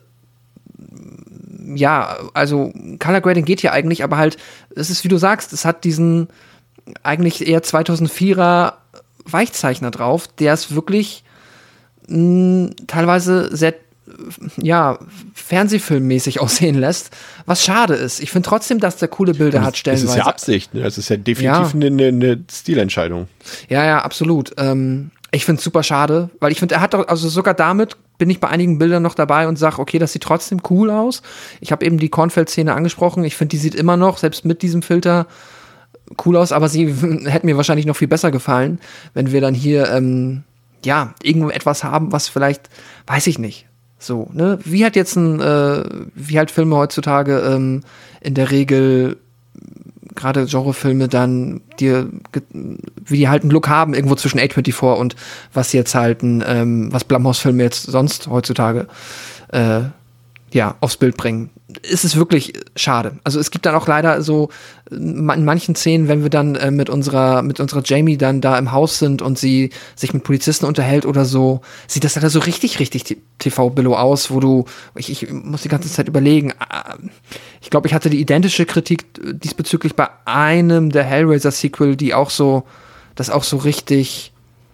also Color Grading geht ja eigentlich, aber halt, es ist, wie du sagst, es hat diesen eigentlich eher 2004er Weichzeichner drauf, der es wirklich teilweise sehr fernsehfilmmäßig aussehen lässt, was schade ist. Ich finde trotzdem, dass der coole Bilder hat, stellenweise. Das ist ja Absicht, ne? Das ist ja definitiv eine Stilentscheidung. Ja, absolut. Ich finde es super schade, weil ich finde, er hat doch, also sogar damit bin ich bei einigen Bildern noch dabei und sage, okay, das sieht trotzdem cool aus. Ich habe eben die Kornfeld-Szene angesprochen. Ich finde, die sieht immer noch, selbst mit diesem Filter, cool aus, aber sie hätte mir wahrscheinlich noch viel besser gefallen, wenn wir dann hier, irgendwo etwas haben, was vielleicht, weiß ich nicht, so, ne? Wie halt Filme heutzutage in der Regel, gerade Genrefilme dann, wie die halt einen Look haben, irgendwo zwischen A24 und was jetzt halt was Blumhouse-Filme jetzt sonst heutzutage aufs Bild bringen. Ist es wirklich schade. Also es gibt dann auch leider so in manchen Szenen, wenn wir dann mit unserer Jamie dann da im Haus sind und sie sich mit Polizisten unterhält oder so, sieht das leider so richtig TV-Billo aus, wo ich muss die ganze Zeit überlegen. Ich glaube, ich hatte die identische Kritik diesbezüglich bei einem der Hellraiser-Sequel, das auch so richtig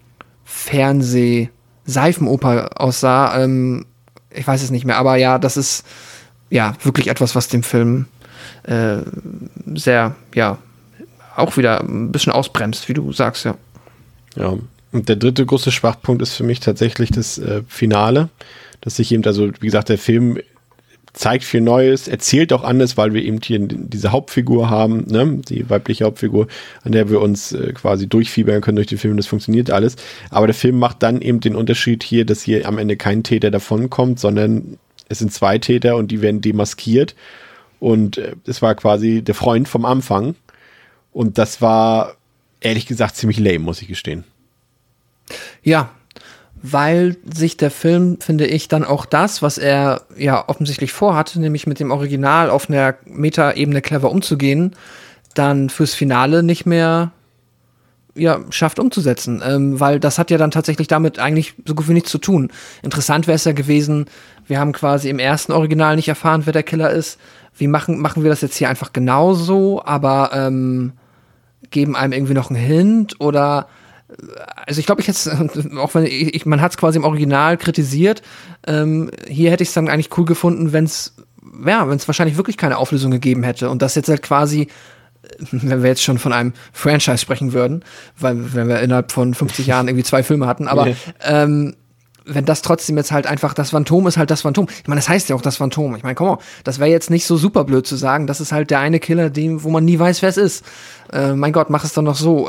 Seifenoper aussah. Ich weiß es nicht mehr, aber ja, das ist wirklich etwas, was dem Film sehr, auch wieder ein bisschen ausbremst, wie du sagst, ja. Ja, und der dritte große Schwachpunkt ist für mich tatsächlich das Finale, dass sich eben, also wie gesagt, der Film zeigt viel Neues, erzählt auch anders, weil wir eben hier diese Hauptfigur haben, ne, die weibliche Hauptfigur, an der wir uns quasi durchfiebern können durch den Film, das funktioniert alles. Aber der Film macht dann eben den Unterschied hier, dass hier am Ende kein Täter davonkommt, sondern es sind zwei Täter und die werden demaskiert. Und es war quasi der Freund vom Anfang. Und das war, ehrlich gesagt, ziemlich lame, muss ich gestehen. Ja, weil sich der Film, finde ich, dann auch das, was er ja offensichtlich vorhatte, nämlich mit dem Original auf einer Meta-Ebene clever umzugehen, dann fürs Finale nicht mehr schafft umzusetzen, weil das hat ja dann tatsächlich damit eigentlich so gut wie nichts zu tun. Interessant wäre es ja gewesen, wir haben quasi im ersten Original nicht erfahren, wer der Killer ist. Wie machen wir das jetzt hier einfach genauso, aber geben einem irgendwie noch einen Hint oder also ich glaube, ich hätte auch wenn man hat es quasi im Original kritisiert, hier hätte ich es dann eigentlich cool gefunden, wenn es wahrscheinlich wirklich keine Auflösung gegeben hätte und das jetzt halt quasi, wenn wir jetzt schon von einem Franchise sprechen würden, weil wenn wir innerhalb von 50 Jahren irgendwie 2 Filme hatten, aber wenn das trotzdem jetzt halt einfach, das Phantom ist halt das Phantom. Ich meine, das heißt ja auch das Phantom. Ich meine, komm mal, das wäre jetzt nicht so super blöd zu sagen, das ist halt der eine Killer, wo man nie weiß, wer es ist. Mein Gott, mach es doch noch so.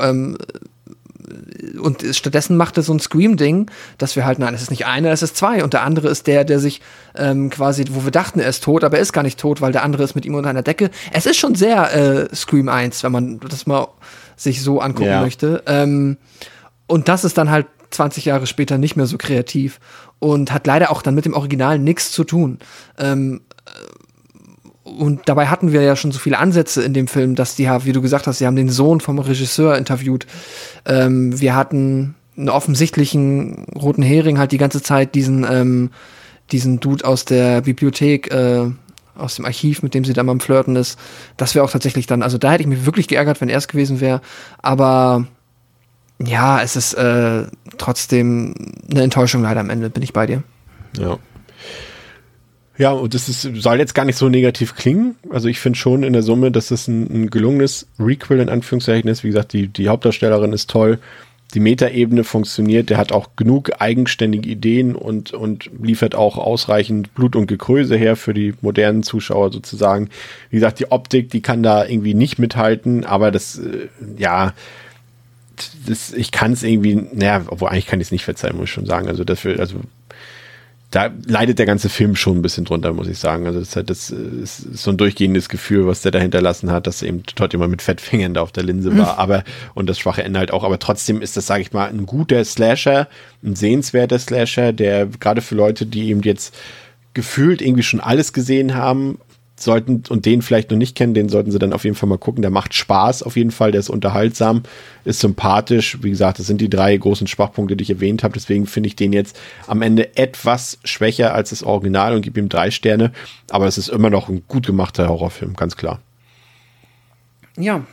Und stattdessen macht er so ein Scream-Ding, dass wir halt, nein, es ist nicht einer, es ist 2. Und der andere ist der sich quasi, wo wir dachten, er ist tot, aber er ist gar nicht tot, weil der andere ist mit ihm unter einer Decke. Es ist schon sehr Scream 1, wenn man das mal sich so angucken möchte. Und das ist dann halt 20 Jahre später nicht mehr so kreativ und hat leider auch dann mit dem Original nichts zu tun. Und dabei hatten wir ja schon so viele Ansätze in dem Film, dass die, wie du gesagt hast, sie haben den Sohn vom Regisseur interviewt. Wir hatten einen offensichtlichen roten Hering halt die ganze Zeit, diesen Dude aus der Bibliothek, aus dem Archiv, mit dem sie da mal am Flirten ist. Das wäre auch tatsächlich dann, also da hätte ich mich wirklich geärgert, wenn er es gewesen wäre. Aber ja, es ist trotzdem eine Enttäuschung leider am Ende, bin ich bei dir. Ja. Ja, und das soll jetzt gar nicht so negativ klingen. Also ich finde schon in der Summe, dass das ein gelungenes Requel in Anführungszeichen ist. Wie gesagt, die Hauptdarstellerin ist toll. Die Metaebene funktioniert. Der hat auch genug eigenständige Ideen und liefert auch ausreichend Blut und Gekröse her für die modernen Zuschauer sozusagen. Wie gesagt, die Optik, die kann da irgendwie nicht mithalten, aber das, ich kann es irgendwie, obwohl eigentlich kann ich es nicht verzeihen, muss ich schon sagen. Also da leidet der ganze Film schon ein bisschen drunter, muss ich sagen. Also das ist so ein durchgehendes Gefühl, was der da hinterlassen hat, dass eben Todd immer mit Fettfingern da auf der Linse war, und das schwache Ende halt auch. Aber trotzdem ist das, sage ich mal, ein guter Slasher, ein sehenswerter Slasher, der gerade für Leute, die eben jetzt gefühlt irgendwie schon alles gesehen haben, sollten und den vielleicht noch nicht kennen, den sollten sie dann auf jeden Fall mal gucken. Der macht Spaß auf jeden Fall, der ist unterhaltsam, ist sympathisch. Wie gesagt, das sind die 3 großen Schwachpunkte, die ich erwähnt habe. Deswegen finde ich den jetzt am Ende etwas schwächer als das Original und gebe ihm 3 Sterne. Aber es ist immer noch ein gut gemachter Horrorfilm, ganz klar. Ja,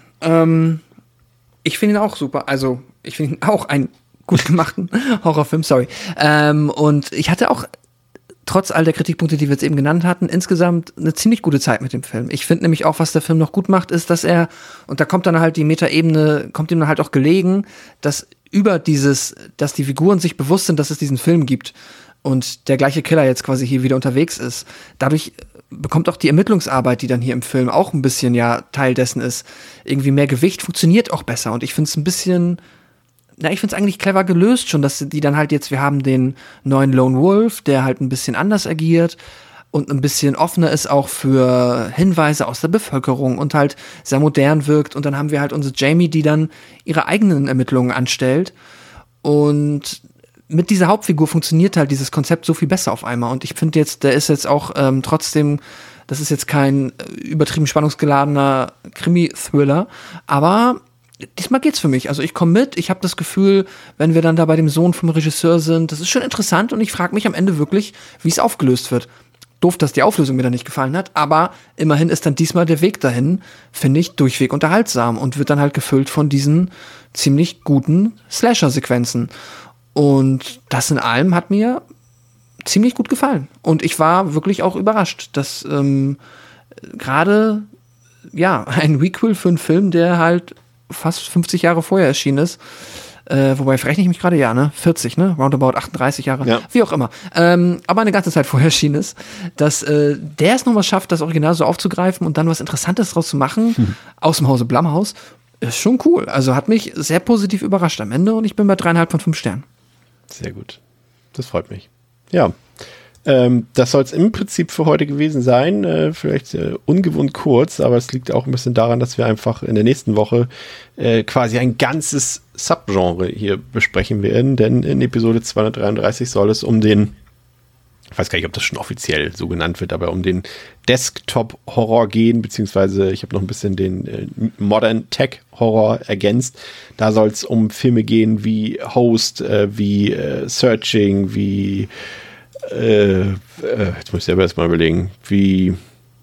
ich finde ihn auch super. Also, ich finde ihn auch einen gut gemachten Horrorfilm, sorry. Und ich hatte auch trotz all der Kritikpunkte, die wir jetzt eben genannt hatten, insgesamt eine ziemlich gute Zeit mit dem Film. Ich finde nämlich auch, was der Film noch gut macht, ist, dass er, und da kommt dann halt die Metaebene, kommt ihm dann halt auch gelegen, dass dass die Figuren sich bewusst sind, dass es diesen Film gibt und der gleiche Killer jetzt quasi hier wieder unterwegs ist. Dadurch bekommt auch die Ermittlungsarbeit, die dann hier im Film auch ein bisschen ja Teil dessen ist, irgendwie mehr Gewicht, funktioniert auch besser. Und ich finde es ein bisschen, ich finde es eigentlich clever gelöst schon, dass die dann halt jetzt, wir haben den neuen Lone Wolf, der halt ein bisschen anders agiert und ein bisschen offener ist auch für Hinweise aus der Bevölkerung und halt sehr modern wirkt. Und dann haben wir halt unsere Jamie, die dann ihre eigenen Ermittlungen anstellt. Und mit dieser Hauptfigur funktioniert halt dieses Konzept so viel besser auf einmal. Und ich finde jetzt, der ist jetzt auch trotzdem, das ist jetzt kein übertrieben spannungsgeladener Krimi-Thriller, aber diesmal geht's für mich. Also ich komme mit, ich habe das Gefühl, wenn wir dann da bei dem Sohn vom Regisseur sind, das ist schon interessant und ich frage mich am Ende wirklich, wie es aufgelöst wird. Doof, dass die Auflösung mir dann nicht gefallen hat, aber immerhin ist dann diesmal der Weg dahin, finde ich, durchweg unterhaltsam und wird dann halt gefüllt von diesen ziemlich guten Slasher-Sequenzen. Und das in allem hat mir ziemlich gut gefallen. Und ich war wirklich auch überrascht, dass gerade ein Requel für einen Film, der halt fast 50 Jahre vorher erschienen ist, wobei verrechne ich mich gerade, 40, roundabout 38 Jahre, wie auch immer, aber eine ganze Zeit vorher erschienen ist, dass der es nochmal schafft, das Original so aufzugreifen und dann was Interessantes draus zu machen, aus dem Hause Blumhouse, ist schon cool. Also hat mich sehr positiv überrascht am Ende und ich bin bei 3,5 von 5 Sternen. Sehr gut. Das freut mich. Ja. Das soll es im Prinzip für heute gewesen sein. Vielleicht ungewohnt kurz, aber es liegt auch ein bisschen daran, dass wir einfach in der nächsten Woche quasi ein ganzes Subgenre hier besprechen werden, denn in Episode 233 soll es um den, ich weiß gar nicht, ob das schon offiziell so genannt wird, aber um den Desktop-Horror gehen, beziehungsweise ich habe noch ein bisschen den Modern Tech-Horror ergänzt. Da soll es um Filme gehen wie Host, wie Searching, wie jetzt muss ich selber erstmal überlegen, wie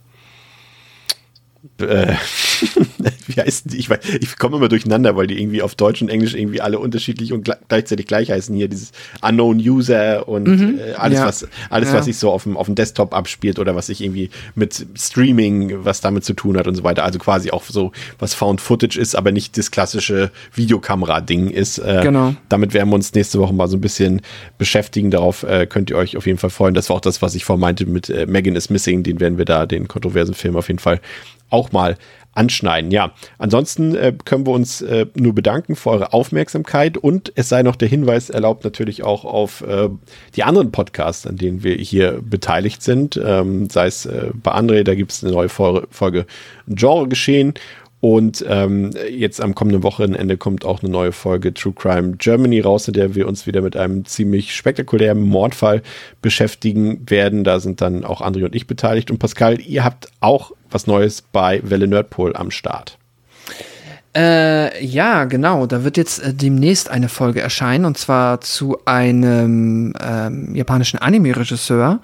heißen die? Ich komme immer durcheinander, weil die irgendwie auf Deutsch und Englisch irgendwie alle unterschiedlich und gleichzeitig gleich heißen. Hier dieses Unknown User und alles, was sich so auf dem Desktop abspielt oder was sich irgendwie mit Streaming, was damit zu tun hat und so weiter. Also quasi auch so, was Found Footage ist, aber nicht das klassische Videokamera-Ding ist. Genau. Damit werden wir uns nächste Woche mal so ein bisschen beschäftigen. Darauf könnt ihr euch auf jeden Fall freuen. Das war auch das, was ich vorhin meinte mit Megan is Missing. Den werden wir da, den kontroversen Film auf jeden Fall auch mal anschneiden. Ja, ansonsten können wir uns nur bedanken für eure Aufmerksamkeit und es sei noch der Hinweis erlaubt natürlich auch auf die anderen Podcasts, an denen wir hier beteiligt sind. Sei es bei André, da gibt es eine neue Folge Genre geschehen. Und jetzt am kommenden Wochenende kommt auch eine neue Folge True Crime Germany raus, in der wir uns wieder mit einem ziemlich spektakulären Mordfall beschäftigen werden. Da sind dann auch André und ich beteiligt. Und Pascal, ihr habt auch was Neues bei Welle Nerdpol am Start. Ja, genau. Da wird jetzt demnächst eine Folge erscheinen, und zwar zu einem japanischen Anime-Regisseur,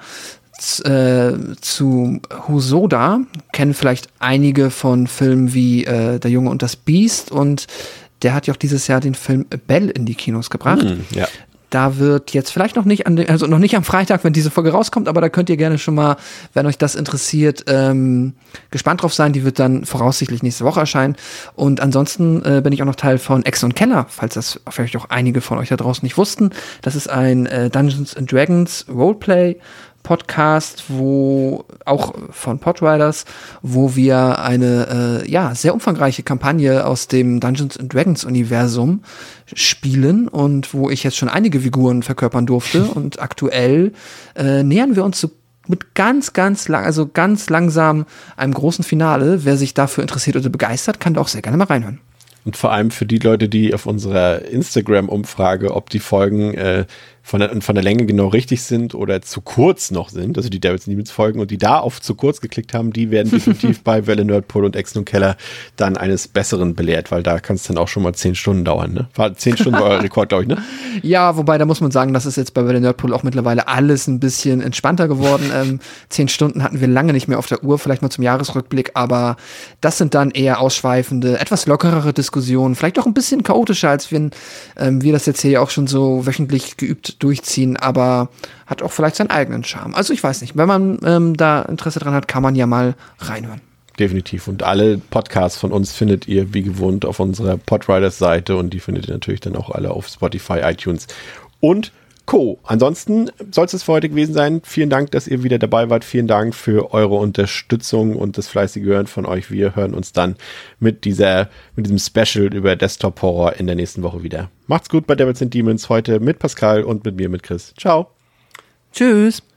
zu Hosoda. Kennen vielleicht einige von Filmen wie Der Junge und das Biest, und der hat ja auch dieses Jahr den Film Bell in die Kinos gebracht. Ja. Da wird jetzt vielleicht noch nicht noch nicht am Freitag, wenn diese Folge rauskommt, aber da könnt ihr gerne schon mal, wenn euch das interessiert, gespannt drauf sein. Die wird dann voraussichtlich nächste Woche erscheinen. Und ansonsten bin ich auch noch Teil von Ex und Keller, falls das vielleicht auch einige von euch da draußen nicht wussten. Das ist ein Dungeons and Dragons Roleplay Podcast, wo auch von Podriders, wo wir eine sehr umfangreiche Kampagne aus dem Dungeons & Dragons Universum spielen und wo ich jetzt schon einige Figuren verkörpern durfte und aktuell nähern wir uns mit ganz langsam einem großen Finale. Wer sich dafür interessiert oder begeistert, kann da auch sehr gerne mal reinhören. Und vor allem für die Leute, die auf unserer Instagram-Umfrage, ob die Folgen von der Länge genau richtig sind oder zu kurz noch sind, also die Devils & Demons Folgen und die da auf zu kurz geklickt haben, die werden definitiv bei Welle Nerdpool und Exen und Keller dann eines Besseren belehrt, weil da kann es dann auch schon mal 10 Stunden dauern, ne? War 10 Stunden war euer Rekord, glaube ich, ne? Ja, wobei, da muss man sagen, das ist jetzt bei Welle Nerdpool auch mittlerweile alles ein bisschen entspannter geworden. 10 Stunden hatten wir lange nicht mehr auf der Uhr, vielleicht mal zum Jahresrückblick, aber das sind dann eher ausschweifende, etwas lockerere Diskussionen, vielleicht auch ein bisschen chaotischer, als wenn wir das jetzt hier auch schon so wöchentlich geübt durchziehen, aber hat auch vielleicht seinen eigenen Charme. Also ich weiß nicht, wenn man da Interesse dran hat, kann man ja mal reinhören. Definitiv. Und alle Podcasts von uns findet ihr wie gewohnt auf unserer Podriders-Seite und die findet ihr natürlich dann auch alle auf Spotify, iTunes und Co. Ansonsten soll es für heute gewesen sein. Vielen Dank, dass ihr wieder dabei wart. Vielen Dank für eure Unterstützung und das fleißige Hören von euch. Wir hören uns dann mit diesem Special über Desktop Horror in der nächsten Woche wieder. Macht's gut bei Devils & Demons heute mit Pascal und mit mir, mit Chris. Ciao. Tschüss.